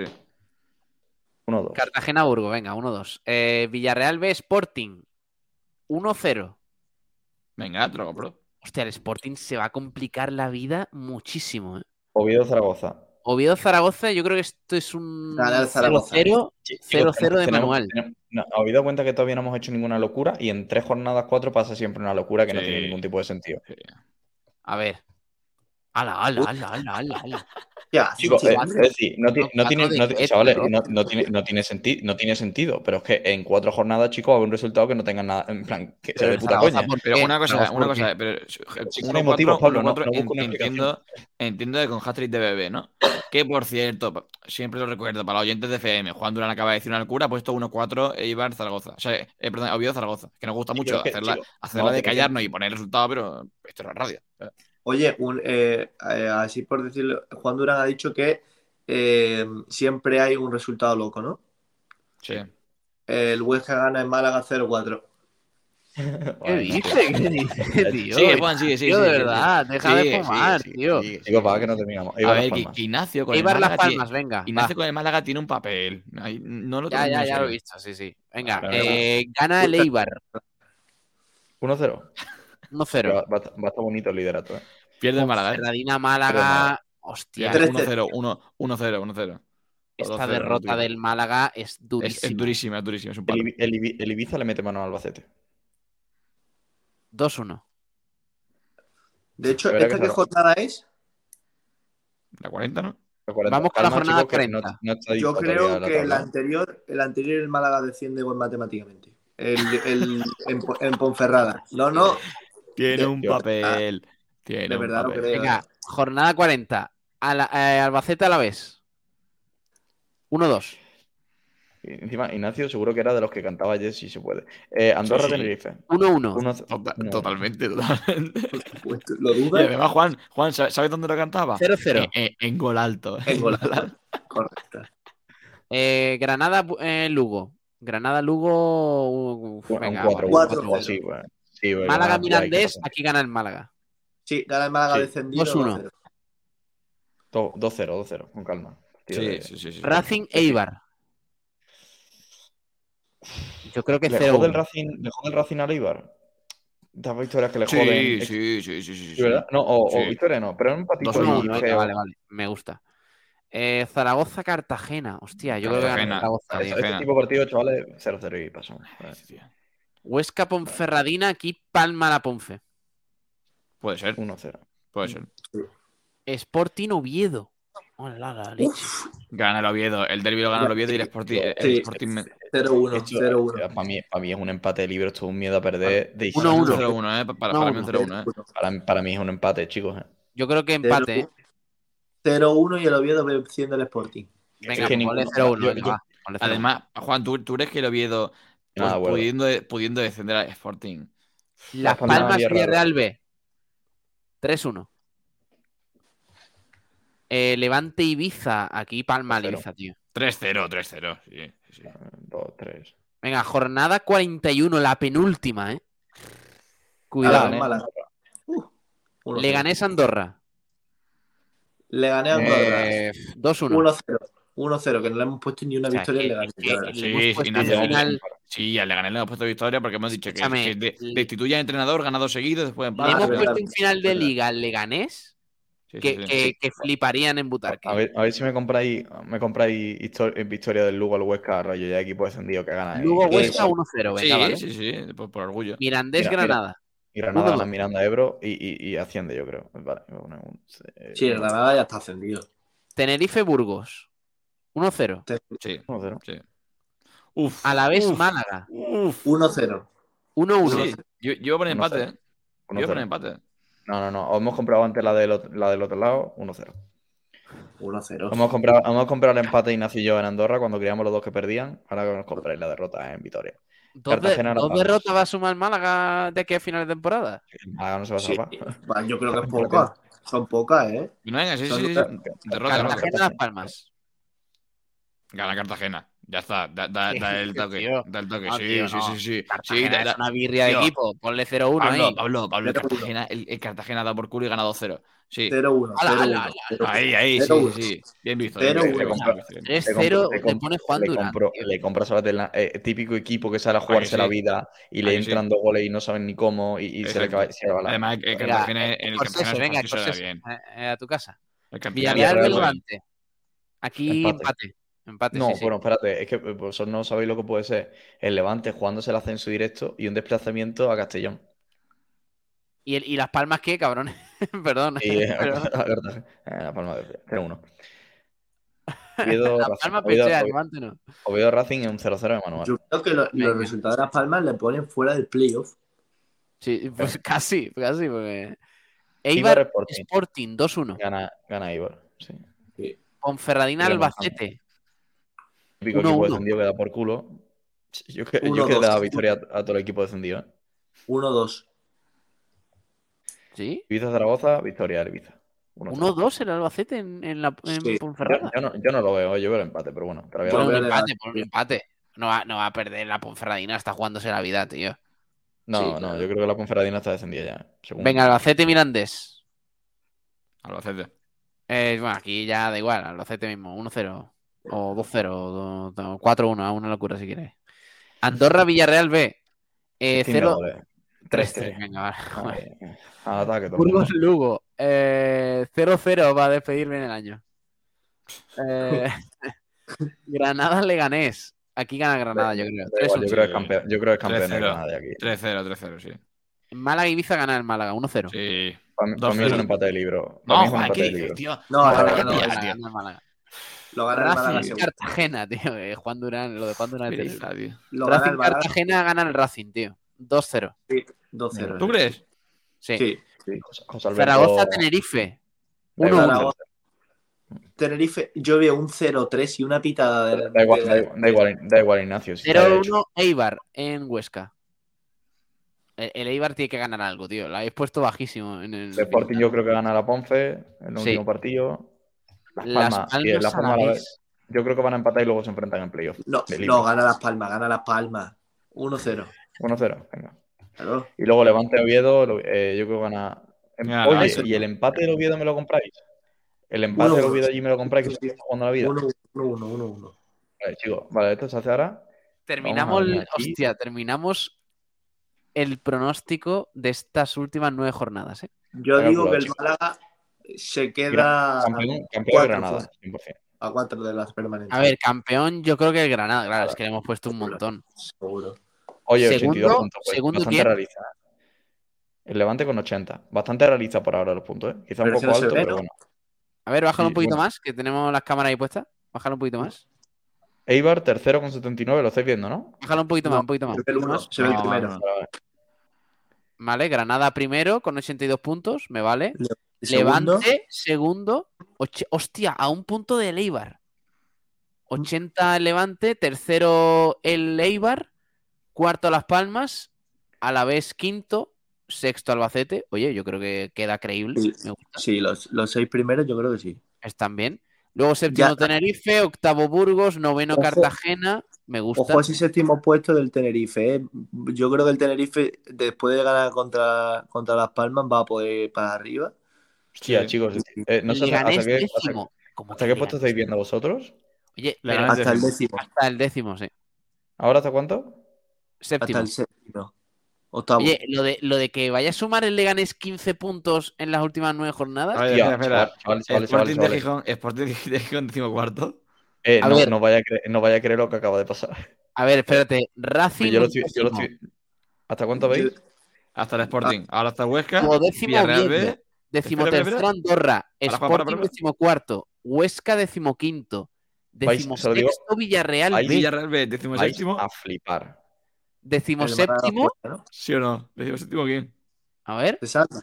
uno dos. Cartagena-Burgos, venga, uno dos. Eh, Villarreal B Sporting. uno cero. Venga, te lo compro. Hostia, el Sporting se va a complicar la vida muchísimo, ¿eh? Oviedo Zaragoza. Oviedo-Zaragoza, yo creo que esto es un Gana el Zaragoza. cero cero. cero cero de Tenemos- manual. tenemos- no, habéis dado cuenta que todavía no hemos hecho ninguna locura y en tres jornadas, cuatro pasa siempre una locura que no Sí. tiene ningún tipo de sentido. Sí. A ver. Ala, ala, ala, ala, ala, ala. Ya, Chicos, sí, eh, hombre. es decir, no, ti- no Cuatro tiene, de no ti- qué, chavales, tío. no, no tiene, no, tiene senti- no tiene sentido, pero es que en cuatro jornadas, chicos, va a haber un resultado que no tenga nada, en plan, que sea Pero de el puta Zaragoza, coña. ¿por Pero qué? una cosa, Zaragoza, una ¿por cosa, qué? pero Sí, uno hay motivos, cuatro, Pablo, uno no- cuatro, no busco una en- explicación. entiendo, entiendo que con hat-trick de bebé, ¿no? Que por cierto, pa- siempre lo recuerdo, para los oyentes de F M, Juan Durán acaba de decir una locura, ha puesto uno cuatro Eibar Zaragoza. O sea, eh, perdón, Oviedo Zaragoza. Que nos gusta Sí, mucho pero es que, hacerla, chico, hacerla no, de pero que- callarnos y poner el resultado, pero esto es la radio. Oye, un, eh, eh, así por decirlo, Juan Durán ha dicho que eh, siempre hay un resultado loco, ¿no? Sí. El Huesca gana en Málaga cero cuatro. ¿Qué Bueno, dice? ¿Qué dice, tío? Sigue, Juan, sigue, sigue. Tío, de sigue, verdad, sigue. deja de Sigue, fumar, sigue, tío. sigue, sigue, Chicos, para sigue. que no terminamos. A Eibar ver, Las que, Palmas. que Ignacio con el Eibar Las Málaga Palmas, tiene- venga. Ignacio va. con el Málaga tiene un papel. Ahí no lo Ya, tomes ya, muy ya lo he serio. visto, sí, sí. Venga, Vale, eh, gana el Eibar. uno cero. uno Pero cero. Va, va a estar- va a estar bonito el liderato, ¿eh? Pierde el Málaga, ¿eh? Ferradina Málaga. Hostia, Tres uno cero, uno cero, uno cero. esta derrota del Málaga es Es, durísima. es durísima, es durísima. Es un El, palo. Ibi- el Ibi- el Ibiza le mete mano al Albacete. dos uno. De hecho, De verdad ¿esta que qué se- jornada es? La cuarenta, ¿no? Vamos con la jornada chicos, que no- cuarenta. no está Yo dicho creo todavía la que el tabla. anterior, el anterior el Málaga desciende matemáticamente. El, el- en, Po- en Ponferrada. No, no, Tiene De- un yo- papel. Tiene de un verdad lo papel. creo. Venga, jornada cuarenta. A la- eh, Albacete a la vez. uno dos. Y encima, Ignacio seguro que era de los que cantaba ayer si se puede. Eh, Andorra Sí, sí. Tenerife. uno uno. Uno- Tota- uno- Totalmente, totalmente. Pues, ¿lo Y dudas? además, Juan, Juan, ¿sabes sabes dónde lo cantaba? cero cero. Eh, eh, en gol alto. En gol alto. Correcto. Eh, Granada eh, Lugo. Granada Lugo. uf, Un venga, cuatro, va, cuatro, cuatro. o sí, bueno. Sí, bueno, Málaga ya hay que Mirandés, pasar. aquí gana el Málaga. Sí, gana el Málaga Sí. descendido. dos uno. dos cero. Do- dos cero, dos cero, con calma. Tío, Sí, de- sí, sí, sí. Racing Eibar. Yo creo que ¿Le cero jode el uno. Racing, le jode el Racing al Eibar? Estas victorias que le joden. Sí, sí, sí, sí, sí, ¿Sí, verdad? No, o, sí. o victoria no, pero un empatito Dos uno, ahí Venga, feo. vale, vale, me gusta. Eh, Zaragoza-Cartagena. Hostia, yo creo que gana Cartagena. Zaragoza, tío. Este, este Cartagena. tipo de partidos, chavales, cero cero y pasamos. Ay, tío. Huesca-Ponferradina, aquí palma la Ponfe. Puede ser, uno cero. puede ser. Sporting Oviedo. Hola, la leche. Gana el Oviedo. El derbi lo gana el Oviedo y el Sporting. El Sí. Sporting me- cero uno, Esto, cero uno. eh, para, mí, para mí es un empate libre, esto es un miedo a perder de Uno, Para mí un uno. cero uno, ¿eh? Para, para Uno, mí un uno. cero uno, ¿eh? Para, para mí es un empate, chicos. eh. Yo creo que empate, ¿eh? cero uno y el Oviedo venciendo el Sporting. Venga, Es que pues ninguno- ponle cero uno. yo- Venga, yo- va, ponle cero uno. Además, Juan, ¿tú, tú crees que el Oviedo pues, Nada, bueno. pudiendo, pudiendo descender al Sporting? Las Palmas, Palmas Villarreal. Villarreal B. tres uno. Eh, Levante Ibiza. Aquí palma al Cero. Ibiza, tío. tres cero, tres cero. Sí, sí, sí. dos tres. Venga, jornada cuarenta y uno, la penúltima, ¿eh? Málaga, Cuidado. Leganés. Málaga. Uh, uno cero. Leganés Andorra. Le gané a Andorra. Eh, dos uno. uno cero. uno cero, que no le hemos puesto ni una O sea, victoria que- en Leganés. que- la verdad. le Sí, hemos sí, puesto Ignacio, al final- Sí, al Leganés le hemos puesto victoria porque hemos dicho que, Escúchame, que de- le- destituye al entrenador, ganado seguido, después Le empate. hemos Ah, verdad, puesto un final de verdad. liga al Leganés Sí, sí, que, sí. que- que fliparían en Butarque. A ver, a ver si me compráis, me compráis histor- victoria del Lugo al Huesca, rollo ya equipo descendido que gana. Luego y, Huesca y, uno cero, Sí, venga, ¿vale? sí, sí, por, por orgullo. Mirandés Mira, mira. Granada. y Granada uno gana dos. Miranda Ebro y, y, y asciende, yo creo. Vale, uno, un, eh, Sí, el Granada ya está ascendido. Tenerife Burgos. uno cero. Sí, uno cero. sí. Uf. Alavés uf, Málaga. Uf. uno cero. uno uno. Sí, yo, yo iba a poner uno empate, cero. ¿eh? uno Yo iba a cero. poner empate. No, no, no. Os hemos comprado antes la del, otro- la del otro lado, uno cero. uno cero. Hemos comprado, hemos comprado el empate Ignacio y yo en Andorra cuando creíamos los dos que perdían. Ahora nos compráis la derrota en Vitoria. Dos, de- Cartagena, dos Las Palmas. derrotas va a sumar Málaga de aquí a final de temporada. Málaga no se va a Sí. salvar. Bueno, yo creo que es pocas. Son pocas, ¿eh? No, venga, sí, sí, Son sí. sí. derrotas. Derrota, derrota. Cartagena Las Palmas. Gana Cartagena. Ya está. Da, da, da el toque. Tío. Da el toque. No, sí, tío, sí, no. sí, sí, sí. Cartagena da- es da- una birria de tío. equipo. Ponle cero uno Pablo, ahí. Pablo, Pablo, el Cero uno. Cartagena, el, el Cartagena da por culo y gana dos cero. Sí. cero uno. Ala, cero ala, uno, ala. cero uno. Ahí, ahí, sí, cero uno. sí, sí. Bien visto. Cero bien uno. visto, bien visto, bien visto. tres Le cero compro- le te compro- pone Juan le Durán. compro- tío. Le compras a la- eh, típico equipo que sale a jugarse sí? la vida y ¿A le que sí? entran dos goles y no saben ni cómo y, y se le Exacto. acaba se le va la- Además, el Venga, Cartagena, eh, en el Scorsese, Cartagena venga, se da Scorsese, bien. eh, eh, a tu casa. El Cartagena Villarreal Villarreal, del Levante. Aquí Empate. empate. Empate, No, sí, sí. bueno, espérate, es que vosotros no sabéis lo que puede ser el Levante jugándose el ascenso directo y un desplazamiento a Castellón. ¿Y, el- y Las Palmas qué, cabrón? Perdón. Y eh, a Pero- Cartagena, eh, La Palma de cero uno. Oviedo, Las Racing, Palmas Oviedo, pechea, Oviedo- Levante no. Oviedo Racing y un cero cero de Manuel. Yo creo que lo- Venga. los resultados de Las Palmas le ponen fuera del playoff. Sí, pues casi, casi, porque. Eibar Eibar Sporting. Sporting dos uno. Gana, gana Eibar. Sí. Ponferradina Iremos Albacete. Típico uno equipo uno. descendido que da por culo. Yo que, yo Uno, que le dos. da victoria a, a todo el equipo descendido. ¿eh? uno dos. ¿Sí? Ibiza Zaragoza, victoria del Ibiza. uno cero. uno dos el Albacete en, en la en Sí. Yo, Ponferrada. yo no, yo no lo veo, yo veo el empate, pero bueno. todavía Yo Pon no. un veo el empate, Levante. pon un empate. No va, no va a perder la Ponferradina, está jugándose la vida, tío. No, Sí, no, claro. yo creo que la Ponferradina está descendida ya. según- Venga, Albacete Mirandés. Albacete. Eh, bueno, aquí ya da igual, Albacete mismo, uno cero. O dos cero, o cuatro uno, una locura si quieres. Andorra Villarreal B. Eh, Tiene cero goles. tres tres tres. tres. Venga, vale. Ay, Al ataque todo. Burgos Lugo. Eh, cero cero va a despedirme en el año. Eh, Granada Leganés. Aquí gana Granada, yo creo. Da tres igual, uno. yo, creo que es campeón, yo creo que es campeón de tres cero. Granada de aquí. tres cero, tres cero, sí. Málaga Ibiza gana el Málaga, uno cero. Sí. Para mí, Dos para mí es cero. un empate de libro. Para No, mí es un Juan, empate ¿qué de dices, libro. tío? No, Gana no, el no, Málaga, no, gana tío. el Málaga. Lo gana el Málaga Racing seguro. Cartagena, tío. eh, Juan Durán, lo de Juan Durán. es terrible. Pereza, tío. Lo gana Racing el Málaga Cartagena gana el Racing, tío. dos cero. dos cero. ¿Tú crees? Sí. Sí. Sí, José- José Alberto- Zaragoza Tenerife. Da uno igual, uno. Zaragoza. Tenerife, yo veo un cero tres y una pitada de, Da igual, de- da igual, da igual, da igual, Ignacio. si está cero hecho. uno Eibar en Huesca. El, el Eibar tiene que ganar algo, tío. Lo habéis puesto bajísimo en el. El Sporting yo creo que gana la Ponce en el Sí. último partido. Las Las Palmas, Palmas sí, Las Palmas a la Alavés. vez. Yo creo que van a empatar y luego se enfrentan en playoff. No, de libre. no, gana Las Palmas, gana Las Palmas. uno cero. uno cero, venga. Claro. Y luego Levante Oviedo, lo- eh, yo creo que gana. em- Gana Oye, Levante. ¿y el empate del Oviedo me lo compráis? El empate Uno, del uno. Oviedo allí me lo compráis, que se está jugando la vida. uno uno, uno uno. Vale, chicos, vale, esto se hace ahora. Terminamos. Vamos a ver el- aquí. Hostia, terminamos el pronóstico de estas últimas nueve jornadas, ¿eh? Yo Haga digo que el el culo, Málaga se Gra- queda Campeón, campeón de cuatro Granada, fuera, cien por ciento. a cuatro de las A permanencias. ver, campeón, yo creo que el Granada, claro, Claro, es que le hemos puesto un Seguro, montón. seguro. Oye, ochenta y dos Segundo, puntos, pues segundo bastante quién? realista. El Levante con ochenta. Bastante realista por ahora los puntos, ¿eh? Quizá un Pero es que poco no se alto, ve, pero ¿no? bueno. A ver, bájalo Y un poquito bueno, más, que tenemos las cámaras ahí puestas. Bájalo un poquito más. Eibar, tercero con setenta y nueve, lo estáis viendo, ¿no? Bájalo un poquito más, No, un poquito más, se un ve el poquito uno, más. se ve el No, primero. no, no. Vale, vale. Vale, Granada primero con ochenta y dos puntos, me vale. Le- Segundo, Levante segundo. och- Hostia, a un punto del Eibar. ochenta el Levante, tercero el Eibar, cuarto Las Palmas, a la vez quinto, sexto Albacete. Oye, yo creo que queda creíble, sí, me gusta. sí, los, los seis primeros yo creo que sí. Están bien. Luego séptimo Ya, Tenerife, octavo Burgos, noveno ojo, Cartagena, me ojo gusta. a ese séptimo puesto del Tenerife, ¿eh? Yo creo que el Tenerife, después de ganar contra, contra Las Palmas, va a poder ir para arriba. Hostia, Sí. chicos, eh, no El sé hasta, hasta Leganés qué, hasta, décimo. ¿Cómo hasta que qué el puesto Leganés? estáis viendo vosotros. Oye, Le pero ganas Hasta el décimo. décimo, hasta el décimo, sí. ¿Ahora hasta cuánto? hasta Séptimo. el séptimo, octavo. Oye, lo de, lo de que vaya a sumar el Leganés quince puntos en las últimas nueve A jornadas. ver, Hostia, espera, espera. chavales, chavales, chavales, chavales, Sporting de chavales. Gijón, Sporting de Gijón decimocuarto. Eh, A no, ver, no vaya a creer, no vaya a creer lo que acaba de pasar. a ver, espérate. Pues Racing yo lo estoy, yo lo undécimo. estoy- ¿Hasta cuánto Yo- veis? Hasta el Sporting. Ahora está Huesca. Duodécimo Villarreal Oviedo. B. Décimo Espera, espera, tercero espera. Andorra. Para, para, para, Sporting para. decimocuarto. Huesca decimoquinto. Vais, Décimo se lo digo, sexto Villarreal vais- B. Villarreal B, décimo vais séptimo. a flipar. Décimo el Málaga séptimo. fuera, ¿no? ¿Sí o no? Décimo séptimo quién. A ver. Se salva.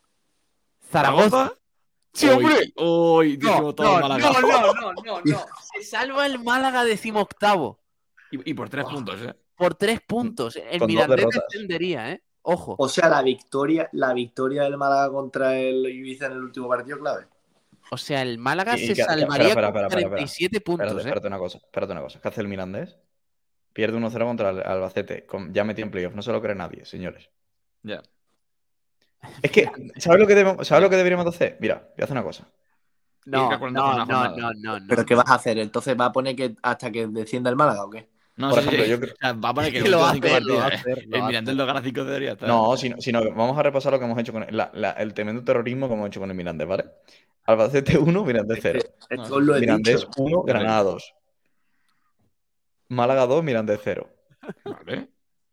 Zaragoza. ¡Sí, hombre! Hoy, No, décimo todo no, Málaga. no, no, no, no, no. Se salva el Málaga decimoctavo. Y, y por tres puntos, ¿eh? Por tres puntos. El Con dos Mirandés derrotas. descendería, ¿eh? Ojo. O sea, la victoria, la victoria del Málaga contra el Ibiza en el último partido clave. O sea, el Málaga Y- y se que- espera, salvaría espera, con espera, espera, cuarenta y siete puntos, Espérate, ¿eh? espérate una cosa, espérate una cosa. ¿Qué hace el Mirandés? Pierde uno cero contra el Albacete. con- Ya metió en playoff. No se lo cree nadie, señores. Ya. Es que, ¿sabes lo que, debemos- ¿sabes lo que deberíamos de hacer? Mira, voy a hacer una cosa. No, Ir calculando no, jornada a no, jornada. no, no, no. ¿Pero qué vas a hacer? Entonces va a poner que hasta que descienda el Málaga o qué? No, Por sí, ejemplo, sí. yo creo- O sea, va a poner que Que lo va a los últimos hacer, lo va a partidos, ¿eh? hacer, lo El va a Mirandés hacer. lo gana cinco cero y ya está. No, sino, sino que vamos a repasar lo que hemos hecho con el, la- la- el tremendo terrorismo que hemos hecho con el Mirandés, ¿vale? Albacete uno, Mirandés cero. Es No, que os lo he Mirandés dicho. uno, Granada dos. Málaga dos, Mirandés cero. Vale.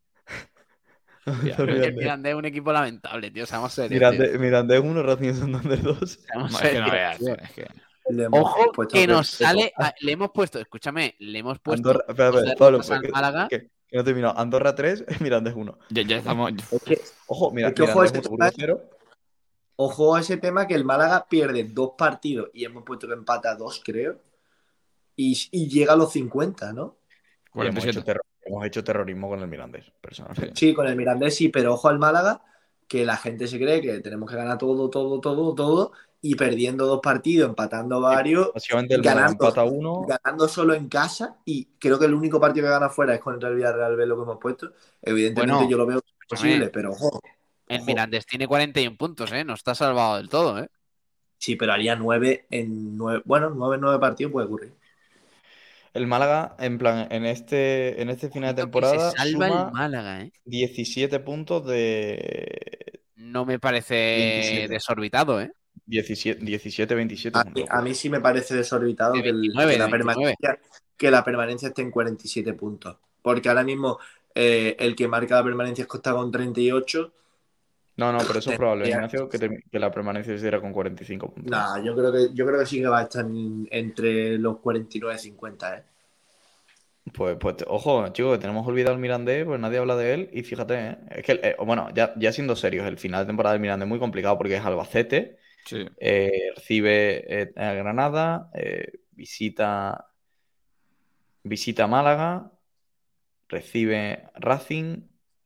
El Mirandés es un equipo lamentable, tío. Seamos serios. tío. Mirandés, Mirandés uno, Racing Santander dos. Seamos No, es que no serios, veas, tío. es que... Le hemos Ojo puesto que nos respeto. sale. a- le hemos puesto, escúchame, le hemos puesto. Andorra, espera, dos espera, Pablo, derrotas al que, Málaga. que- que no he terminado. Andorra tres, Mirandés uno. Ya, ya estamos... Es que, Ojo, mira, Es que ojo Mirandés a este uno, Burgos tema, cero. ojo a ese tema que el Málaga pierde dos partidos y hemos puesto que empata dos, creo. Y, y llega a los cincuenta, ¿no? Y hemos, hecho cuarenta y siete. terror- hemos hecho terrorismo con el Mirandés, personalmente. Sí, con el Mirandés sí, pero ojo al Málaga, que la gente se cree que tenemos que ganar todo, todo, todo, todo, y perdiendo dos partidos, empatando varios, Básicamente el Málaga ganando, empata uno. ganando solo en casa, y creo que el único partido que gana fuera es contra el Villarreal B, lo que hemos puesto. Evidentemente Bueno, yo lo veo posible, escúchame. pero ojo. El ojo. Mirandés tiene cuarenta y uno puntos, ¿eh? No está salvado del todo, ¿eh? Sí, pero haría nueve en nueve, bueno, nueve, nueve partidos puede ocurrir. El Málaga, en plan, en este, en este final de Ojito que se temporada, salva el suma Málaga, ¿eh? diecisiete puntos de No me parece veintisiete. desorbitado, ¿eh? diecisiete, diecisiete veintisiete. A mí, a mí sí me parece desorbitado De que, el- veintinueve, que la de veintinueve. permanencia, que la permanencia esté en cuarenta y siete puntos. Porque ahora mismo eh, el que marca la permanencia es Costa con treinta y ocho. No, no, pero eso es probable, Tendría- Ignacio, que, te- que la permanencia se diera con cuarenta y cinco puntos. Nah, yo creo que yo creo que sí que va a estar en- entre los cuarenta y nueve y cincuenta, ¿eh? Pues, pues, te- ojo, chicos, que tenemos olvidado el Mirandés, pues nadie habla de él. Y fíjate, ¿eh? Es que, eh, bueno, ya, ya siendo serios, el final de temporada del Mirandés es muy complicado porque es Albacete, Sí. eh, recibe eh, a Granada, eh, visita, visita Málaga, recibe Racing,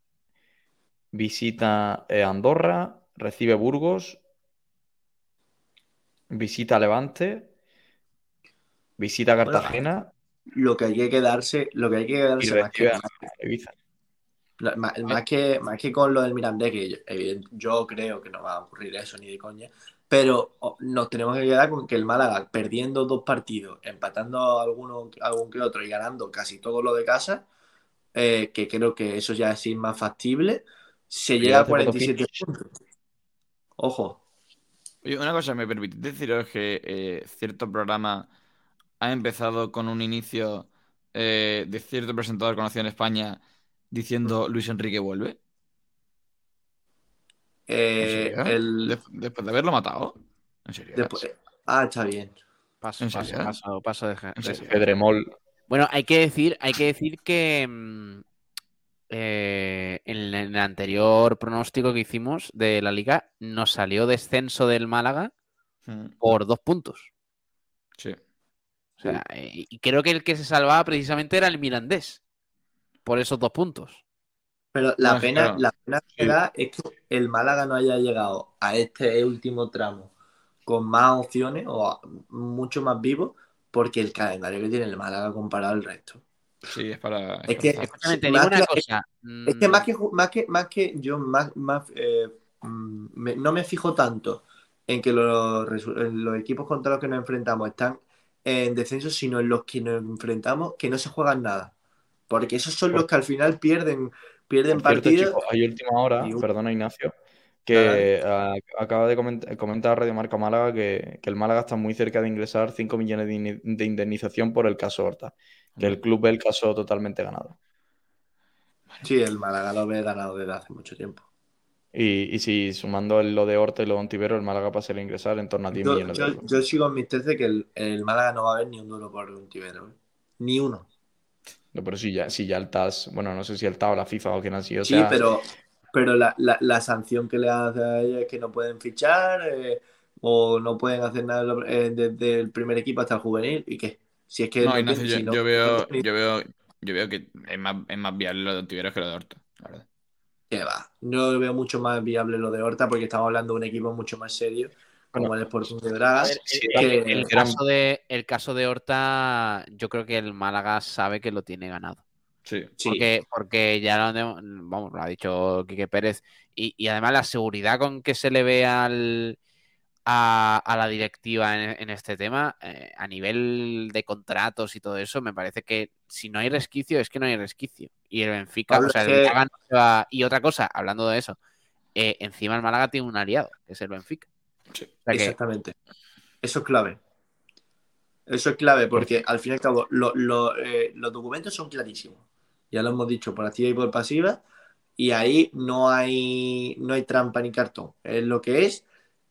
visita eh, Andorra, recibe Burgos, visita Levante, visita Bueno, Cartagena lo que hay que quedarse, lo que hay que y quedarse más que, recibe a Ibiza. más, más que más que con lo del Mirandés, que yo, evident- yo creo que no va a ocurrir eso ni de coña, pero oh, nos tenemos que quedar con que el Málaga, perdiendo dos partidos, empatando alguno, algún que otro y ganando casi todo lo de casa, eh, que creo que eso ya es más factible, se llega a cuarenta y siete puntos. Ojo. Oye, una cosa, ¿me permitís deciros que eh, cierto programa ha empezado con un inicio eh, de cierto presentador conocido en España diciendo Luis Enrique vuelve? ¿En Eh, serio? el, ¿Dep- ¿Después de haberlo matado? ¿En serio? después, ah, está bien. Paso, ¿En paso, serio? paso, paso de, ¿En de serio? eso. Pedremol. Bueno, hay que decir, hay que decir que mm, eh, en, el- en el anterior pronóstico que hicimos de la liga nos salió descenso del Málaga Mm, por dos puntos. Sí. O sea, eh, y creo que el que se salvaba precisamente era el Mirandés por esos dos puntos. Pero la Bueno, pena, claro. la pena que Sí. da es que el Málaga no haya llegado a este último tramo con más opciones o a- mucho más vivo, porque el calendario que tiene el Málaga comparado al resto. Sí, es para. Es Es para que, azar. Escúchame, te digo más una que, cosa. es que mm, más que ju- más que más que yo más, más eh, mm, me- no me fijo tanto en que los, resu- en los equipos contra los que nos enfrentamos están en descenso, sino en los que nos enfrentamos que no se juegan nada. Porque esos son los Por, que al final pierden, pierden por cierto, partidos. chicos, hay última hora, Y, perdona Ignacio, dale, dale. que ah, acaba de coment- comentar Radio Marca Málaga que, que el Málaga está muy cerca de ingresar cinco millones de, in- de indemnización por el caso Horta, que el club ve el caso totalmente ganado. Sí, el Málaga lo ve ganado desde hace mucho tiempo. Y, y si sumando el- lo de Horta y lo de Ontivero, el Málaga pasaría a ingresar en torno a diez Yo, millones de yo, euros. yo sigo en mis tesis que el, el Málaga no va a haber ni un duro por un tibero. ¿Eh? Ni uno. No, pero si ya, si ya el T A S, bueno, no sé si el T A o la FIFA o quién ha sido, o Sí, sea, pero, pero la, la, la sanción que le hace a ellos es que no pueden fichar eh, o no pueden hacer nada eh, desde el primer equipo hasta el juvenil. ¿Y qué? Si es que No, no Ignacio, tiene, yo, si no, yo no veo, tiene- yo veo, yo veo que es más, es más viable lo de Ontiveros que lo de Horta, la verdad. ¿qué va? No veo mucho más viable lo de Horta porque estamos hablando de un equipo mucho más serio como bueno, el Sporting de Braga. A ver, si el, eran- el- el Que, eran- caso de, el caso de Horta, yo creo que el Málaga sabe que lo tiene ganado. Sí. sí, Porque, porque ya lo, han- vamos, lo ha dicho Quique Pérez. Y, y además la seguridad con que se le ve al, a, a la directiva en, en este tema, eh, a nivel de contratos y todo eso, me parece que si no hay resquicio, es que no hay resquicio. Y el Benfica, Pablo, o sea, es el que- Málaga no se va- Y otra cosa, hablando de eso, eh, encima el Málaga tiene un aliado, que es el Benfica. Sí. O sea que, exactamente. Eso es clave. Eso es clave por- porque al fin y al cabo lo- lo, eh, los documentos son clarísimos. Ya lo hemos dicho por activa y por pasiva y ahí no hay, no hay trampa ni cartón. Es lo que es.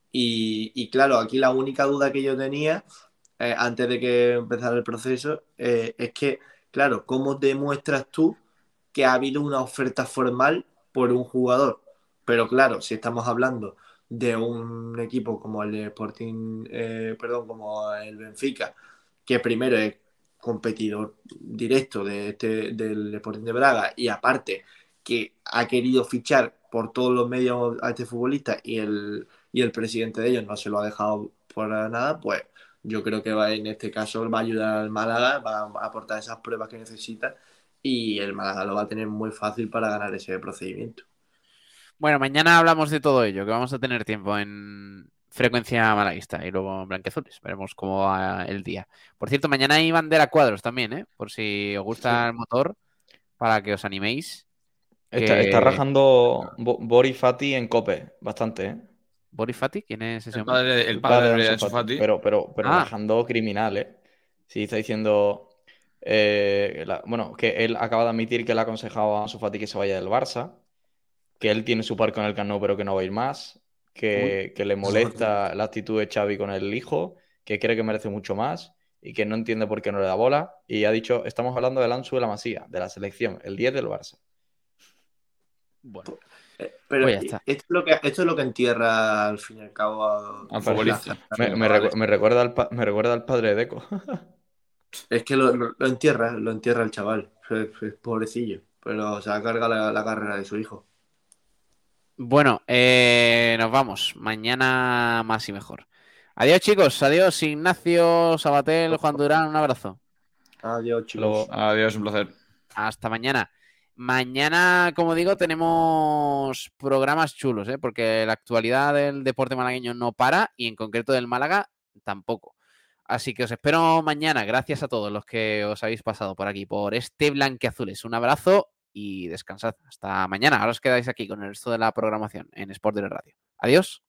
Y, y claro, aquí la única duda que yo tenía eh, antes de que empezara el proceso eh, es que, claro, ¿cómo demuestras tú que ha habido una oferta formal por un jugador? Pero claro, si estamos hablando de un equipo como el Sporting, eh, perdón, como el Benfica, que primero es competidor directo de este, del Sporting de Braga y aparte que ha querido fichar por todos los medios a este futbolista y el, y el presidente de ellos no se lo ha dejado por nada, pues yo creo que va en este caso va a ayudar al Málaga, va a aportar esas pruebas que necesita y el Málaga lo va a tener muy fácil para ganar ese procedimiento. bueno, mañana hablamos de todo ello, que vamos a tener tiempo en frecuencia malaguista y luego en blanqueazules. Veremos cómo va el día. Por cierto, mañana hay bandera cuadros también, ¿eh? Por si os gusta Sí. el motor, para que os animéis. está, Que... está rajando Bo- Boris Fati en Cope, bastante, ¿eh? ¿Boris Fati? ¿Quién es ese El hombre? padre, el El padre padre de de Ansu Ansu Fati, Fati. pero, pero, pero Ah. rajando criminal, ¿eh? Sí, está diciendo, eh, la- bueno, que él acaba de admitir que le ha aconsejado a Ansu Fati que se vaya del Barça, que él tiene su par con el Camp Nou, pero que no va a ir más, que, que le molesta la actitud de Xavi con el hijo, que cree que merece mucho más y que no entiende por qué no le da bola. Y ha dicho, estamos hablando del Ansu de la Masía, de la selección, el diez del Barça. Bueno, Eh, Pero pues ya está. esto, es lo que, esto es lo que entierra al fin y al cabo a, Al futbolista. Me, me recu- me recuerda al pa- me recuerda al padre de Deco. Es que lo, lo- lo entierra, lo entierra el chaval, es, es pobrecillo, pero se carga la, la carrera de su hijo. Bueno, eh, nos vamos. Mañana más y mejor. Adiós, chicos. Adiós, Ignacio, Sabatel, Juan Durán. Un abrazo. Adiós, chicos. Luego, Adiós, un placer. Hasta mañana. Mañana, como digo, tenemos programas chulos, ¿eh? Porque la actualidad del deporte malagueño no para y en concreto del Málaga tampoco. Así que os espero mañana. Gracias a todos los que os habéis pasado por aquí, por este Blanqueazules. Un abrazo y descansad. Hasta mañana. Ahora os quedáis aquí con el resto de la programación en Sport Direct Radio. Adiós.